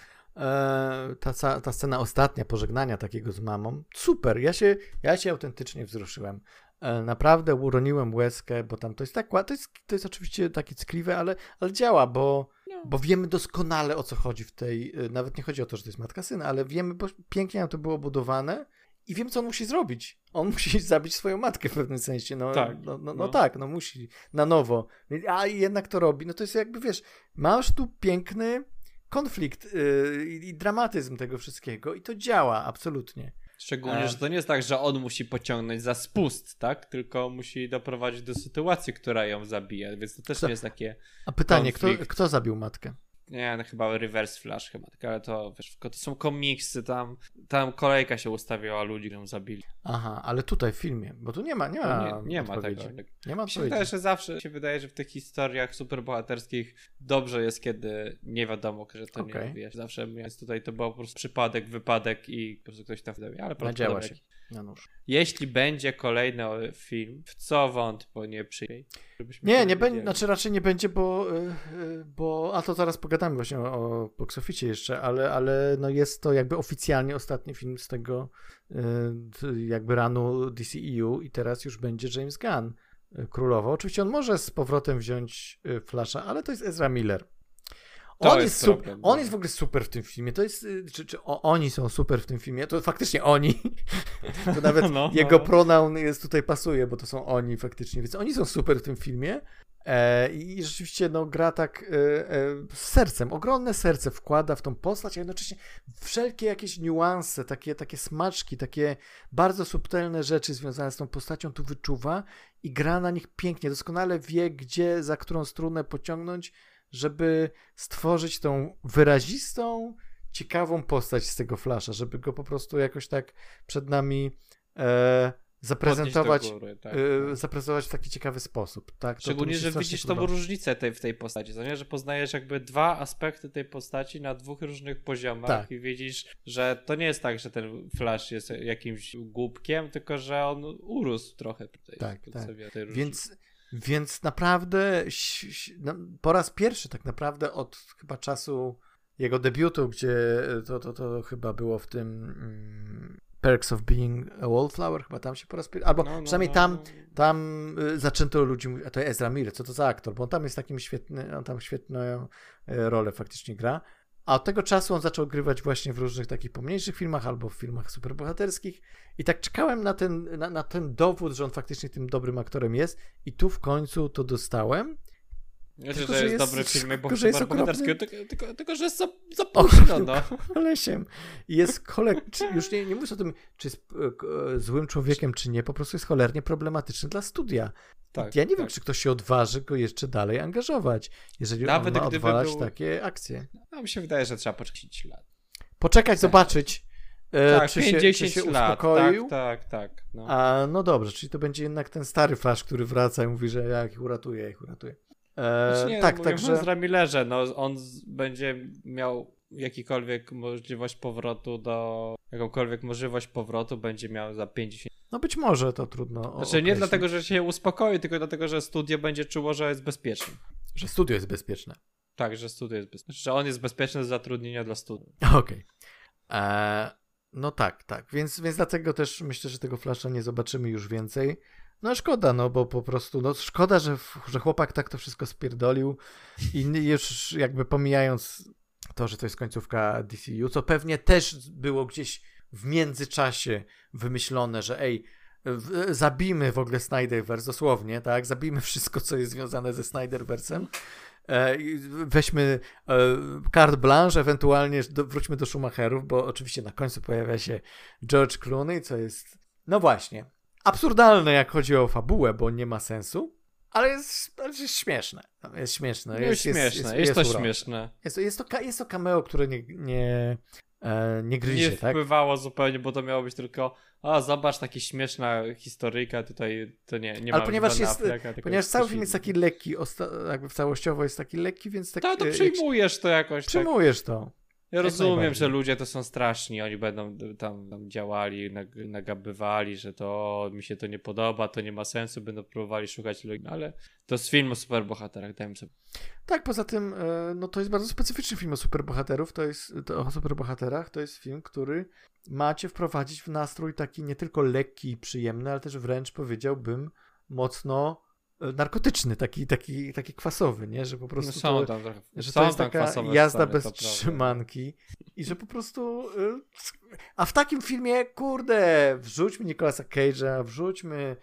e, ta, ta scena ostatnia pożegnania takiego z mamą, super, ja się, ja się autentycznie wzruszyłem. E, naprawdę uroniłem łezkę, bo tam to jest tak, to jest, to jest oczywiście takie ckliwe, ale, ale działa, bo Bo wiemy doskonale, o co chodzi w tej, nawet nie chodzi o to, że to jest matka syna, ale wiemy, bo pięknie nam to było budowane i wiem, co on musi zrobić. On musi zabić swoją matkę w pewnym sensie. No tak, no, no, no, no tak, no musi, na nowo. A jednak to robi. No to jest jakby, wiesz, masz tu piękny konflikt yy, i dramatyzm tego wszystkiego i to działa absolutnie. Szczególnie, że to nie jest tak, że on musi pociągnąć za spust, tak? Tylko musi doprowadzić do sytuacji, która ją zabija, więc to też kto? nie jest takie. A pytanie, kto, kto zabił matkę? Nie, no chyba Reverse Flash chyba, ale to wiesz, to są komiksy, tam, tam kolejka się ustawiała ludzi, którą zabili. Aha, ale tutaj w filmie, bo tu nie ma, nie ma nie, nie ma tego. Nie ma mi się wydaje, że zawsze się wydaje, że w tych historiach superbohaterskich dobrze jest, kiedy nie wiadomo, że to okay. nie wiesz. Zawsze jest tutaj to był po prostu przypadek, wypadek i po prostu ktoś tam wydaje, ale nadziała się. Na nóż. Jeśli będzie kolejny film, w co wątpię, nie przyjdzie. Nie, nie będzie, znaczy raczej nie będzie, bo, bo a to zaraz pogadamy właśnie o, o box office jeszcze, ale, ale no jest to jakby oficjalnie ostatni film z tego jakby ranu D C E U i teraz już będzie James Gunn królował. Oczywiście on może z powrotem wziąć Flasha, ale to jest Ezra Miller. On jest, jest super, problem, on jest w ogóle super w tym filmie. To jest, czy, czy o, oni są super w tym filmie. To faktycznie oni. To nawet no, jego no. pronoun jest tutaj pasuje, bo to są oni faktycznie. Więc oni są super w tym filmie. E, I rzeczywiście no, gra tak e, e, z sercem. Ogromne serce wkłada w tą postać, a jednocześnie wszelkie jakieś niuanse, takie, takie smaczki, takie bardzo subtelne rzeczy związane z tą postacią tu wyczuwa i gra na nich pięknie. Doskonale wie, gdzie, za którą strunę pociągnąć, żeby stworzyć tą wyrazistą, ciekawą postać z tego Flasha, żeby go po prostu jakoś tak przed nami e, zaprezentować, góry, tak, e, zaprezentować w taki ciekawy sposób. Tak? Szczególnie, to, to że widzisz tą różnicę tej, w tej postaci, to nie? Że poznajesz jakby dwa aspekty tej postaci na dwóch różnych poziomach tak. i widzisz, że to nie jest tak, że ten Flash jest jakimś głupkiem, tylko że on urósł trochę tutaj. Tak, tak. Tej Więc Więc naprawdę po raz pierwszy tak naprawdę od chyba czasu jego debiutu, gdzie to, to, to chyba było w tym um, Perks of Being a Wallflower, chyba tam się po raz pierwszy, albo no, no, przynajmniej no, tam, tam zaczęto ludzi mówić, a to jest Ezra Miller, co to za aktor, bo on tam jest takim świetny, on tam świetną rolę faktycznie gra. A od tego czasu on zaczął grywać właśnie w różnych takich pomniejszych filmach albo w filmach superbohaterskich i tak czekałem na ten, na, na ten dowód, że on faktycznie tym dobrym aktorem jest i tu w końcu to dostałem. Nie, tylko, że jest, jest dobry film, bo superbohaterskiego, tylko, tylko, tylko, że jest za, za późno, no. Kolesiem. I jest kolek, już nie, nie mówię o tym, czy jest e, złym człowiekiem, czy nie, po prostu jest cholernie problematyczny dla studia. Tak, ja nie tak. wiem, czy ktoś się odważy go jeszcze dalej angażować, jeżeli Nawet on ma odwalać był... takie akcje. No mi się wydaje, że trzeba poczekać lat. Poczekać, tak. zobaczyć, e, tak, czy, się, czy się uspokoił. Tak, tak, tak. No. A, no dobrze, czyli to będzie jednak ten stary Flash, który wraca i mówi, że ja ich uratuję, ja ich uratuję. E, znaczy nie, tak, no, także... Ezra Millerze, no on z, będzie miał jakikolwiek możliwość powrotu do... jakąkolwiek możliwość powrotu będzie miał za pięćdziesiąt. No być może, to trudno Znaczy określić. Nie dlatego, że się uspokoi, tylko dlatego, że studio będzie czuło, że jest bezpieczne. Że studio jest bezpieczne. Tak, że studio jest bezpieczne. Że on jest bezpieczny z zatrudnienia dla studia. Okej. Okay. No tak, tak. Więc, więc dlatego też myślę, że tego Flasha nie zobaczymy już więcej. No szkoda, no bo po prostu, no szkoda, że, że chłopak tak to wszystko spierdolił i już jakby pomijając to, że to jest końcówka D C U, co pewnie też było gdzieś w międzyczasie wymyślone, że ej, w, zabijmy w ogóle Snyderverse, dosłownie, tak, zabijmy wszystko, co jest związane ze Snyderversem, e, weźmy e, carte blanche, ewentualnie do, wróćmy do Schumacherów, bo oczywiście na końcu pojawia się George Clooney, co jest, no właśnie, absurdalne jak chodzi o fabułę, bo nie ma sensu, ale jest, ale jest śmieszne. Jest śmieszne. No jest, jest śmieszne, jest, jest, jest to śmieszne. Jest, jest, to, jest to cameo, które nie, nie, e, nie gryzie, nie tak? Nie wpływało zupełnie, bo to miało być tylko a zobacz, taka śmieszna historyjka, tutaj to nie, nie ma. Ale ponieważ jest, Afflecka, ponieważ cały film jest taki lekki, osta- jakby całościowo jest taki lekki, więc tak... Tak, to przyjmujesz to jakoś. Przyjmujesz tak. to. Ja rozumiem, że ludzie to są straszni, oni będą tam, tam działali, nag, nagabywali, że to mi się to nie podoba, to nie ma sensu, będą próbowali szukać logiki, ale to jest film o superbohaterach, dajmy sobie. Tak, poza tym, no to jest bardzo specyficzny film o superbohaterów, to jest to o superbohaterach, to jest film, który ma cię wprowadzić w nastrój taki nie tylko lekki i przyjemny, ale też wręcz powiedziałbym mocno narkotyczny, taki, taki, taki kwasowy, nie? Że po prostu no są to, tam trochę, że są to jest tam taka jazda sceny, bez trzymanki i że po prostu a w takim filmie, kurde, wrzućmy Nicolasa Cage'a, wrzućmy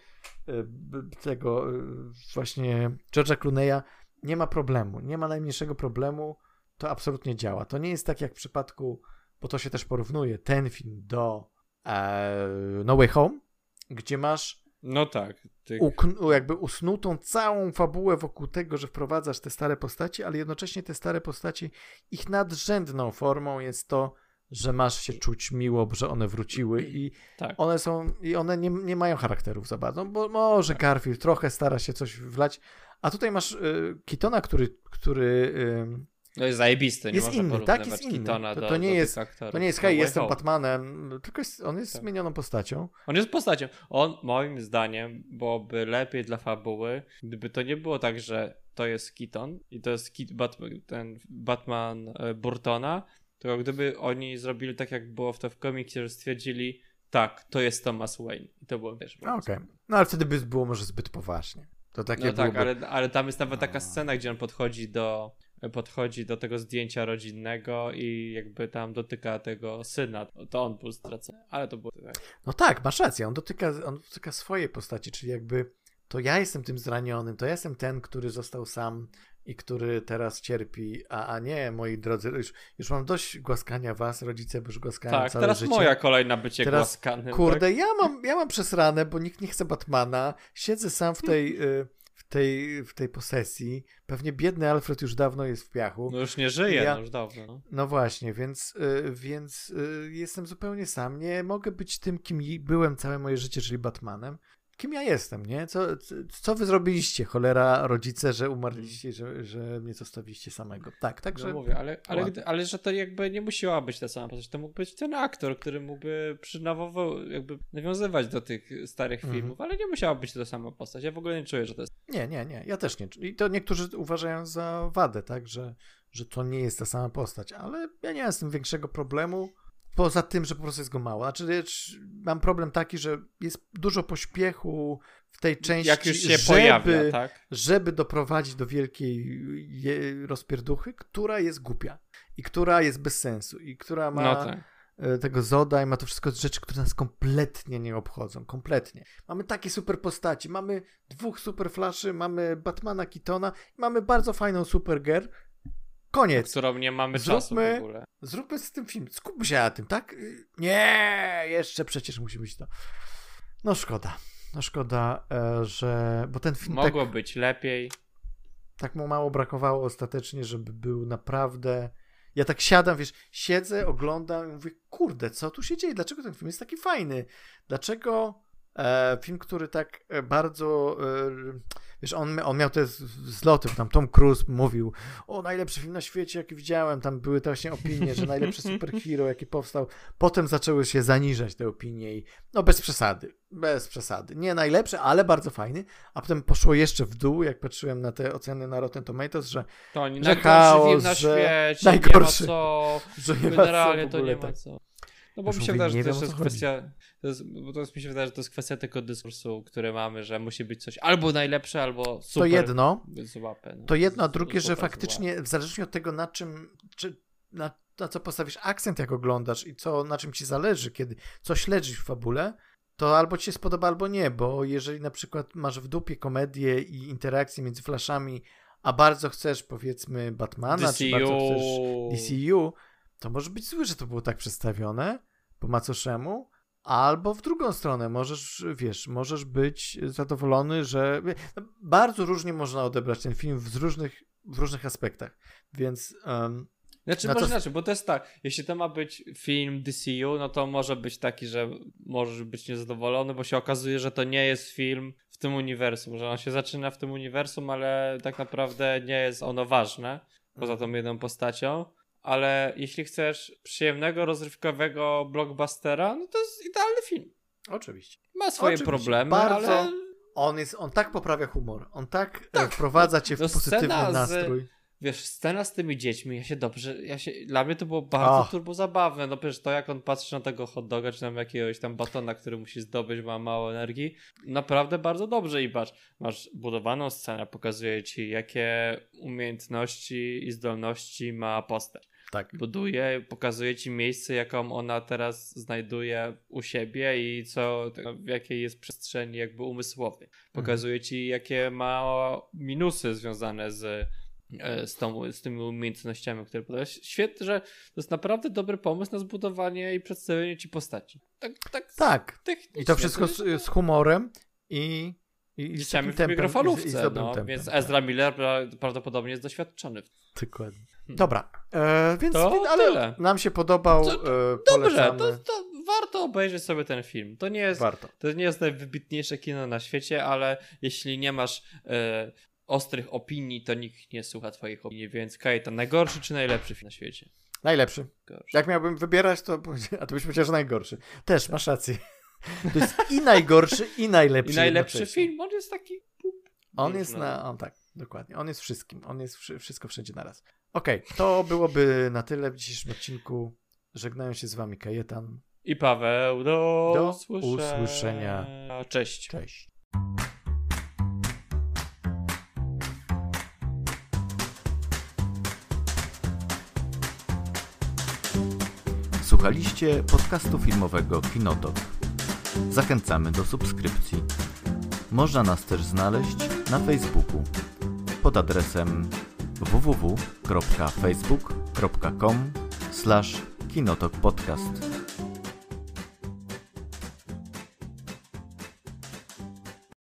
tego właśnie George'a Clooney'a, nie ma problemu, nie ma najmniejszego problemu, to absolutnie działa. To nie jest tak jak w przypadku, bo to się też porównuje, ten film do e, No Way Home, gdzie masz no tak, tych... ukn- jakby usnutą całą fabułę wokół tego, że wprowadzasz te stare postaci, ale jednocześnie te stare postaci, ich nadrzędną formą jest to, że masz się czuć miło, że one wróciły i tak. one są, i one nie, nie mają charakterów za bardzo, bo może tak. Garfield trochę stara się coś wlać, a tutaj masz y, Keatona, który, który y, no jest zajebisty, nie jest można inny, tak, jest inny. Keatona To, do, to nie do jest, aktorów. to nie jest, no hej, jestem home. Batmanem, tylko jest, on jest tak. zmienioną postacią. On jest postacią. On, moim zdaniem, byłoby lepiej dla fabuły, gdyby to nie było tak, że to jest Keaton i to jest Keat, Batman, ten Batman e, Burtona, tylko gdyby oni zrobili tak, jak było w to w komiksie, że stwierdzili, tak, to jest Thomas Wayne. I to było też. Okej. Okay. No ale wtedy by było może zbyt poważnie. To takie no tak, byłoby... ale, ale tam jest nawet taka scena, gdzie on podchodzi do podchodzi do tego zdjęcia rodzinnego i jakby tam dotyka tego syna. To on był stracony, ale to było... No tak, masz rację. On dotyka, on dotyka swojej postaci, czyli jakby to ja jestem tym zranionym, to ja jestem ten, który został sam i który teraz cierpi, a, a nie, moi drodzy, już, już mam dość głaskania was, rodzice, bo już głaskają tak, całe teraz życie. moja kolejna bycie teraz, głaskanym. Kurde, tak? ja mam, ja mam przesrane, bo nikt nie chce Batmana, siedzę sam w tej... w tej, w tej posesji. Pewnie biedny Alfred już dawno jest w piachu. No już nie żyje, ja, no już dawno. No, no właśnie, więc, y, więc y, jestem zupełnie sam. Nie mogę być tym, kim byłem całe moje życie, czyli Batmanem. Kim ja jestem, nie? Co, co wy zrobiliście, cholera, rodzice, że umarliście, że, że mnie zostawiliście samego. Tak, także... No mówię, ale, ale, ale, ale że to jakby nie musiała być ta sama postać. To mógł być ten aktor, który mógłby przynawował, jakby nawiązywać do tych starych mm-hmm. filmów, ale nie musiała być to sama postać. Ja w ogóle nie czuję, że to jest... Nie, nie, nie. Ja też nie. I to niektórzy uważają za wadę, tak? Że, że to nie jest ta sama postać, ale ja nie mam z tym większego problemu. Poza tym, że po prostu jest go mało. Znaczy, mam problem taki, że jest dużo pośpiechu w tej części, jak już się żeby, pojawia, tak? żeby doprowadzić do wielkiej rozpierduchy, która jest głupia i która jest bez sensu i która ma no tak. tego Zoda i ma to wszystko rzeczy, które nas kompletnie nie obchodzą. Kompletnie. Mamy takie super postaci. Mamy dwóch super flaszy, mamy Batmana Keatona i mamy bardzo fajną Supergirl. Koniec. Którą nie mamy zróbmy, czasu w ogóle. Zróbmy z tym film. Skupmy się na tym, tak? Nie, jeszcze przecież musi być to. No szkoda. No szkoda, że... Bo ten film mogło tak, być lepiej. Tak mu mało brakowało ostatecznie, żeby był naprawdę... Ja tak siadam, wiesz, siedzę, oglądam i mówię, kurde, co tu się dzieje? Dlaczego ten film jest taki fajny? Dlaczego e, film, który tak bardzo... E, Wiesz, on, on miał te zloty, tam Tom Cruise mówił, o, najlepszy film na świecie, jaki widziałem, tam były te właśnie opinie, że najlepszy superhero, jaki powstał. Potem zaczęły się zaniżać te opinie i no bez przesady, bez przesady. Nie najlepszy, ale bardzo fajny, a potem poszło jeszcze w dół, jak patrzyłem na te oceny na Rotten Tomatoes, że to oni że najgorszy chaos, film na że świecie, najgorszy, nie ma co, że nie generalnie ma co to nie ma tak. co. No bo Już mi się mówię, wydaje, że to wiem, jest kwestia, to jest, bo to jest, mi się wydaje, że to jest kwestia tylko dyskursu, który mamy, że musi być coś albo najlepsze, albo super. To jedno, złapę, no. to jedno, a drugie, że faktycznie złapę. w zależności od tego, na czym, czy, na, na co postawisz akcent, jak oglądasz i co, na czym ci zależy, kiedy co śledzisz w fabule, to albo ci się spodoba, albo nie, bo jeżeli na przykład masz w dupie komedię i interakcje między flashami, a bardzo chcesz, powiedzmy, Batmana, D C U. czy bardzo chcesz D C U, to może być zły, że to było tak przedstawione po macoszemu, albo w drugą stronę, możesz, wiesz, możesz być zadowolony, że bardzo różnie można odebrać ten film w różnych, w różnych aspektach, więc... Um, Znaczy, no może to... inaczej, bo to jest tak, jeśli to ma być film D C U, no to może być taki, że możesz być niezadowolony, bo się okazuje, że to nie jest film w tym uniwersum, że on się zaczyna w tym uniwersum, ale tak naprawdę nie jest ono ważne, poza tą jedną postacią, ale jeśli chcesz przyjemnego, rozrywkowego blockbustera, no to jest idealny film. Oczywiście. Ma swoje Oczywiście. problemy, Bardzo... ale... On, jest, on tak poprawia humor, on tak, Tak. wprowadza cię w No, pozytywny scena z- nastrój. Wiesz, scena z tymi dziećmi, ja się dobrze, ja się, dla mnie to było bardzo Och. turbo zabawne, no przecież to jak on patrzy na tego hot doga, czy tam jakiegoś tam batona, który musi zdobyć, ma mało energii, naprawdę bardzo dobrze i patrz, masz budowaną scenę, pokazuje ci jakie umiejętności i zdolności ma postać. Tak. Buduje, pokazuje ci miejsce, jaką ona teraz znajduje u siebie i co, w jakiej jest przestrzeni jakby umysłowej. Pokazuje ci, jakie ma minusy związane z Z, tą, z tymi umiejętnościami, które podałeś. Świetnie, że to jest naprawdę dobry pomysł na zbudowanie i przedstawienie ci postaci. Tak, tak. Tak. Technicznie. I to wszystko z, z humorem i, i, i z Ściemy takim w tempem. mikrofalówce, i z, i z dobrym no, tempem, więc tak. Ezra Miller pra- prawdopodobnie jest doświadczony. Dokładnie. Dobra, e, więc To ale tyle. nam się podobał. To- e, Dobrze, polecamy. to, to warto obejrzeć sobie ten film. To nie jest, Warto. to nie jest najwybitniejsze kino na świecie, ale jeśli nie masz e, ostrych opinii, to nikt nie słucha twoich opinii, więc Kajetan, najgorszy czy najlepszy film na świecie? Najlepszy. Gorszy. Jak miałbym wybierać, to a to byś powiedział, że najgorszy. Też, masz rację. To jest i najgorszy, i najlepszy. I najlepszy jednocześnie. film, on jest taki... On jest na... On tak, dokładnie. On jest wszystkim. On jest wszy, wszystko wszędzie naraz. Okej, okay, to byłoby na tyle w dzisiejszym odcinku. Żegnają się z wami Kajetan i Paweł. Do, Do usłyszenia. usłyszenia. Cześć. Cześć. Słuchaliście podcastu filmowego Kinotok. Zachęcamy do subskrypcji. Można nas też znaleźć na Facebooku pod adresem w w w kropka facebook kropka com slash kinotokpodcast.